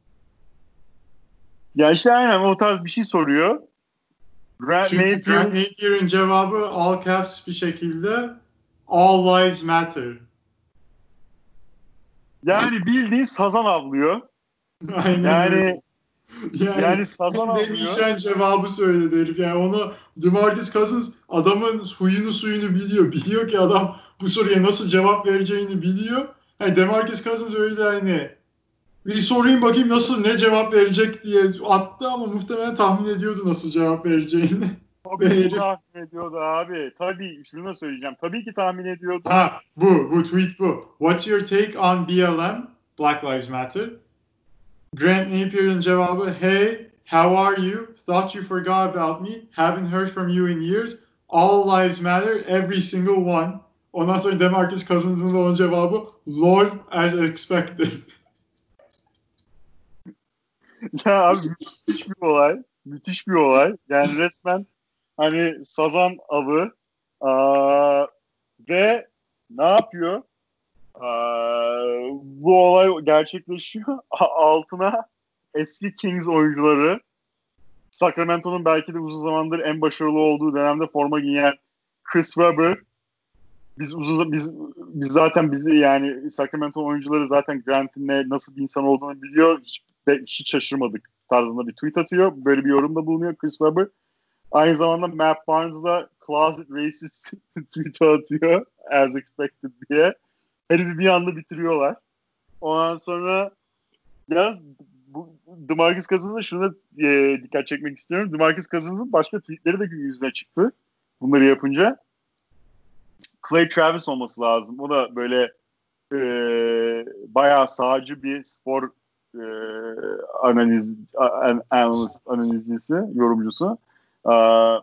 Ya işte aynen o tarz bir şey soruyor. Grant Çünkü Napier, Grant Napier'in cevabı all caps bir şekilde all lives matter. yani bildiğin sazan avlıyor. Aynen Yani öyle. Yani, Yani sazan alıyor. demeyeceğin cevabı söyledi herif. Yani onu DeMarcus Cousins adamın huyunu suyunu biliyor. Biliyor ki adam bu soruya nasıl cevap vereceğini biliyor. Yani DeMarcus Cousins öyle hani bir sorayım bakayım nasıl ne cevap verecek diye attı ama muhtemelen tahmin ediyordu nasıl cevap vereceğini. Ve Tabii ki herif tahmin ediyordu abi. Tabii şunu da söyleyeceğim. Tabii ki tahmin ediyordu. ha bu bu tweet bu. What's your take on B L M? Black Lives Matter. Grant Napier'ın cevabı hey, how are you? Thought you forgot about me. Haven't heard from you in years. All lives matter, every single one. Ondan sonra DeMarcus Cousins'ın da onun cevabı lol as expected. Ya abi müthiş bir olay. Müthiş bir olay. Yani resmen hani sazan avı. Aa, ve ne yapıyor? Aa, bu olay gerçekleşiyor. Altına eski Kings oyuncuları, Sacramento'nun belki de uzun zamandır en başarılı olduğu dönemde forma giyen Chris Webber. Biz uzun biz biz zaten bizi yani Sacramento oyuncuları zaten Grant'in ne nasıl bir insan olduğunu biliyor. Hiç, hiç şaşırmadık tarzında bir tweet atıyor. Böyle bir yorumda bulunuyor Chris Webber. Aynı zamanda Matt Barnes da closet racist tweet atıyor as expected diye. Herifi bir anda bitiriyorlar. Ondan sonra ya bu DeMarcus Cousins'a şuna e, dikkat çekmek istiyorum. DeMarcus Cousins'ın başka tweetleri de gün yüzüne çıktı. Bunları yapınca. Clay Travis olması lazım. O da böyle e, bayağı sağcı bir spor e, analiz an, analist, analizcisi, yorumcusu. E,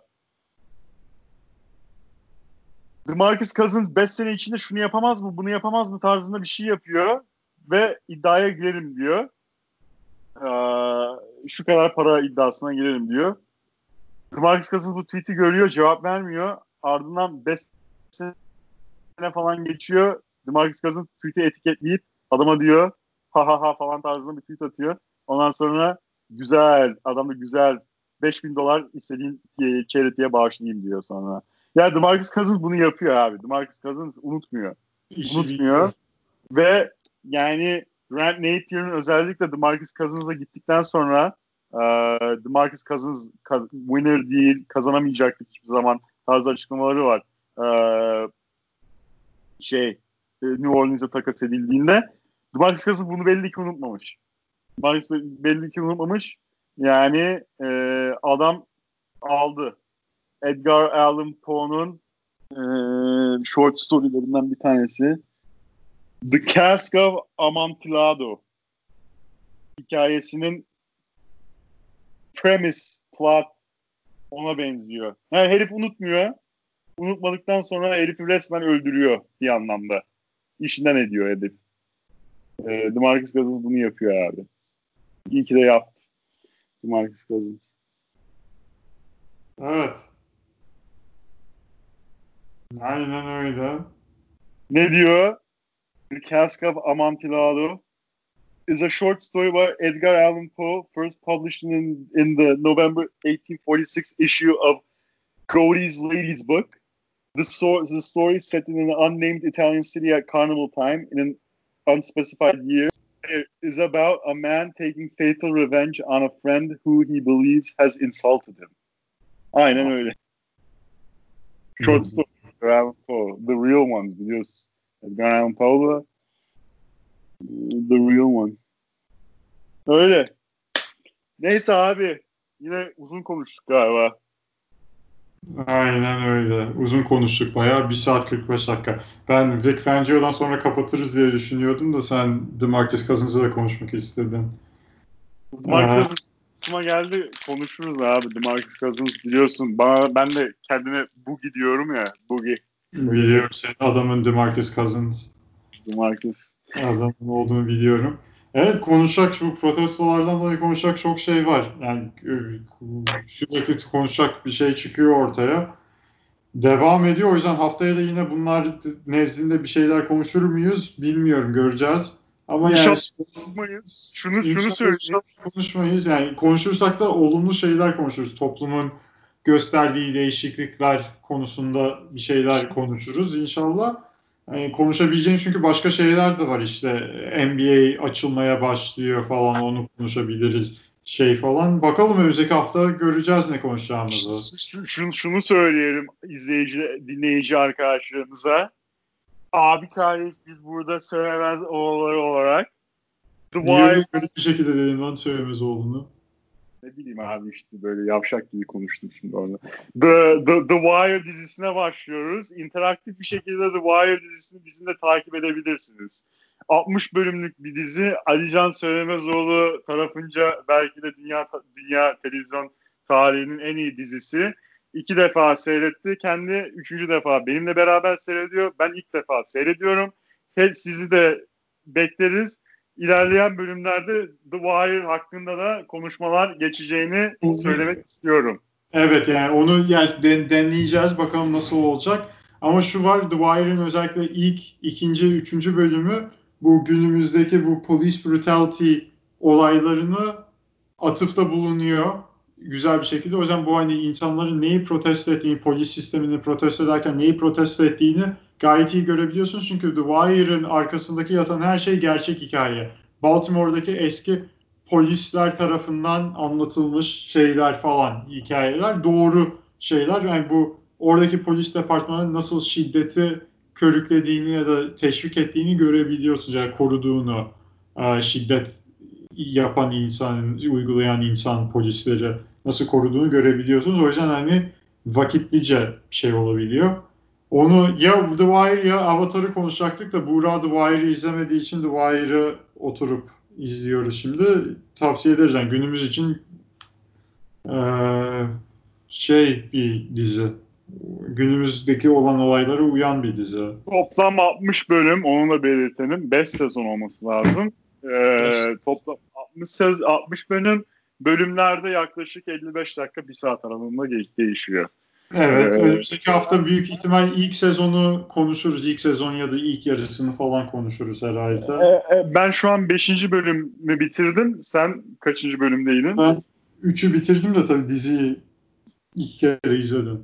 DeMarcus Cousins beş sene içinde şunu yapamaz mı, bunu yapamaz mı tarzında bir şey yapıyor ve iddiaya girelim diyor. E, şu kadar para iddiasına girelim diyor. DeMarcus Cousins bu tweet'i görüyor, cevap vermiyor. Ardından beş sene falan geçiyor. DeMarcus Cousins tweet'i etiketleyip adama diyor ha ha ha falan tarzında bir tweet atıyor. Ondan sonra güzel, adam da güzel beş bin dolar istediğin charity'ye bağışlayayım diyor sonra. Ya DeMarcus Cousins bunu yapıyor abi. DeMarcus Cousins unutmuyor. İşi unutmuyor. Ve yani Grant Napier'ın özellikle DeMarcus Cousins'a gittikten sonra e, DeMarcus Cousins kaz- winner değil, kazanamayacaktık hiçbir zaman tarzı açıklamaları var. E, şey New Orleans'a takas edildiğinde DeMarcus Cousins bunu belli ki unutmamış. DeMarcus belli ki unutmamış. Yani e, adam aldı. Edgar Allan Poe'nun e, short story'lerinden bir tanesi. The Cask of Amontillado hikayesinin premise, plot ona benziyor. Yani herif unutmuyor. Unutmadıktan sonra herifi resmen öldürüyor bir anlamda. İşinden ediyor herif. E, DeMarcus Cousins bunu yapıyor abi. İyi ki de yaptı. DeMarcus Cousins. Evet. Aynen öyle. Ne diyor? The Cask of Amontillado is a short story by Edgar Allan Poe, first published in, in the November eighteen forty-six issue of Godey's Lady's Book. The, so- the story is set in an unnamed Italian city at carnival time in an unspecified year. It is about a man taking fatal revenge on a friend who he believes has insulted him. Aynen öyle. Short story. Edgar Allan Poe. The real ones biliyorsun. Edgar Allan Poe the real one. Öyle. Neyse abi. Yine uzun konuştuk galiba. Aynen öyle. Uzun konuştuk bayağı. bir saat kırk beş dakika. Ben Vic Fangio'dan sonra kapatırız diye düşünüyordum da sen DeMarcus Cousins'la da konuşmak istedin. DeMarcus Cousins aklıma geldi. Konuşuruz abi. DeMarcus Cousins biliyorsun. Bana, ben de kendime Boogie diyorum ya. Boogie. Biliyorum senin adamın DeMarcus Cousins. DeMarcus. Adamın olduğunu biliyorum. Evet konuşacak bu protestolardan dolayı konuşacak çok şey var. Yani sürekli konuşacak bir şey çıkıyor ortaya. Devam ediyor. O yüzden haftaya da yine bunlar nezdinde bir şeyler konuşur muyuz bilmiyorum. Göreceğiz. Ama yani konuşmayız. Şunu şunu söyleyeyim. Konuşmayız. Yani konuşursak da olumlu şeyler konuşuruz. Toplumun gösterdiği değişiklikler konusunda bir şeyler konuşuruz inşallah. Yani konuşabileceğimiz çünkü başka şeyler de var işte. N B A açılmaya başlıyor falan onu konuşabiliriz. şey falan. Bakalım önümüzdeki hafta göreceğiz ne konuşacağımızı. Şunu, şunu söyleyelim izleyici, dinleyici arkadaşlarımıza. Abi kardeş biz burada söylemez oğulları olarak. The Niye öyle Wire, garip bir şekilde dedim lan söylemez olduğunu? ne bileyim abi işte böyle yavşak gibi konuştum şimdi orada. The, The, The Wire dizisine başlıyoruz. İnteraktif bir şekilde The Wire dizisini bizimle takip edebilirsiniz. altmış bölümlük bir dizi. Alican Söylemezoğlu tarafınca belki de dünya dünya televizyon tarihinin en iyi dizisi. İki defa seyretti. Kendi üçüncü defa benimle beraber seyrediyor. Ben ilk defa seyrediyorum. Sizi de bekleriz. İlerleyen bölümlerde The Wire hakkında da konuşmalar geçeceğini söylemek istiyorum. Evet yani onu yani den, denleyeceğiz bakalım nasıl olacak. Ama şu var The Wire'ın özellikle ilk, ikinci, üçüncü bölümü bu günümüzdeki bu police brutality olaylarını atıfta bulunuyor. Güzel bir şekilde. O yüzden bu hani insanların neyi protesto ettiğini, polis sistemini protesto ederken neyi protesto ettiğini gayet iyi görebiliyorsun. Çünkü The Wire'ın arkasındaki yatan her şey gerçek hikaye. Baltimore'daki eski polisler tarafından anlatılmış şeyler falan, hikayeler doğru şeyler. Yani bu oradaki polis departmanının nasıl şiddeti körüklediğini ya da teşvik ettiğini görebiliyorsunuz. Yani koruduğunu, şiddet yapan insan, uygulayan insan polisleri nasıl koruduğunu görebiliyorsunuz. O yüzden hani vakitlice şey olabiliyor. Onu ya The Wire ya Avatar'ı konuşacaktık da Buğra The Wire'ı izlemediği için The Wire'ı oturup izliyoruz şimdi. Tavsiye ederiz. Yani günümüz için ee, şey bir dizi. Günümüzdeki olan olaylara uyan bir dizi. Toplam altmış bölüm, onu da belirtelim. beş sezon olması lazım. Ee, toplam altmış, altmış bölüm, bölümlerde yaklaşık elli beş dakika, bir saat aralığında değişiyor. Evet, Ee, önümüzdeki hafta büyük ihtimal ilk sezonu konuşuruz. İlk sezon ya da ilk yarısını falan konuşuruz herhalde. e, ben şu an beşinci bölümü bitirdim. Sen kaçıncı bölümdeydin? Ben üçü bitirdim de tabii diziyi ilk kere izledim.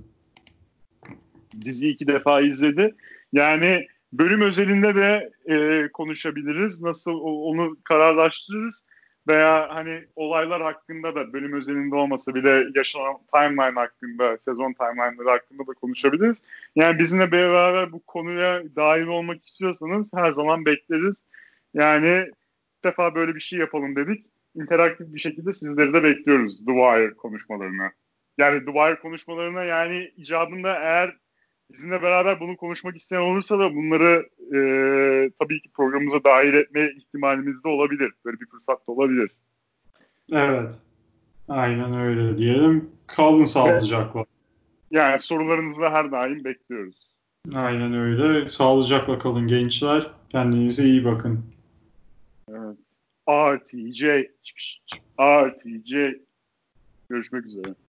Diziyi iki defa izledi. Yani bölüm özelinde de e, konuşabiliriz. Nasıl onu kararlaştırırız. Veya hani olaylar hakkında da bölüm özelinde olmasa bile yaşanan timeline hakkında, sezon timeline'ları hakkında da konuşabiliriz. Yani bizimle beraber bu konuya dahil olmak istiyorsanız her zaman bekleriz. Yani bir defa böyle bir şey yapalım dedik. İnteraktif bir şekilde sizleri de bekliyoruz The Wire konuşmalarına. Yani The Wire konuşmalarına yani icabında eğer bizimle beraber bunu konuşmak isteyen olursa da bunları e, tabii ki programımıza dahil etme ihtimalimiz de olabilir. Böyle bir fırsat da olabilir. Evet, aynen öyle diyelim. Kalın sağlıcakla. Yani sorularınızı da her daim bekliyoruz. Aynen öyle. Sağlıcakla kalın gençler. Kendinize iyi bakın. Evet. R T J R T J Görüşmek üzere.